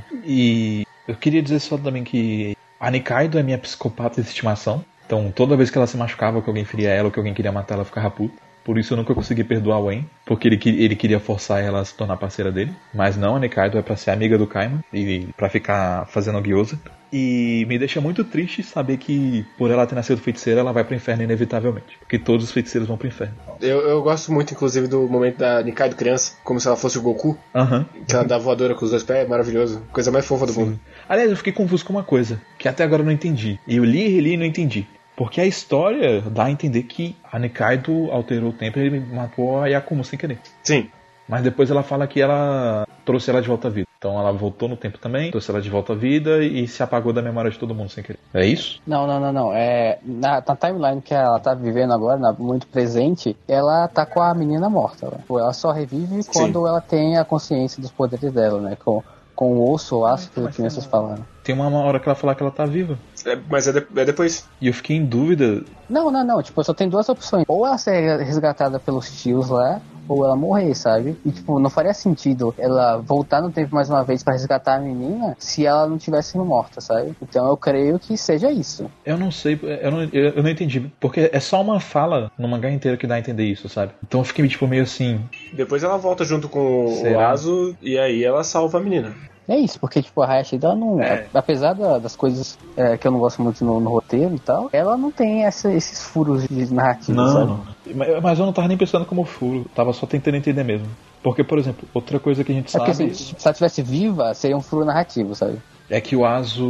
E eu queria dizer só também que a Nikaido é minha psicopata de estimação. Então toda vez que ela se machucava, que alguém feria ela ou que alguém queria matar ela, ficava puta. Por isso eu nunca consegui perdoar o Wayne, porque ele, que- ele queria forçar ela a se tornar parceira dele. Mas não, a Nikaido é pra ser amiga do Kaima e pra ficar fazendo gyoza. E me deixa muito triste saber que por ela ter nascido feiticeira, ela vai pro inferno inevitavelmente. Porque todos os feiticeiros vão pro inferno. Eu, eu gosto muito, inclusive, do momento da Nikaido criança, como se ela fosse o Goku, Aham. que ela dá voadora com os dois pés, é maravilhoso. Coisa mais fofa do mundo. Sim. Aliás, eu fiquei confuso com uma coisa, que até agora eu não entendi. E eu li e reli e não entendi. Porque a história dá a entender que a Nikaido alterou o tempo e ele matou a Yakumo sem querer. Sim. Mas depois ela fala que ela trouxe ela de volta à vida. Então ela voltou no tempo também, trouxe ela de volta à vida e se apagou da memória de todo mundo sem querer. É isso? Não, não, não, não. É, na, na timeline que ela tá vivendo agora, na- muito presente, ela tá com a menina morta. Né? Ela só revive quando ela tem a consciência dos poderes dela, né? Com, com o osso ou aço que as crianças falaram. Tem uma hora que ela fala que ela tá viva. É, mas é, de- é depois. E eu fiquei em dúvida. Não, não, não. Tipo, só tem duas opções. Ou ela ser resgatada pelos tios lá, ou ela morrer, sabe? E, tipo, não faria sentido ela voltar no tempo mais uma vez pra resgatar a menina se ela não tivesse sido morta, sabe? Então eu creio que seja isso. Eu não sei, eu não, eu, eu não entendi. Porque é só uma fala no mangá inteiro que dá a entender isso, sabe? Então eu fiquei tipo meio assim. Depois ela volta junto com o Será? Azo e aí ela salva a menina. É isso, porque, tipo, a Hayashi, ela não... É. Apesar da- das coisas é, que eu não gosto muito no, no roteiro e tal, ela não tem essa- esses furos de narrativa, Não, sabe? não. Mas, mas eu não tava nem pensando como furo. Tava só tentando entender mesmo. Porque, por exemplo, outra coisa que a gente É porque, sabe assim, se ela tivesse viva, seria um furo narrativo, sabe? é que o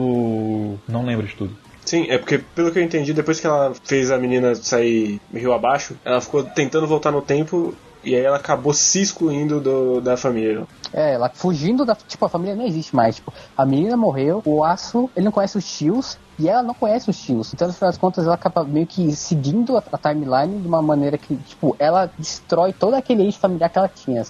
Azo não lembra de tudo. Sim, é porque, pelo que eu entendi, depois que ela fez a menina sair rio abaixo, ela ficou tentando voltar no tempo e aí ela acabou se excluindo do, da família. É, ela fugindo da... Tipo, a família não existe mais. Tipo, a menina morreu, o Aço, ele não conhece os tios, e ela não conhece os tios. Então, no final das contas, ela acaba meio que seguindo a, a timeline de uma maneira que, tipo, ela destrói todo aquele eixo familiar que ela tinha, sabe?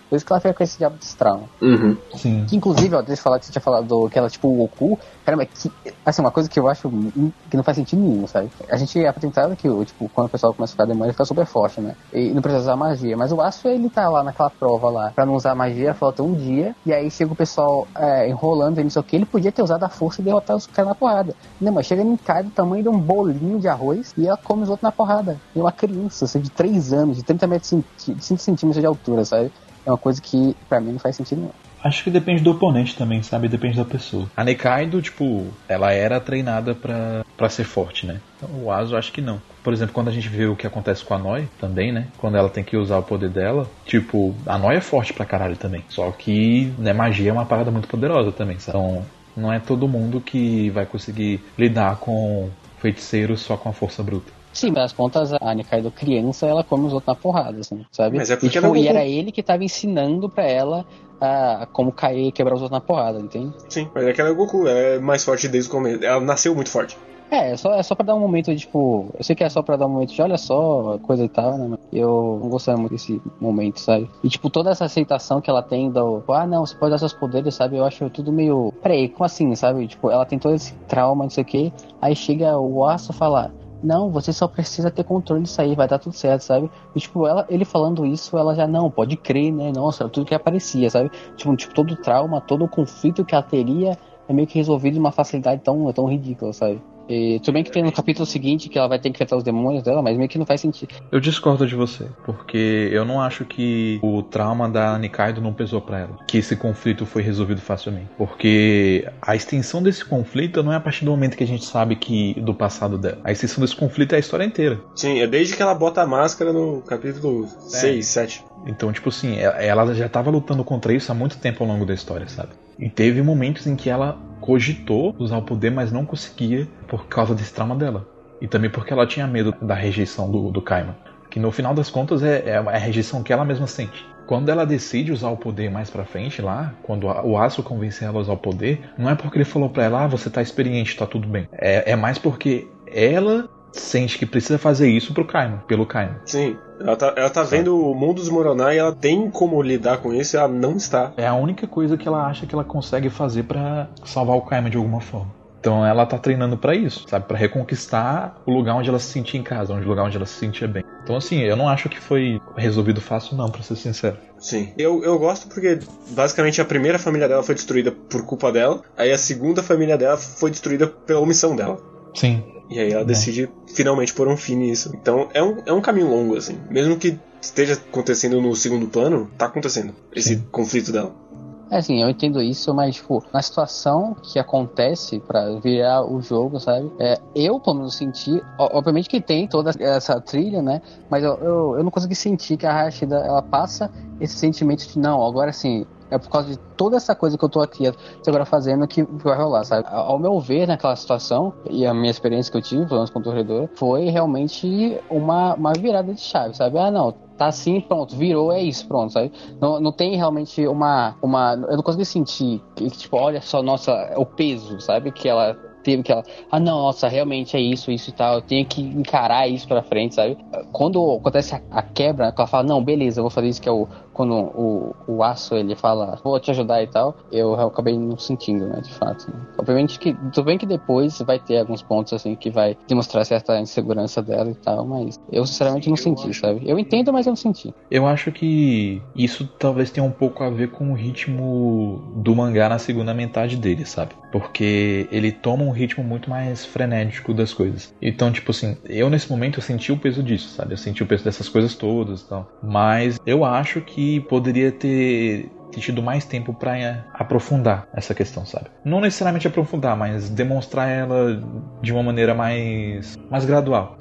Por isso que ela fica com esse diabo de trauma. Uhum. Sim. Que, inclusive, ó, deixa eu falar que você tinha falado que ela, tipo, o Goku. Caramba, que, assim, uma coisa que eu acho que não faz sentido nenhum, sabe? A gente é apresentado que, tipo, quando o pessoal começa a ficar demônio, ele fica super forte, né? E não precisa usar magia. Mas o Aço, ele tá lá naquela prova lá, pra não usar magia, falta um dia. E aí chega o pessoal é, enrolando, e não sei o que. Ele podia ter usado a força e derrotar os caras na porrada. Não, mas chega em Kai do tamanho de um bolinho de arroz e ela come os outros na porrada. E uma criança, assim, de três anos, de trinta metros, de cinco centímetros de altura, sabe? É uma coisa que, pra mim, não faz sentido nenhum. Acho que depende do oponente também, sabe? Depende da pessoa. A Nikaido, tipo, ela era treinada pra, pra ser forte, né? Então, o Aso, acho que não. Por exemplo, quando a gente vê o que acontece com a Noi também, né? Quando ela tem que usar o poder dela, tipo, a Noi é forte pra caralho também. Só que, né, magia é uma parada muito poderosa também, sabe? Então, não é todo mundo que vai conseguir lidar com feiticeiros só com a força bruta. Sim, mas as contas, a Nikaido criança, ela come os outros na porrada, assim, sabe? Mas é porque e, tipo, ela... e era ele que tava ensinando pra ela a como cair e quebrar os outros na porrada, entende? Sim, mas é que ela é o Goku, ela é mais forte desde o começo. Ela nasceu muito forte. É, é só, é só pra dar um momento de, tipo... Eu sei que é só pra dar um momento de, olha só, coisa e tal, né? Mas eu não gostava muito desse momento, sabe? E, tipo, toda essa aceitação que ela tem do... Ah, não, você pode dar seus poderes, sabe? Eu acho tudo meio... Peraí, como assim, sabe? Tipo, ela tem todo esse trauma, não sei o quê. Aí chega o Aço falar... Não, você só precisa ter controle disso aí, vai dar tudo certo, sabe? E, tipo, ela, ele falando isso, ela já, não, pode crer, né? Nossa, tudo que aparecia, sabe? Tipo, tipo, todo o trauma, todo o conflito que ela teria é meio que resolvido de uma facilidade tão, tão ridícula, sabe? E tudo bem que tem no capítulo seguinte que ela vai ter que enfrentar os demônios dela, mas meio que não faz sentido. Eu discordo de você, porque eu não acho que o trauma da Nikaido não pesou pra ela, que esse conflito foi resolvido facilmente. Porque a extensão desse conflito não é a partir do momento que a gente sabe que do passado dela. A extensão desse conflito é a história inteira. Sim, é desde que ela bota a máscara no capítulo seis, sete. Então, tipo assim, ela já tava lutando contra isso há muito tempo ao longo da história, sabe? E teve momentos em que ela cogitou usar o poder, mas não conseguia por causa desse trauma dela. E também porque ela tinha medo da rejeição do, do Kaiman. Que no final das contas é, é a rejeição que ela mesma sente. Quando ela decide usar o poder mais pra frente lá, quando o Aço convence ela a usar o poder, não é porque ele falou pra ela, ah, você tá experiente, tá tudo bem. É, é mais porque ela sente que precisa fazer isso pro Kaiman, pelo Kaiman. Sim, ela tá, ela tá vendo o mundo desmoronar e ela tem como lidar com isso e ela não está. É a única coisa que ela acha que ela consegue fazer pra salvar o Kaiman de alguma forma. Então ela tá treinando pra isso, sabe? Pra reconquistar o lugar onde ela se sentia em casa, o lugar onde ela se sentia bem. Então assim, eu não acho que foi resolvido fácil não, pra ser sincero. Sim, eu, eu gosto porque basicamente a primeira família dela foi destruída por culpa dela, aí a segunda família dela foi destruída pela omissão dela. Sim. E aí ela decide finalmente pôr um fim nisso. Então é um, é um caminho longo, assim. Mesmo que esteja acontecendo no segundo plano, tá acontecendo esse Sim. conflito dela. É assim, eu entendo isso, mas, tipo, na situação que acontece pra virar o jogo, sabe? É, eu, pelo menos, senti... Obviamente que tem toda essa trilha, né? Mas eu, eu, eu não consegui sentir que a Rashida, ela passa esse sentimento de, não, agora, assim... É por causa de toda essa coisa que eu tô aqui agora fazendo que vai rolar, sabe? Ao meu ver, naquela situação, e a minha experiência que eu tive, pelo menos com o torcedor, foi realmente uma, uma virada de chave, sabe? Ah, não, tá assim, pronto, virou, é isso, pronto, sabe? Não, não tem realmente uma, uma... Eu não consegui sentir que, tipo, olha só, nossa, o peso, sabe? Que ela... teve que ela, ah não, nossa, realmente é isso, isso e tal, eu tenho que encarar isso pra frente, sabe? Quando acontece a, a quebra, ela fala, não, beleza, eu vou fazer isso, que é o, quando o, o Aço, ele fala, vou te ajudar e tal, eu, eu acabei não sentindo, né, de fato. Né? Obviamente que, tudo bem que depois vai ter alguns pontos, assim, que vai demonstrar certa insegurança dela e tal, mas eu sinceramente não senti, sabe? Eu entendo, mas eu não senti. Eu acho que isso talvez tenha um pouco a ver com o ritmo do mangá na segunda metade dele, sabe? Porque ele toma um ritmo muito mais frenético das coisas. Então, tipo assim, eu nesse momento eu senti o peso disso, sabe? Eu senti o peso dessas coisas todas e tal. Mas eu acho que poderia ter tido mais tempo pra aprofundar essa questão, sabe? Não necessariamente aprofundar, mas demonstrar ela de uma maneira mais, mais gradual.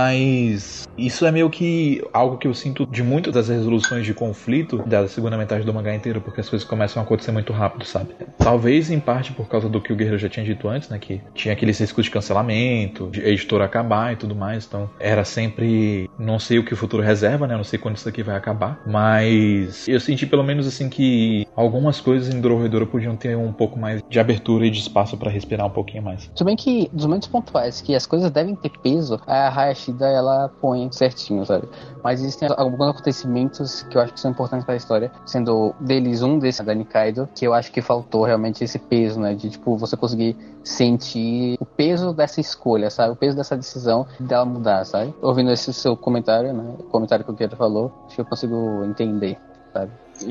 Mas isso é meio que algo que eu sinto de muitas das resoluções de conflito da segunda metade do mangá inteiro, porque as coisas começam a acontecer muito rápido, sabe? Talvez em parte por causa do que o Guerreiro já tinha dito antes, né? Que tinha aqueles riscos de cancelamento, de editora acabar e tudo mais, então era sempre não sei o que o futuro reserva, né? Não sei quando isso aqui vai acabar, mas eu senti pelo menos assim que que algumas coisas em Dorohedoro podiam ter um pouco mais de abertura e de espaço pra respirar um pouquinho mais. Tudo bem que, dos momentos pontuais que as coisas devem ter peso, a Hayashida, ela põe certinho, sabe? Mas existem alguns acontecimentos que eu acho que são importantes pra história, sendo deles um desse da Nikaido, que eu acho que faltou realmente esse peso, né? De, tipo, você conseguir sentir o peso dessa escolha, sabe? O peso dessa decisão dela mudar, sabe? Ouvindo esse seu comentário, né? O comentário que o Keita falou, acho que eu consigo entender, sabe?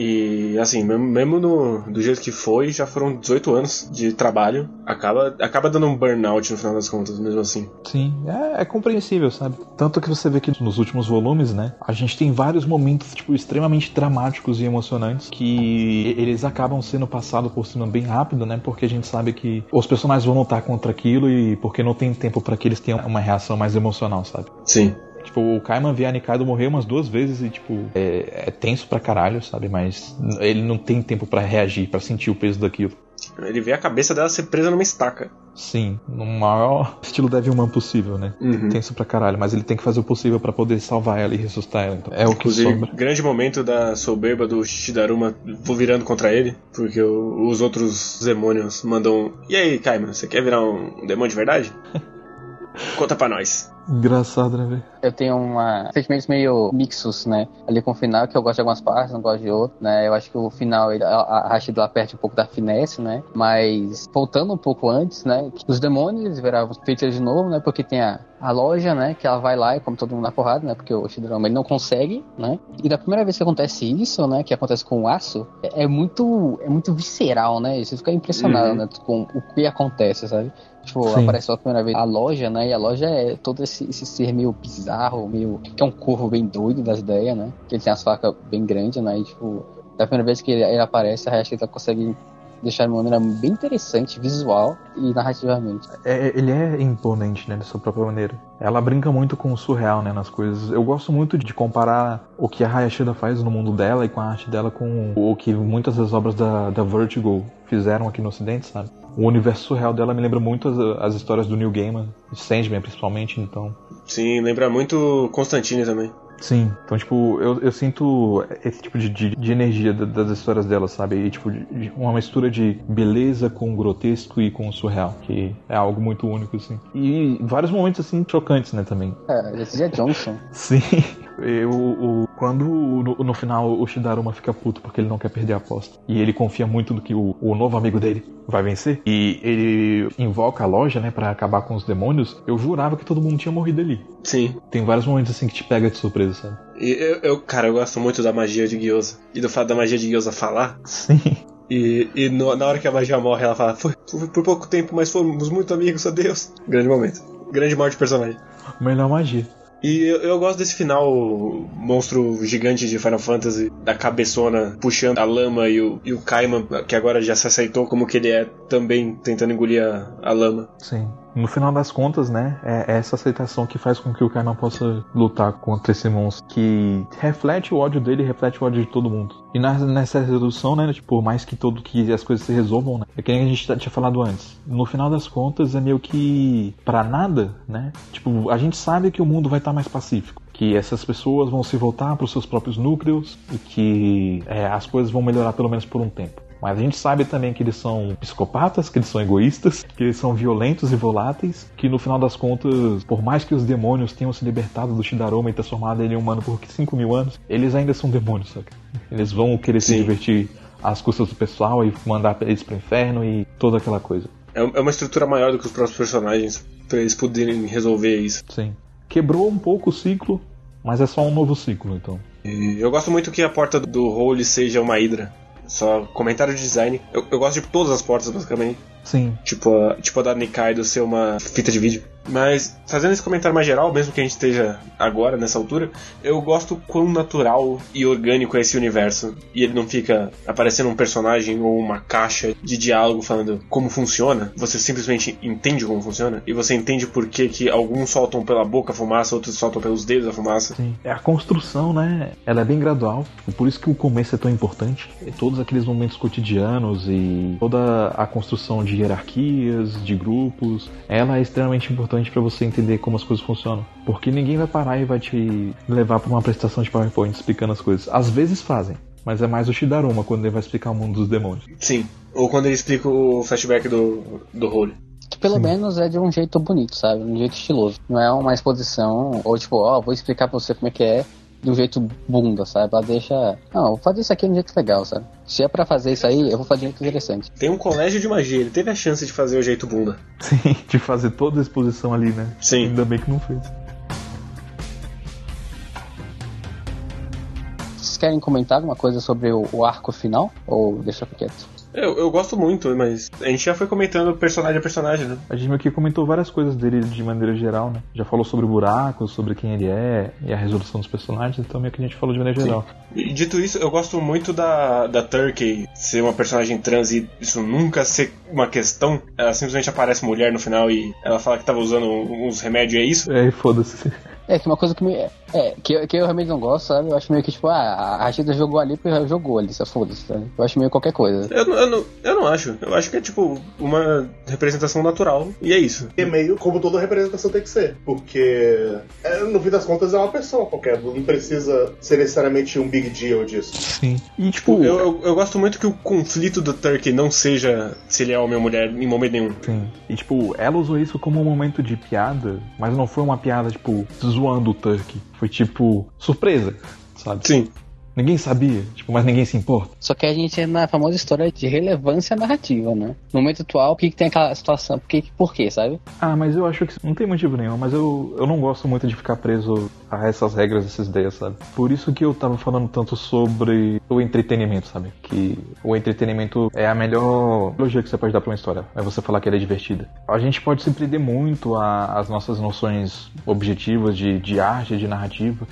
E assim, mesmo, mesmo no, do jeito que foi, já foram dezoito anos de trabalho. Acaba, acaba dando um burnout no final das contas, mesmo assim. Sim, é, é compreensível, sabe? Tanto que você vê que nos últimos volumes, né, a gente tem vários momentos, tipo, extremamente dramáticos e emocionantes que eles acabam sendo passados por cima bem rápido, né? Porque a gente sabe que os personagens vão lutar contra aquilo e porque não tem tempo pra que eles tenham uma reação mais emocional, sabe? Sim. Tipo, o Kaiman vê a Nikaido morrer umas duas vezes e, tipo, é, é tenso pra caralho, sabe? Mas ele não tem tempo pra reagir, pra sentir o peso daquilo. Ele vê a cabeça dela ser presa numa estaca. Sim, no maior estilo Devilman possível, né? Uhum. Tenso pra caralho, mas ele tem que fazer o possível pra poder salvar ela e ressuscitar ela. Então, é o que sobra. Grande momento da soberba do Shidaruma virando contra ele, porque o, os outros demônios mandam... E aí, Kaiman, você quer virar um demônio de verdade? Conta pra nós. Engraçado, né, velho? Eu tenho uma sentimentos meio mixos, né? Ali com o final, que eu gosto de algumas partes, não gosto de outras, né? Eu acho que o final, ele, a, a Hashida perde um pouco da finesse, né? Mas, voltando um pouco antes, né? Os demônios, eles viravam feitos de novo, né? Porque tem a, a loja, né? Que ela vai lá e come todo mundo na porrada, né? Porque o Shidaruma, ele não consegue, né? E da primeira vez que acontece isso, né? Que acontece com o aço, é, é muito é muito visceral, né? Você fica impressionado, uhum. né? Com o que acontece, sabe? Tipo, Sim. aparece pela primeira vez a loja, né? E a loja é todo esse, esse ser meio bizarro, meio... que é um corvo bem doido das ideias, né? Que ele tem as facas bem grandes, né? E, tipo, da primeira vez que ele, ele aparece, a Hayashida consegue deixar de uma maneira bem interessante, visual e narrativamente. É, ele é imponente, né? De sua própria maneira. Ela brinca muito com o surreal, né? Nas coisas. Eu gosto muito de comparar o que a Hayashida faz no mundo dela e com a arte dela com o que muitas das obras da, da Vertigo fizeram aqui no Ocidente, sabe? O universo surreal dela me lembra muito as, as histórias do Neil Gaiman, de Sandman principalmente, então... Sim, lembra muito Constantine também. Sim, então, tipo, eu, eu sinto esse tipo de, de, de energia das histórias dela, sabe? E, tipo, de, uma mistura de beleza com grotesco e com surreal, que é algo muito único, assim. E vários momentos, assim, chocantes, né, também. É, esse é Johnson. Sim. Eu, o, quando no, no final o Shidaruma fica puto porque ele não quer perder a aposta e ele confia muito no que o, o novo amigo dele vai vencer e ele invoca a loja, né, pra acabar com os demônios, eu jurava que todo mundo tinha morrido ali. Sim. Tem vários momentos assim que te pega de surpresa, sabe? E eu, eu, cara, eu gosto muito da magia de Gyoza e do fato da magia de Gyoza falar. Sim. E, e no, na hora que a magia morre, ela fala: foi, foi por pouco tempo, mas fomos muito amigos, adeus. Grande momento. Grande morte de personagem. Melhor magia. E eu, eu gosto desse final monstro gigante de Final Fantasy, da cabeçona puxando a lama e o, e o Kaiman, que agora já se aceitou como que ele é, também tentando engolir a, a lama. Sim. No final das contas, né, é essa aceitação que faz com que o Kaiman possa lutar contra esse monstro, que reflete o ódio dele e reflete o ódio de todo mundo. E na, nessa resolução, né, tipo, por mais que todo que as coisas se resolvam, né, é que nem a gente tinha falado antes. No final das contas, é meio que pra nada, né, tipo, a gente sabe que o mundo vai estar mais pacífico, que essas pessoas vão se voltar para os seus próprios núcleos e que é, as coisas vão melhorar pelo menos por um tempo. Mas a gente sabe também que eles são psicopatas, que eles são egoístas, que eles são violentos e voláteis, que no final das contas, por mais que os demônios tenham se libertado do Shidaruma e transformado ele em humano por cinco mil anos, eles ainda são demônios, sabe? Eles vão querer Sim. se divertir às custas do pessoal e mandar eles pro inferno e toda aquela coisa. É uma estrutura maior do que os próprios personagens, pra eles poderem resolver isso. Sim. Quebrou um pouco o ciclo, mas é só um novo ciclo, então. E eu gosto muito que a porta do Hole seja uma hidra. Só comentário de design. Eu, eu gosto de todas as portas, basicamente. Sim. Tipo a, tipo a da Nikaido ser uma fita de vídeo. Mas, fazendo esse comentário mais geral, mesmo que a gente esteja agora, nessa altura, eu gosto quão natural e orgânico é esse universo. E ele não fica aparecendo um personagem ou uma caixa de diálogo falando como funciona. Você simplesmente entende como funciona. E você entende por que, que alguns soltam pela boca a fumaça, outros soltam pelos dedos a fumaça. Sim. A construção, né? Ela é bem gradual. Por isso que o começo é tão importante. E todos aqueles momentos cotidianos e toda a construção de hierarquias, de grupos, ela é extremamente importante para você entender como as coisas funcionam. Porque ninguém vai parar e vai te levar para uma apresentação de PowerPoint explicando as coisas. Às vezes fazem, mas é mais o Shidaruma quando ele vai explicar o mundo dos demônios. Sim, ou quando ele explica o flashback do, do Holy. Que pelo Sim. menos é de um jeito bonito, sabe? Um jeito estiloso. Não é uma exposição, ou tipo, ó, vou explicar pra você como é que é, de um jeito bunda, sabe? Ela deixa... Não, vou fazer isso aqui de um jeito legal, sabe? Se é pra fazer isso aí, eu vou fazer de um jeito interessante. Tem um colégio de magia, ele teve a chance de fazer o jeito bunda. Sim, de fazer toda a exposição ali, né? Sim. Ainda bem que não fez. Vocês querem comentar alguma coisa sobre o, o arco final? Ou deixa quieto? Eu, eu gosto muito, mas a gente já foi comentando personagem a personagem, né? A gente meio que comentou várias coisas dele de maneira geral, né? Já falou sobre buracos, sobre quem ele é e a resolução dos personagens, então meio que a gente falou de maneira Sim. geral. E dito isso, eu gosto muito da, da Turkey ser uma personagem trans e isso nunca ser uma questão. Ela simplesmente aparece mulher no final e ela fala que tava usando uns remédios e é isso. É, e foda-se. É, que uma coisa que me... É, que, eu- que eu realmente não gosto, sabe? Eu acho meio que, tipo, ah, a Rashida jogou ali porque jogou ali, só foda-se, sabe? Eu acho meio qualquer coisa. Eu, não- eu, não, eu não acho. Eu acho que é tipo uma representação natural e é isso. E meio como toda representação tem que ser. Porque, é, no fim das contas, é uma pessoa qualquer. Não precisa ser necessariamente um big deal disso. Sim. E tipo... Eu, eu, eu gosto muito que o conflito do Turkey não seja se ele é homem ou mulher em momento nenhum. Sim. E tipo, ela usou isso como um momento de piada, mas não foi uma piada, tipo, zoando o Turkey. Foi tipo, surpresa, sabe? Sim. Ninguém sabia, tipo, mas ninguém se importa. Só que a gente é na famosa história de relevância narrativa, né? No momento atual, por que, que tem aquela situação? Por que, por quê, sabe? Ah, mas eu acho que não tem motivo nenhum, mas eu, eu não gosto muito de ficar preso a essas regras, essas ideias, sabe? Por isso que eu tava falando tanto sobre o entretenimento, sabe? Que o entretenimento é a melhor elogio que você pode dar pra uma história, é você falar que ela é divertida. A gente pode se prender muito às nossas noções objetivas de, de arte, de narrativa,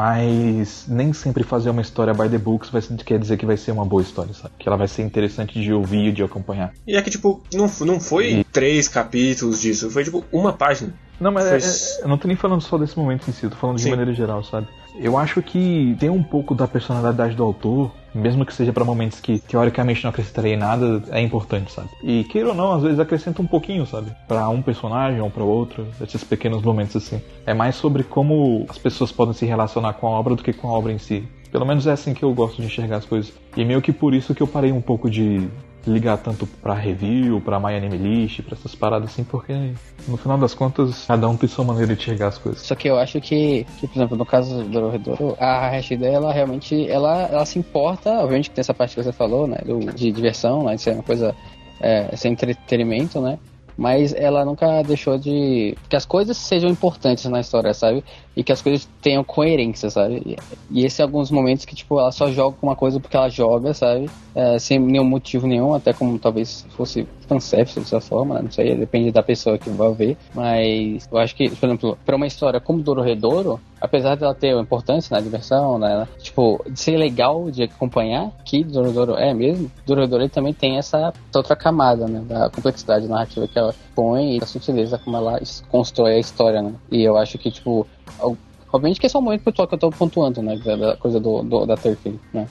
mas nem sempre fazer uma história by the books vai ser, quer dizer que vai ser uma boa história, sabe? Que ela vai ser interessante de ouvir e de acompanhar. E é que, tipo, não, não foi E- três capítulos disso, foi, tipo, uma página. Não, mas Foi- é- é- eu não tô nem falando só desse momento em si, eu tô falando de Sim. maneira geral, sabe? Eu acho que tem um pouco da personalidade do autor, mesmo que seja pra momentos que teoricamente não acrescentaria em nada, é importante, sabe? E queira ou não, às vezes acrescenta um pouquinho, sabe? Pra um personagem ou pra outro, esses pequenos momentos assim. É mais sobre como as pessoas podem se relacionar com a obra do que com a obra em si. Pelo menos é assim que eu gosto de enxergar as coisas. E meio que por isso que eu parei um pouco de ligar tanto pra review, pra My Anime List, pra essas paradas assim, porque no final das contas cada um tem sua maneira de enxergar as coisas. Só que eu acho que, que por exemplo, no caso do Dorohedoro, a Rashida, ela realmente, ela, ela se importa, obviamente que tem essa parte que você falou, né, do, de diversão, né, de ser uma coisa, é, ser entretenimento, né, mas ela nunca deixou de... que as coisas sejam importantes na história, sabe? E que as coisas tenham coerência, sabe? E, e esses são alguns momentos que, tipo, ela só joga uma coisa porque ela joga, sabe? É, sem nenhum motivo nenhum, até como talvez fosse fanservice dessa forma, né? Não sei, depende da pessoa que vai ver. Mas eu acho que, por exemplo, pra uma história como Dorohedoro, apesar dela ter importância na diversão, né? Tipo, de ser legal de acompanhar, que Dorohedoro é mesmo, Dorohedoro ele também tem essa outra camada, né? Da complexidade narrativa que ela põe e da sutileza como ela constrói a história, né? E eu acho que, tipo, obviamente que é só um momento pessoal que eu tô pontuando, né? Da coisa do, do, da Turkey, né?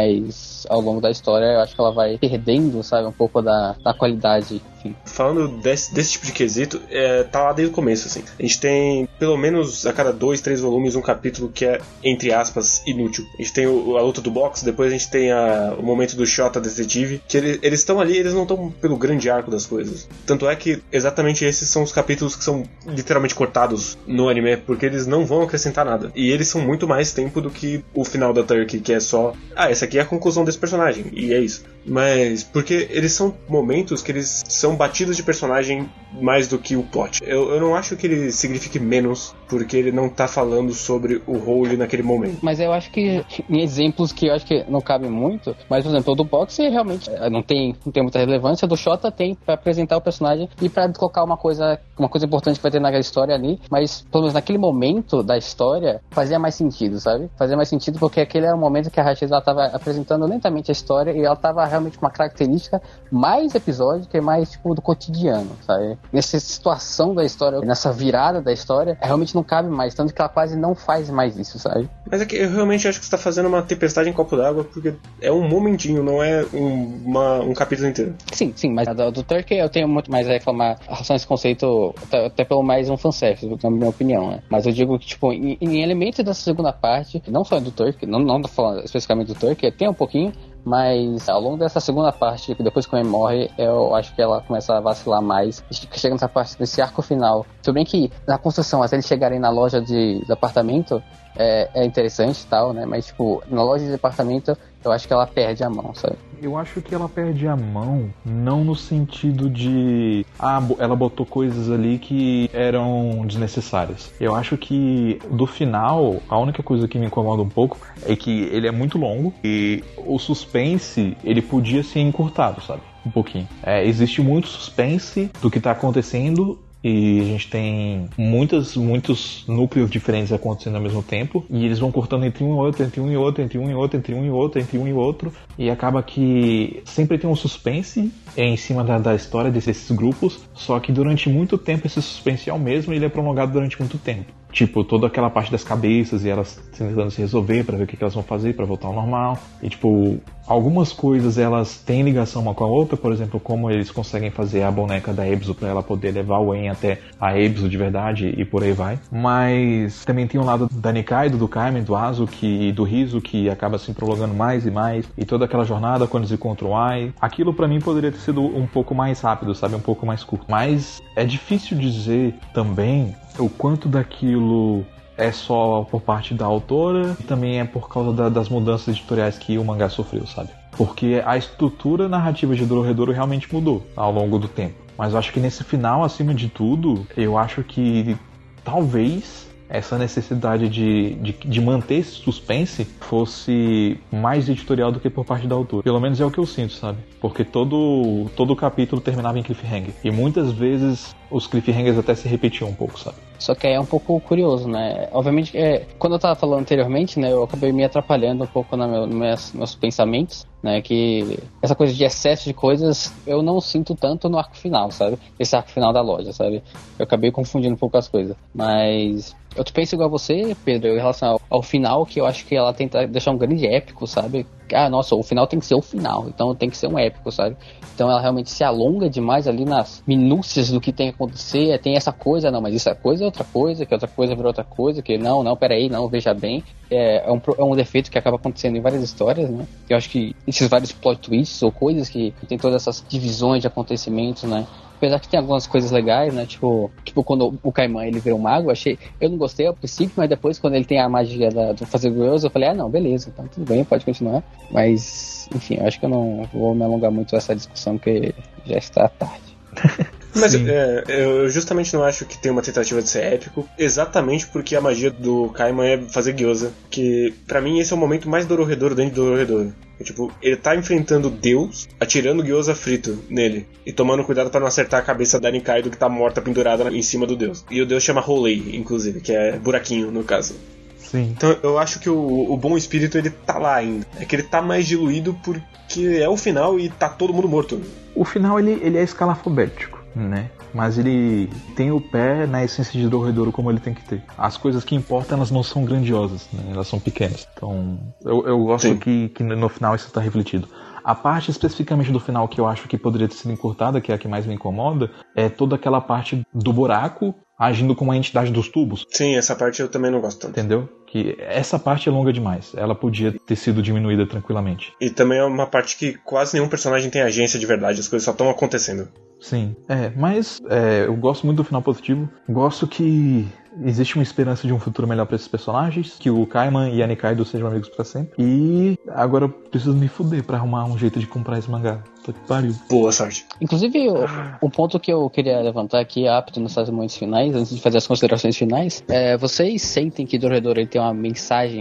Mas ao longo da história eu acho que ela vai perdendo, sabe? Um pouco da, da qualidade, enfim. Falando desse, desse tipo de quesito, é, tá lá desde o começo, assim. A gente tem, pelo menos a cada dois, três volumes, um capítulo que é, entre aspas, inútil. A gente tem o, a luta do boxe, depois a gente tem a, o momento do Shota Detetive, que ele, eles estão ali, eles não estão pelo grande arco das coisas. Tanto é que exatamente esses são os capítulos que são literalmente cortados no anime, porque eles não vão acrescentar nada. E eles são muito mais tempo do que o final da Turkey, que é só, ah, essa aqui é a conclusão desse personagem, e é isso. Mas, porque eles são momentos que eles são batidos de personagem mais do que o plot. Eu, eu não acho que ele signifique menos, porque ele não tá falando sobre o Holy naquele momento. Mas eu acho que em exemplos que eu acho que não cabem muito, mas por exemplo, o do boxe realmente não tem, não tem muita relevância, do Shota tem pra apresentar o personagem e pra colocar uma coisa, uma coisa importante que vai ter naquela história ali, mas pelo menos naquele momento da história fazia mais sentido, sabe? Fazia mais sentido porque aquele era o momento que a Rashida ela tava apresentando lentamente a história e ela tava realmente uma característica mais episódica e mais, tipo, do cotidiano, sabe? Nessa situação da história, nessa virada da história, realmente não cabe mais, tanto que ela quase não faz mais isso, sabe? Mas é que eu realmente acho que você tá fazendo uma tempestade em copo d'água, porque é um momentinho, não é um, uma, um capítulo inteiro. Sim, sim, mas do, do Turkey eu tenho muito mais a reclamar em relação a esse conceito, até, até pelo mais um fanservice, na minha opinião, né? Mas eu digo que, tipo, em, em elementos dessa segunda parte, não só do Turkey, não, não tô falando especificamente do Turkey, tem um pouquinho, mas ao longo dessa segunda parte, depois que o Amy morre, eu acho que ela começa a vacilar mais. Chega nessa parte desse arco final. Tudo bem que na construção, até eles chegarem na loja de, de apartamento, é, é interessante e tal, né? Mas, tipo, na loja de apartamento, eu acho que ela perde a mão, sabe? Eu acho que ela perde a mão, não no sentido de... Ah, ela botou coisas ali que eram desnecessárias. Eu acho que, do final, a única coisa que me incomoda um pouco é que ele é muito longo e o suspense, ele podia ser encurtado, sabe? Um pouquinho. É, existe muito suspense do que tá acontecendo e a gente tem muitas, muitos núcleos diferentes acontecendo ao mesmo tempo e eles vão cortando entre um e outro, entre um e outro, entre um e outro, entre um e outro, entre um e outro e acaba que sempre tem um suspense em cima da, da história desses grupos, só que durante muito tempo esse suspense é o mesmo e ele é prolongado durante muito tempo. Tipo, toda aquela parte das cabeças e elas tentando se resolver pra ver o que, que elas vão fazer pra voltar ao normal. E, tipo, algumas coisas elas têm ligação uma com a outra. Por exemplo, como eles conseguem fazer a boneca da Ebisu pra ela poder levar o En até a Ebisu de verdade e por aí vai. Mas também tem um lado da Nikaido, do Kaiman, do Azu que, e do Rizu que acaba se prolongando mais e mais. E toda aquela jornada quando eles encontram o Ai. Aquilo pra mim poderia ter sido um pouco mais rápido, sabe? Um pouco mais curto. Mas é difícil dizer também o quanto daquilo é só por parte da autora e também é por causa da, das mudanças editoriais que o mangá sofreu, sabe? Porque a estrutura narrativa de Dorohedoro realmente mudou ao longo do tempo. Mas eu acho que nesse final, acima de tudo, eu acho que talvez essa necessidade de, de, de manter esse suspense fosse mais editorial do que por parte da autora. Pelo menos é o que eu sinto, sabe? Porque todo, todo o capítulo terminava em cliffhanger. E muitas vezes os cliffhangers até se repetiam um pouco, sabe? Só que aí é um pouco curioso, né? Obviamente, é, quando eu tava falando anteriormente, né, eu acabei me atrapalhando um pouco nos meu, meus, meus pensamentos, né? Que essa coisa de excesso de coisas eu não sinto tanto no arco final, sabe? Esse arco final da loja, sabe? Eu acabei confundindo um pouco as coisas. Mas eu penso igual a você, Pedro, em relação ao, ao final, que eu acho que ela tenta deixar um grande épico, sabe? Ah, nossa, o final tem que ser o final, então tem que ser um épico, sabe? Então ela realmente se alonga demais ali nas minúcias do que tem que acontecer, tem essa coisa, não, mas isso é coisa é outra coisa, que outra coisa virou outra coisa, que não, não, peraí, não, veja bem. É, é, um, é um defeito que acaba acontecendo em várias histórias, né? Eu acho que esses vários plot twists ou coisas que tem todas essas divisões de acontecimentos, né? Apesar que tem algumas coisas legais, né? Tipo, tipo quando o Kaiman ele vira um mago, eu achei. Eu não gostei ao princípio, mas depois, quando ele tem a magia da, do fazer Girls, eu falei, ah, não, beleza, então tudo bem, pode continuar. Mas, enfim, eu acho que eu não vou me alongar muito nessa discussão, porque já está tarde. Mas é, eu justamente não acho que tem uma tentativa de ser épico, exatamente porque a magia do Kaiman é fazer gyoza, que pra mim esse é o momento mais Dorohedoro dentro de Dorohedoro. Tipo, ele tá enfrentando Deus, atirando gyoza frito nele, e tomando cuidado pra não acertar a cabeça da Nikaido que tá morta pendurada em cima do Deus. E o Deus chama Holei, inclusive, que é buraquinho no caso. Sim. Então eu acho que o, o bom espírito ele tá lá ainda. É que ele tá mais diluído porque é o final e tá todo mundo morto. O final ele, ele é escalafobético, né? Mas ele tem o pé na essência de Dorohedoro como ele tem que ter. As coisas que importam, elas não são grandiosas, né? Elas são pequenas. Então, eu, eu gosto que, que no final isso está refletido. A parte especificamente do final que eu acho que poderia ter sido encurtada, que é a que mais me incomoda, é toda aquela parte do buraco agindo como a entidade dos tubos. Sim, essa parte eu também não gosto tanto. Entendeu? Que essa parte é longa demais. Ela podia ter sido diminuída tranquilamente. E também é uma parte que quase nenhum personagem tem agência de verdade. As coisas só estão acontecendo. Sim. É, mas é, eu gosto muito do final positivo. Gosto que existe uma esperança de um futuro melhor pra esses personagens, que o Kaiman e a Nikaido sejam amigos pra sempre. E agora eu preciso me fuder pra arrumar um jeito de comprar esse mangá. Tô que pariu. Boa sorte. Inclusive, o, o ponto que eu queria levantar aqui, apto nesses momentos finais, antes de fazer as considerações finais, é, vocês sentem que Dorohedoro tem uma mensagem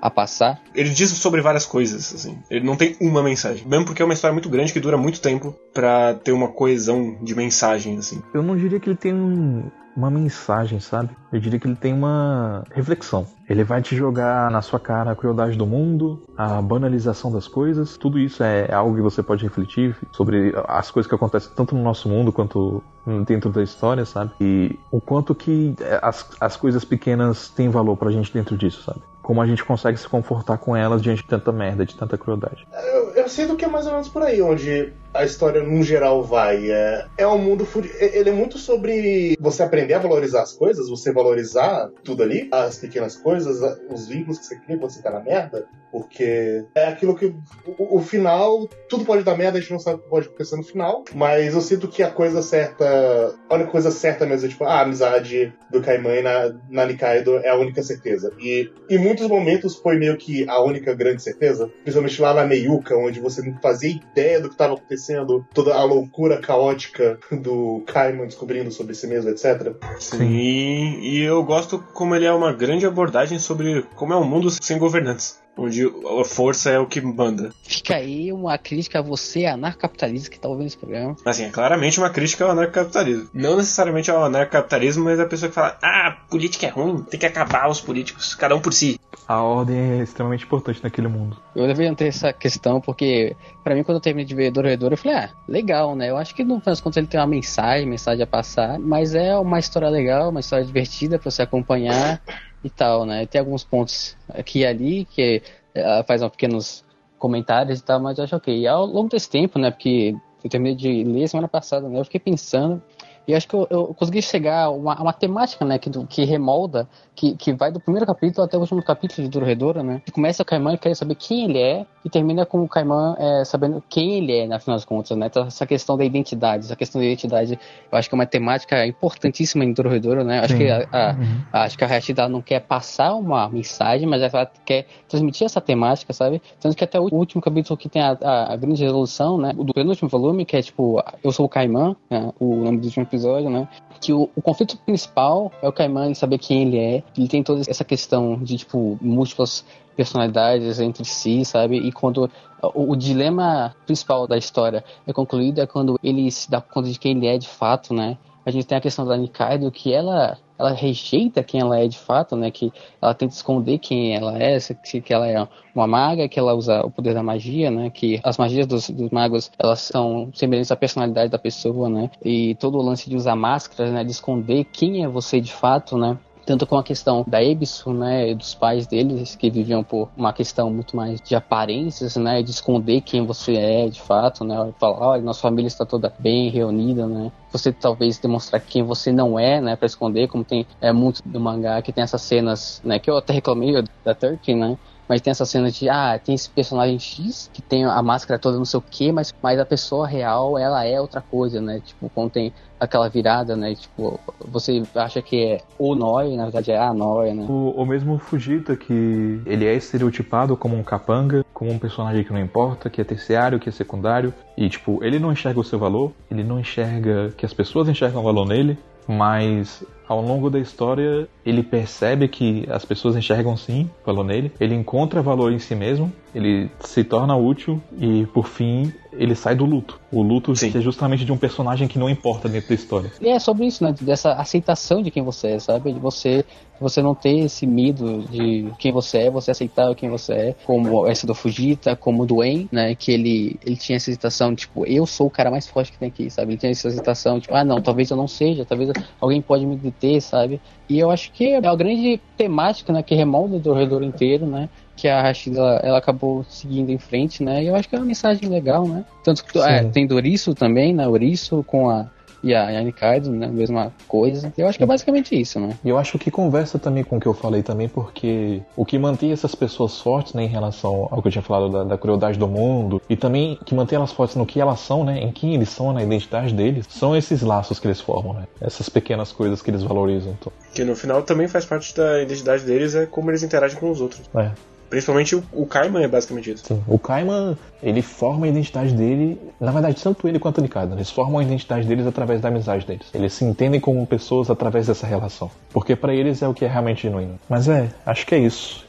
a passar. Ele diz sobre várias coisas, assim. Ele não tem uma mensagem. Mesmo porque é uma história muito grande que dura muito tempo pra ter uma coesão de mensagem, assim. Eu não diria que ele tem um, uma mensagem, sabe? Eu diria que ele tem uma reflexão. Ele vai te jogar na sua cara a crueldade do mundo, a banalização das coisas. Tudo isso é algo que você pode refletir sobre as coisas que acontecem tanto no nosso mundo quanto dentro da história, sabe? E o quanto que as, as coisas pequenas têm valor pra gente dentro disso, sabe? Como a gente consegue se confortar com elas diante de tanta merda, de tanta crueldade. Eu, eu sinto que é mais ou menos por aí onde a história, num geral, vai. É, é um mundo... Fudi- ele é muito sobre você aprender a valorizar as coisas, você valorizar tudo ali, as pequenas coisas, os vínculos que você cria quando você tá na merda, porque é aquilo que... O, o final, tudo pode dar merda, a gente não sabe o que pode acontecer no final, mas eu sinto que a coisa certa... A única coisa certa mesmo é, tipo, a amizade do Kaiman na, na Nikaido é a única certeza. E em muitos momentos foi meio que a única grande certeza, principalmente lá na Meiuca, onde você não fazia ideia do que estava acontecendo, toda a loucura caótica do Kaiman descobrindo sobre si mesmo, etcétera. Sim, e, e eu gosto como ele é uma grande abordagem sobre como é um mundo sem governantes, onde a força é o que manda. Fica aí uma crítica a você, anarcocapitalista, que tá ouvindo esse programa. Assim, é claramente uma crítica ao anarcocapitalismo. Não necessariamente ao anarcocapitalismo, mas a pessoa que fala: ah, política é ruim, tem que acabar os políticos, cada um por si. A ordem é extremamente importante naquele mundo. Eu deveria ter essa questão, porque pra mim, quando eu terminei de ver Dorohedoro, eu falei, ah, legal, né? Eu acho que no final das contas ele tem uma mensagem, mensagem a passar, mas é uma história legal, uma história divertida pra você acompanhar e tal, né? Tem alguns pontos aqui e ali que ela faz uns pequenos comentários e tal, mas eu acho ok. E ao longo desse tempo, né? Porque eu terminei de ler semana passada, né? Eu fiquei pensando. E acho que eu, eu consegui chegar a uma, uma temática, né, que, que remolda, que, que vai do primeiro capítulo até o último capítulo de Dorohedoro, né? Que começa o Kaiman querendo saber quem ele é e termina com o Kaiman é, sabendo quem ele é, na final das contas, né? Então, essa questão da identidade, essa questão da identidade, eu acho que é uma temática importantíssima em Dorohedoro, né? Acho Sim. que a, a, uhum. a, acho que a Hashida não quer passar uma mensagem, mas ela quer transmitir essa temática, sabe? Tanto que até o último capítulo que tem a, a, a grande resolução, né? Do penúltimo volume, que é tipo, eu sou o Kaiman, né? O nome do último episódio, né? Que o, o conflito principal é o Kaiman saber quem ele é. Ele tem toda essa questão de, tipo, múltiplas personalidades entre si, sabe? E quando o, o dilema principal da história é concluído é quando ele se dá conta de quem ele é de fato, né? A gente tem a questão da Nikaido, que ela, ela rejeita quem ela é de fato, né? Que ela tenta esconder quem ela é, que ela é uma maga, que ela usa o poder da magia, né? Que as magias dos, dos magos, elas são semelhantes à personalidade da pessoa, né? E todo o lance de usar máscaras, né? De esconder quem é você de fato, né? Tanto com a questão da Ebisu, né, dos pais deles, que viviam por uma questão muito mais de aparências, né, de esconder quem você é de fato, né, falar, olha, nossa família está toda bem reunida, né, você talvez demonstrar quem você não é, né, para esconder, como tem é, muito do mangá, que tem essas cenas, né, que eu até reclamei da Turkey, né, mas tem essa cena de, ah, tem esse personagem X que tem a máscara toda não sei o que, mas, mas a pessoa real, ela é outra coisa, né? Tipo, quando tem aquela virada, né? Tipo, você acha que é o Noi, na verdade é a Noi, né? O, o mesmo Fujita, que ele é estereotipado como um capanga, como um personagem que não importa, que é terciário, que é secundário. E, tipo, ele não enxerga o seu valor, ele não enxerga que as pessoas enxergam o valor nele, mas ao longo da história ele percebe que as pessoas enxergam sim valor nele, ele encontra valor em si mesmo, ele se torna útil e por fim ele sai do luto. O luto sim. é justamente de um personagem que não importa dentro da história. E é sobre isso, né? Dessa aceitação de quem você é, sabe? De você, você não ter esse medo de quem você é, você aceitar quem você é, como essa do Fujita, como o do En, né? Que ele, ele tinha essa hesitação, tipo, eu sou o cara mais forte que tem aqui, sabe? Ele tinha essa hesitação, tipo, ah não, talvez eu não seja, talvez alguém pode me deter, sabe? E eu acho que é uma grande temática, né? Que remolda o Dorohedoro inteiro, né? Que a Hashida, ela, ela acabou seguindo em frente, né? E eu acho que é uma mensagem legal, né? Tanto que é, tem do Oriço também, né? Oriço com a e a, e a Nikaido, né? Mesma coisa. Eu acho que é basicamente isso, né? E eu acho que conversa também com o que eu falei também, porque o que mantém essas pessoas fortes, né? Em relação ao que eu tinha falado da, da crueldade do mundo, e também que mantém elas fortes no que elas são, né? Em quem eles são, na identidade deles, são esses laços que eles formam, né? Essas pequenas coisas que eles valorizam. Então. Que no final também faz parte da identidade deles, é como eles interagem com os outros. É. Principalmente o, o Kaiman é basicamente isso. Sim. O Kaiman, ele forma a identidade dele, na verdade, tanto ele quanto o Nikaido, eles formam a identidade deles através da amizade deles. Eles se entendem como pessoas através dessa relação. Porque pra eles é o que é realmente genuíno. Mas é, acho que é isso.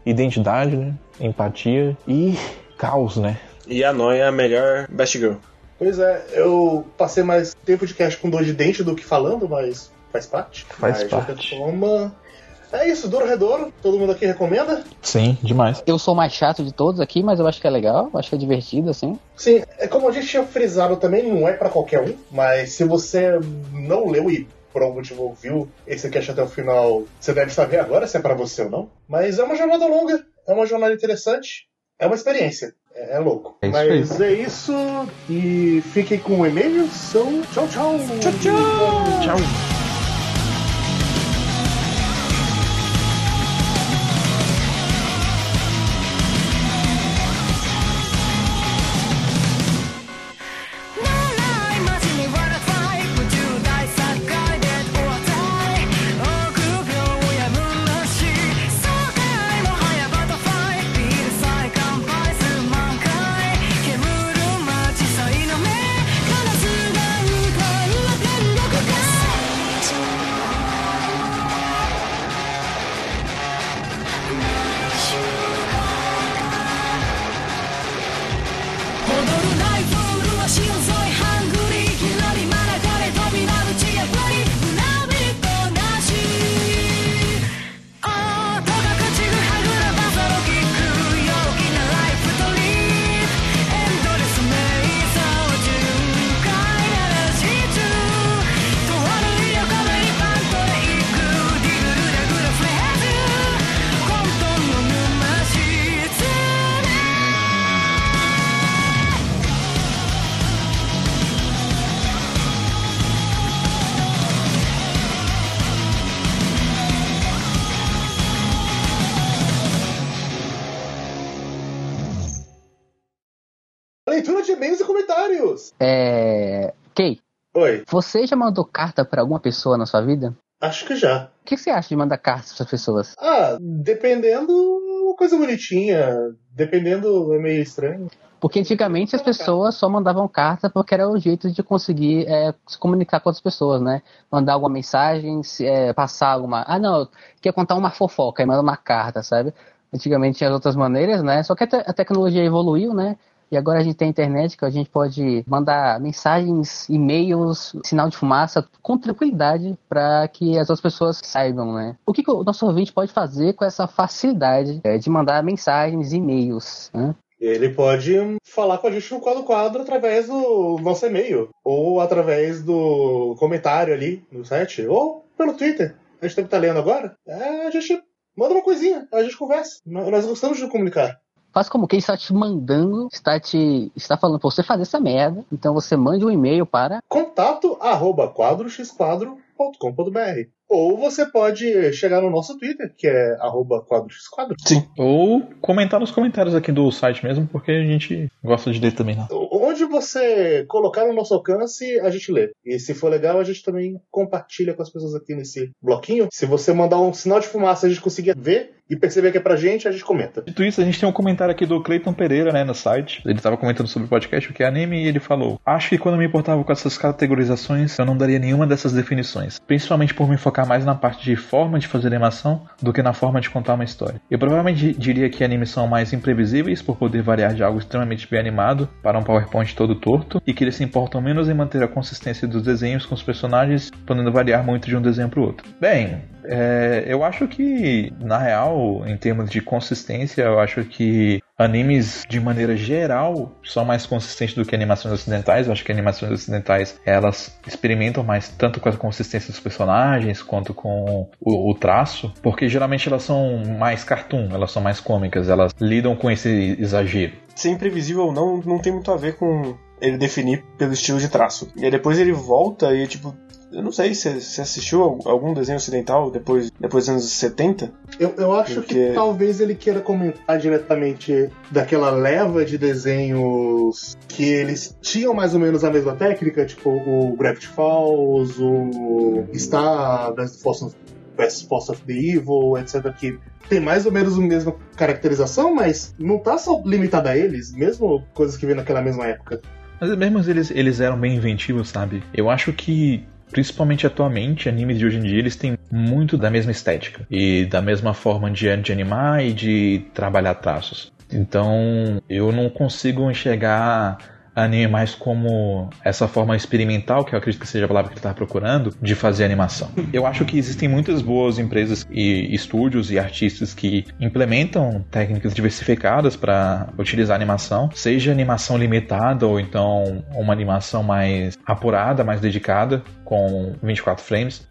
identidade, né? Empatia e caos, né? E a Noi é a melhor Best Girl. Pois é, eu passei mais tempo de cast com dor de dente do que falando, mas faz parte. Faz mas parte. Toma... É isso, Dororedoro, todo mundo aqui recomenda? Sim, demais. Eu sou o mais chato de todos aqui, mas eu acho que é legal, acho que é divertido, assim. Sim, é como a gente tinha frisado também, não é pra qualquer um, mas se você não leu e por algum motivo ouviu esse cast até o final, você deve saber agora se é pra você ou não. Mas é uma jornada longa, é uma jornada interessante, é uma experiência. É, é louco. É isso mas aí. é isso, e fiquem com o e-mail, são tchau, tchau! Tchau, tchau! Tchau. Leitura de e-mails e comentários! É... Kay, Oi, você já mandou carta pra alguma pessoa na sua vida? acho que já. O que você acha de mandar cartas para as pessoas? Ah, dependendo, uma coisa bonitinha. Dependendo, é meio estranho. Porque antigamente as pessoas só mandavam carta porque era o jeito de conseguir é, se comunicar com outras pessoas, né? Mandar alguma mensagem, se, é, passar alguma... Ah, não, quer contar uma fofoca, aí manda uma carta, sabe? Antigamente tinha as outras maneiras, né? Só que a, te- a tecnologia evoluiu, né? E agora a gente tem a internet, que a gente pode mandar mensagens, e-mails, sinal de fumaça, com tranquilidade, para que as outras pessoas saibam, né? O que, que o nosso ouvinte pode fazer com essa facilidade é, de mandar mensagens, e-mails, né? Ele pode falar com a gente no quadro quadro através do nosso e-mail, ou através do comentário ali no site, ou pelo Twitter. A gente deve estar lendo agora. É, a gente manda uma coisinha, a gente conversa. Nós gostamos de comunicar. Faz como quem está te mandando, está te está falando pra você fazer essa merda. Então você mande um e-mail para Contato arroba quadro x quadro ponto com ponto b r. Ou você pode chegar no nosso Twitter, que é arroba quadro x quadro. Sim. Ou comentar nos comentários aqui do site mesmo, porque a gente gosta de ler também, né? Onde você colocar no nosso alcance, a gente lê. E se for legal, a gente também compartilha com as pessoas aqui nesse bloquinho. Se você mandar um sinal de fumaça, a gente conseguir ver e perceber que é pra gente, a gente comenta. Dito isso, a gente tem um comentário aqui do Cleiton Pereira, né, no site. Ele estava comentando sobre o podcast, o que é anime, e ele falou: acho que quando me importava com essas categorizações, eu não daria nenhuma dessas definições. Principalmente por me focar mais na parte de forma de fazer animação do que na forma de contar uma história. Eu provavelmente diria que animes são mais imprevisíveis por poder variar de algo extremamente bem animado para um PowerPoint todo torto, e que eles se importam menos em manter a consistência dos desenhos com os personagens, podendo variar muito de um desenho para o outro. Bem, é, eu acho que, na real, em termos de consistência, eu acho que animes, de maneira geral, são mais consistentes do que animações ocidentais. Eu acho que animações ocidentais, elas experimentam mais tanto com a consistência dos personagens quanto com o, o traço, porque geralmente elas são mais cartoon, elas são mais cômicas, elas lidam com esse exagero. Ser imprevisível ou não, não tem muito a ver com ele definir pelo estilo de traço. E aí depois ele volta e, tipo, eu não sei, você assistiu algum desenho ocidental depois, depois dos anos setenta? Eu, eu acho Porque... que talvez ele queira comentar diretamente daquela leva de desenhos que eles tinham mais ou menos a mesma técnica, tipo o Gravity Falls, o Star, Best Force of the Evil, etcétera, que tem mais ou menos a mesma caracterização, mas não tá só limitada a eles, mesmo coisas que vêm naquela mesma época. Mas mesmo eles, eles eram bem inventivos, sabe? Eu acho que Principalmente atualmente, animes de hoje em dia, eles têm muito da mesma estética e da mesma forma de, de animar e de trabalhar traços. Então, eu não consigo enxergar anime mais como essa forma experimental, que eu acredito que seja a palavra que ele estava procurando, de fazer animação. Eu acho que existem muitas boas empresas e estúdios e artistas que implementam técnicas diversificadas para utilizar animação, seja animação limitada ou então uma animação mais apurada, mais dedicada, com vinte e quatro frames,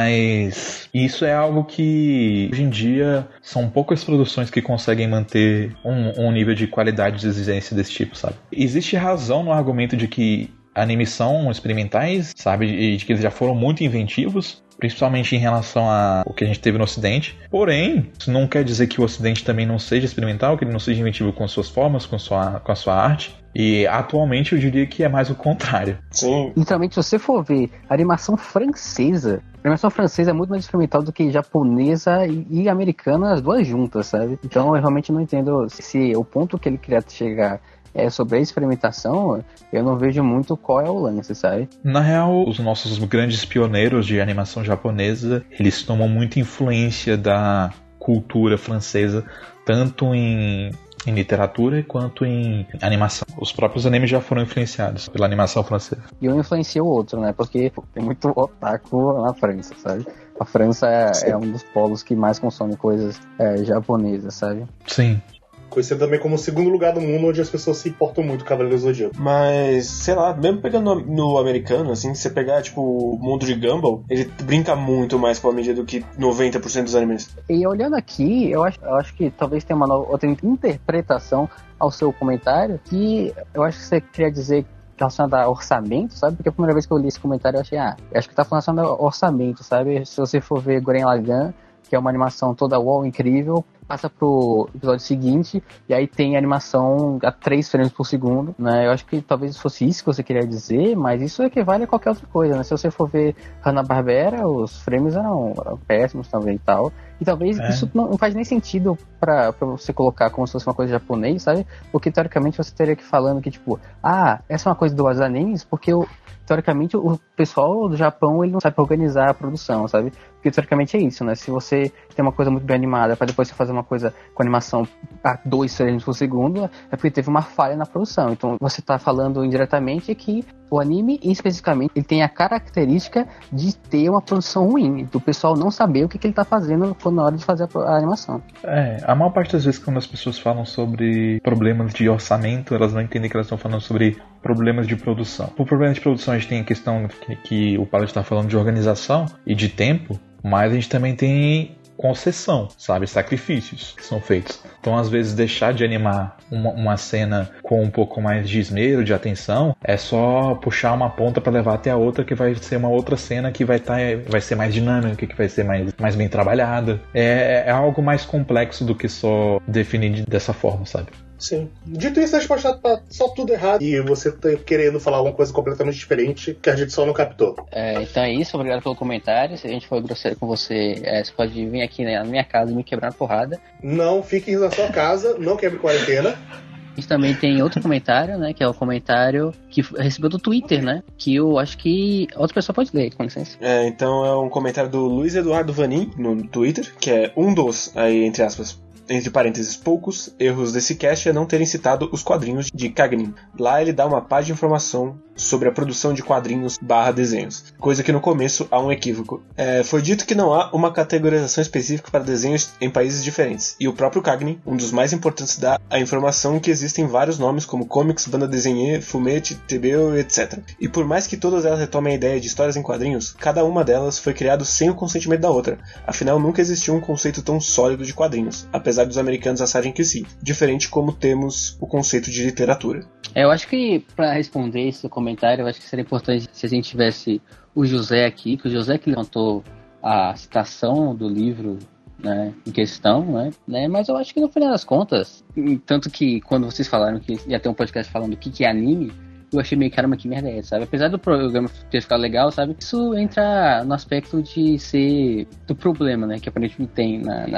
mas isso é algo que hoje em dia são poucas produções que conseguem manter um, um nível de qualidade de exigência desse tipo, sabe? Existe razão no argumento de que animes são experimentais, sabe, e de que eles já foram muito inventivos, principalmente em relação ao que a gente teve no Ocidente. Porém, isso não quer dizer que o Ocidente também não seja experimental, que ele não seja inventivo com suas formas, com, sua, com a sua arte. E atualmente eu diria que é mais o contrário. Sim. Literalmente, se você for ver a animação francesa, a animação francesa é muito mais experimental do que japonesa e, e americana, as duas juntas, sabe? Então eu realmente não entendo se o ponto que ele queria chegar é sobre a experimentação, eu não vejo muito qual é o lance, sabe? Na real, os nossos grandes pioneiros de animação japonesa, eles tomam muita influência da cultura francesa, tanto em, em literatura quanto em animação. Os próprios animes já foram influenciados pela animação francesa. E um influencia o outro, né? Porque tem muito otaku na França, sabe? A França é, é um dos polos que mais consome coisas é, japonesas, sabe? Sim. Conhecido também como o segundo lugar do mundo onde as pessoas se importam muito com Cavaleiro do Zodíaco. Mas, sei lá, mesmo pegando no, no americano, assim, se você pegar, tipo, o mundo de Gumball, ele brinca muito mais com a mídia do que noventa por cento dos animes. E olhando aqui, eu acho, eu acho que talvez tenha uma nova, outra interpretação ao seu comentário, que eu acho que você queria dizer relacionado a orçamento, sabe? Porque a primeira vez que eu li esse comentário eu achei, ah, eu acho que tá falando relacionado a orçamento, sabe? Se você for ver Gurren Lagann, que é uma animação toda wall incrível, passa pro episódio seguinte, e aí tem animação a três frames por segundo, né? Eu acho que talvez fosse isso que você queria dizer, mas isso equivale a qualquer outra coisa, né? Se você for ver Hanna-Barbera, os frames eram, eram péssimos também e tal. E talvez é. isso não faz nem sentido pra, pra você colocar como se fosse uma coisa japonês, sabe? Porque teoricamente você teria que ir falando que, tipo, ah, essa é uma coisa dos animes, porque eu, teoricamente o pessoal do Japão ele não sabe organizar a produção, sabe? Porque teoricamente é isso, né? Se você tem uma coisa muito bem animada pra depois você fazer uma coisa com animação a dois frames por segundo, é porque teve uma falha na produção. Então você tá falando indiretamente que o anime, especificamente, ele tem a característica de ter uma produção ruim, do pessoal não saber o que, que ele tá fazendo na hora de fazer a, a animação. É, a maior parte das vezes quando as pessoas falam sobre problemas de orçamento, elas não entendem que elas estão falando sobre problemas de produção. Por problemas de produção a gente tem a questão que, que o Paulo está falando de organização e de tempo, mas a gente também tem concessão, sabe? Sacrifícios que são feitos. Então, às vezes, deixar de animar uma, uma cena com um pouco mais de esmero, de atenção, é só puxar uma ponta para levar até a outra, que vai ser uma outra cena que vai, tá, vai ser mais dinâmica, que vai ser mais, mais bem trabalhada. É, é algo mais complexo do que só definir dessa forma, sabe? Sim. Dito isso, a gente pode estar só tudo errado e você tá querendo falar alguma coisa completamente diferente que a gente só não captou. É, então é isso, obrigado pelo comentário. Se a gente for grosseiro com você, é, você pode vir aqui na minha casa e me quebrar na porrada. Não fique na sua casa, não quebre quarentena. A gente também tem outro comentário, né, que é o comentário que recebeu do Twitter, né, que eu acho que outra pessoa pode ler, com licença. É, então é um comentário do Luiz Eduardo Vanin no Twitter, que é um dos, aí entre aspas, entre parênteses, poucos erros desse cast é não terem citado os quadrinhos de Cagnin. Lá ele dá uma página de informação sobre a produção de quadrinhos barra desenhos, coisa que no começo há um equívoco. É, foi dito que não há uma categorização específica para desenhos em países diferentes, e o próprio Cagnin, um dos mais importantes, dá a informação que existem vários nomes como comics, banda desenhê, fumete, T B O, etcétera. E por mais que todas elas retomem a ideia de histórias em quadrinhos, cada uma delas foi criada sem o consentimento da outra, afinal nunca existiu um conceito tão sólido de quadrinhos, apesar dos americanos acharem que sim, diferente como temos o conceito de literatura. É, eu acho que para responder esse comentário, eu acho que seria importante se a gente tivesse o José aqui, que o José que levantou a citação do livro, né, em questão, né, né, mas eu acho que no final das contas, tanto que quando vocês falaram que ia ter um podcast falando o que, que é anime, eu achei meio, caramba, que merda é essa, sabe? Apesar do programa ter ficado legal, sabe? Isso entra no aspecto de ser do problema, né, que aparentemente tem na, na,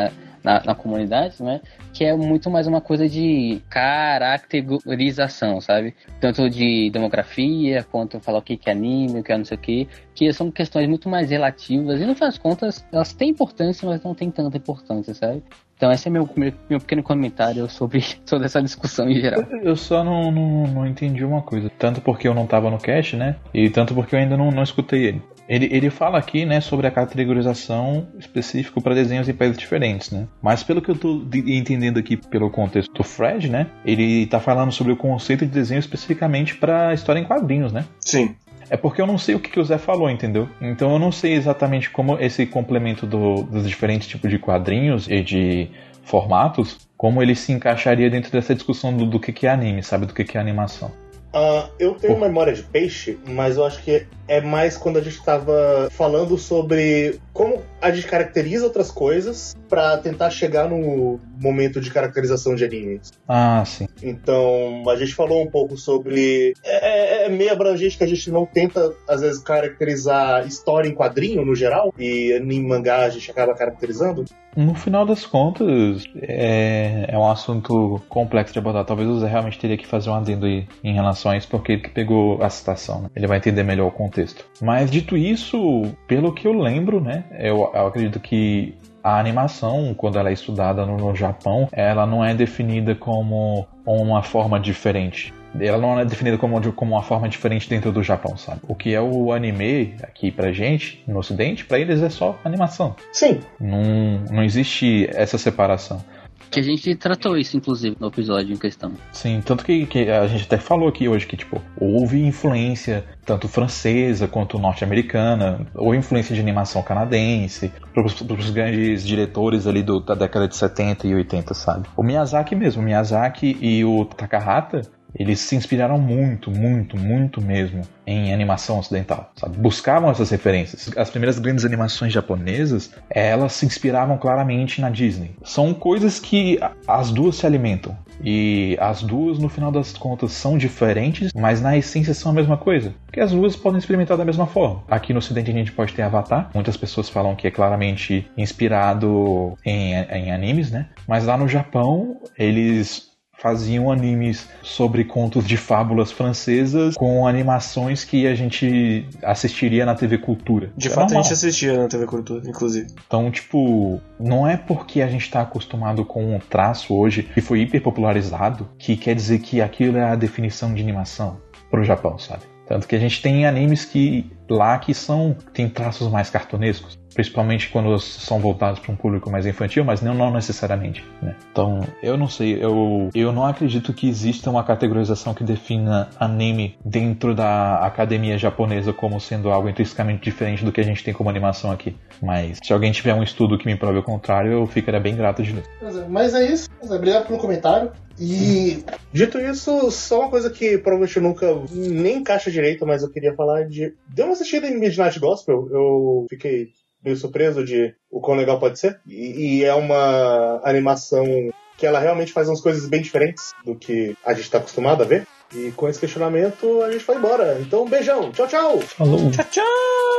na, na comunidade, né? Que é muito mais uma coisa de caracterização, sabe? Tanto de demografia, quanto falar o que é anime, o que é não sei o que, que são questões muito mais relativas, e no final das contas, elas têm importância, mas não têm tanta importância, sabe? Então esse é meu, meu, meu pequeno comentário sobre toda essa discussão em geral. Eu só não, não, não entendi uma coisa, tanto porque eu não tava no cast, né? E tanto porque eu ainda não, não escutei ele. Ele, ele fala aqui, né, sobre a categorização específica para desenhos em países diferentes, né? Mas pelo que eu tô entendendo aqui pelo contexto do Fred, né, ele tá falando sobre o conceito de desenho especificamente para história em quadrinhos, né? Sim. É porque eu não sei o que, que o Zé falou, entendeu? Então eu não sei exatamente como esse complemento do, dos diferentes tipos de quadrinhos e de formatos, como ele se encaixaria dentro dessa discussão do, do que, que é anime, sabe? Do que, que é animação. Uh, eu tenho Por... memória de peixe, mas eu acho que é mais quando a gente estava falando sobre como a gente caracteriza outras coisas para tentar chegar no momento de caracterização de animes. Ah, sim. Então, a gente falou um pouco sobre... É, é meio abrangente que a gente não tenta, às vezes, caracterizar história em quadrinho, no geral, e em mangá a gente acaba caracterizando. No final das contas, é, é um assunto complexo de abordar. Talvez o Zé realmente teria que fazer um adendo aí em relação a isso, porque ele que pegou a citação, né? Ele vai entender melhor o contexto. Mas dito isso, pelo que eu lembro, né, eu, eu acredito que a animação, quando ela é estudada no, no Japão, ela não é definida como uma forma diferente. Ela não é definida como, como uma forma diferente dentro do Japão, sabe? O que é o anime aqui pra gente, no ocidente, pra eles é só animação. Sim. Não, não existe essa separação. Que a gente tratou isso, inclusive, no episódio em questão. Sim, tanto que, que a gente até falou aqui hoje que, tipo, houve influência tanto francesa quanto norte-americana, ou influência de animação canadense, para os grandes diretores ali do, da década de setenta e oitenta, sabe? O Miyazaki mesmo, o Miyazaki e o Takahata, eles se inspiraram muito, muito, muito mesmo em animação ocidental, sabe? Buscavam essas referências. As primeiras grandes animações japonesas, elas se inspiravam claramente na Disney. São coisas que as duas se alimentam. E as duas, no final das contas, são diferentes, mas na essência são a mesma coisa. Porque as duas podem experimentar da mesma forma. Aqui no ocidente a gente pode ter Avatar. Muitas pessoas falam que é claramente inspirado em, em animes, né? Mas lá no Japão, eles faziam animes sobre contos de fábulas francesas com animações que a gente assistiria na T V Cultura. De é fato, normal. A gente assistia na T V Cultura, inclusive. Então, tipo, não é porque a gente está acostumado com um traço hoje que foi hiper popularizado que quer dizer que aquilo é a definição de animação pro Japão, sabe? Tanto que a gente tem animes que lá que são tem traços mais cartunescos, principalmente quando são voltados para um público mais infantil, mas não, não necessariamente, né? Então, eu não sei, eu, eu não acredito que exista uma categorização que defina anime dentro da academia japonesa como sendo algo intrinsecamente diferente do que a gente tem como animação aqui. Mas se alguém tiver um estudo que me prove o contrário, eu ficaria bem grato de ler. Mas é isso, obrigado pelo comentário. E, dito isso, só uma coisa que provavelmente eu nunca nem encaixa direito, mas eu queria falar de... Deu uma assistida em Midnight Gospel, eu fiquei meio surpreso de o quão legal pode ser. E, e é uma animação que ela realmente faz umas coisas bem diferentes do que a gente está acostumado a ver. E com esse questionamento a gente vai embora. Então, um beijão. Tchau, tchau. Falou. Tchau, tchau.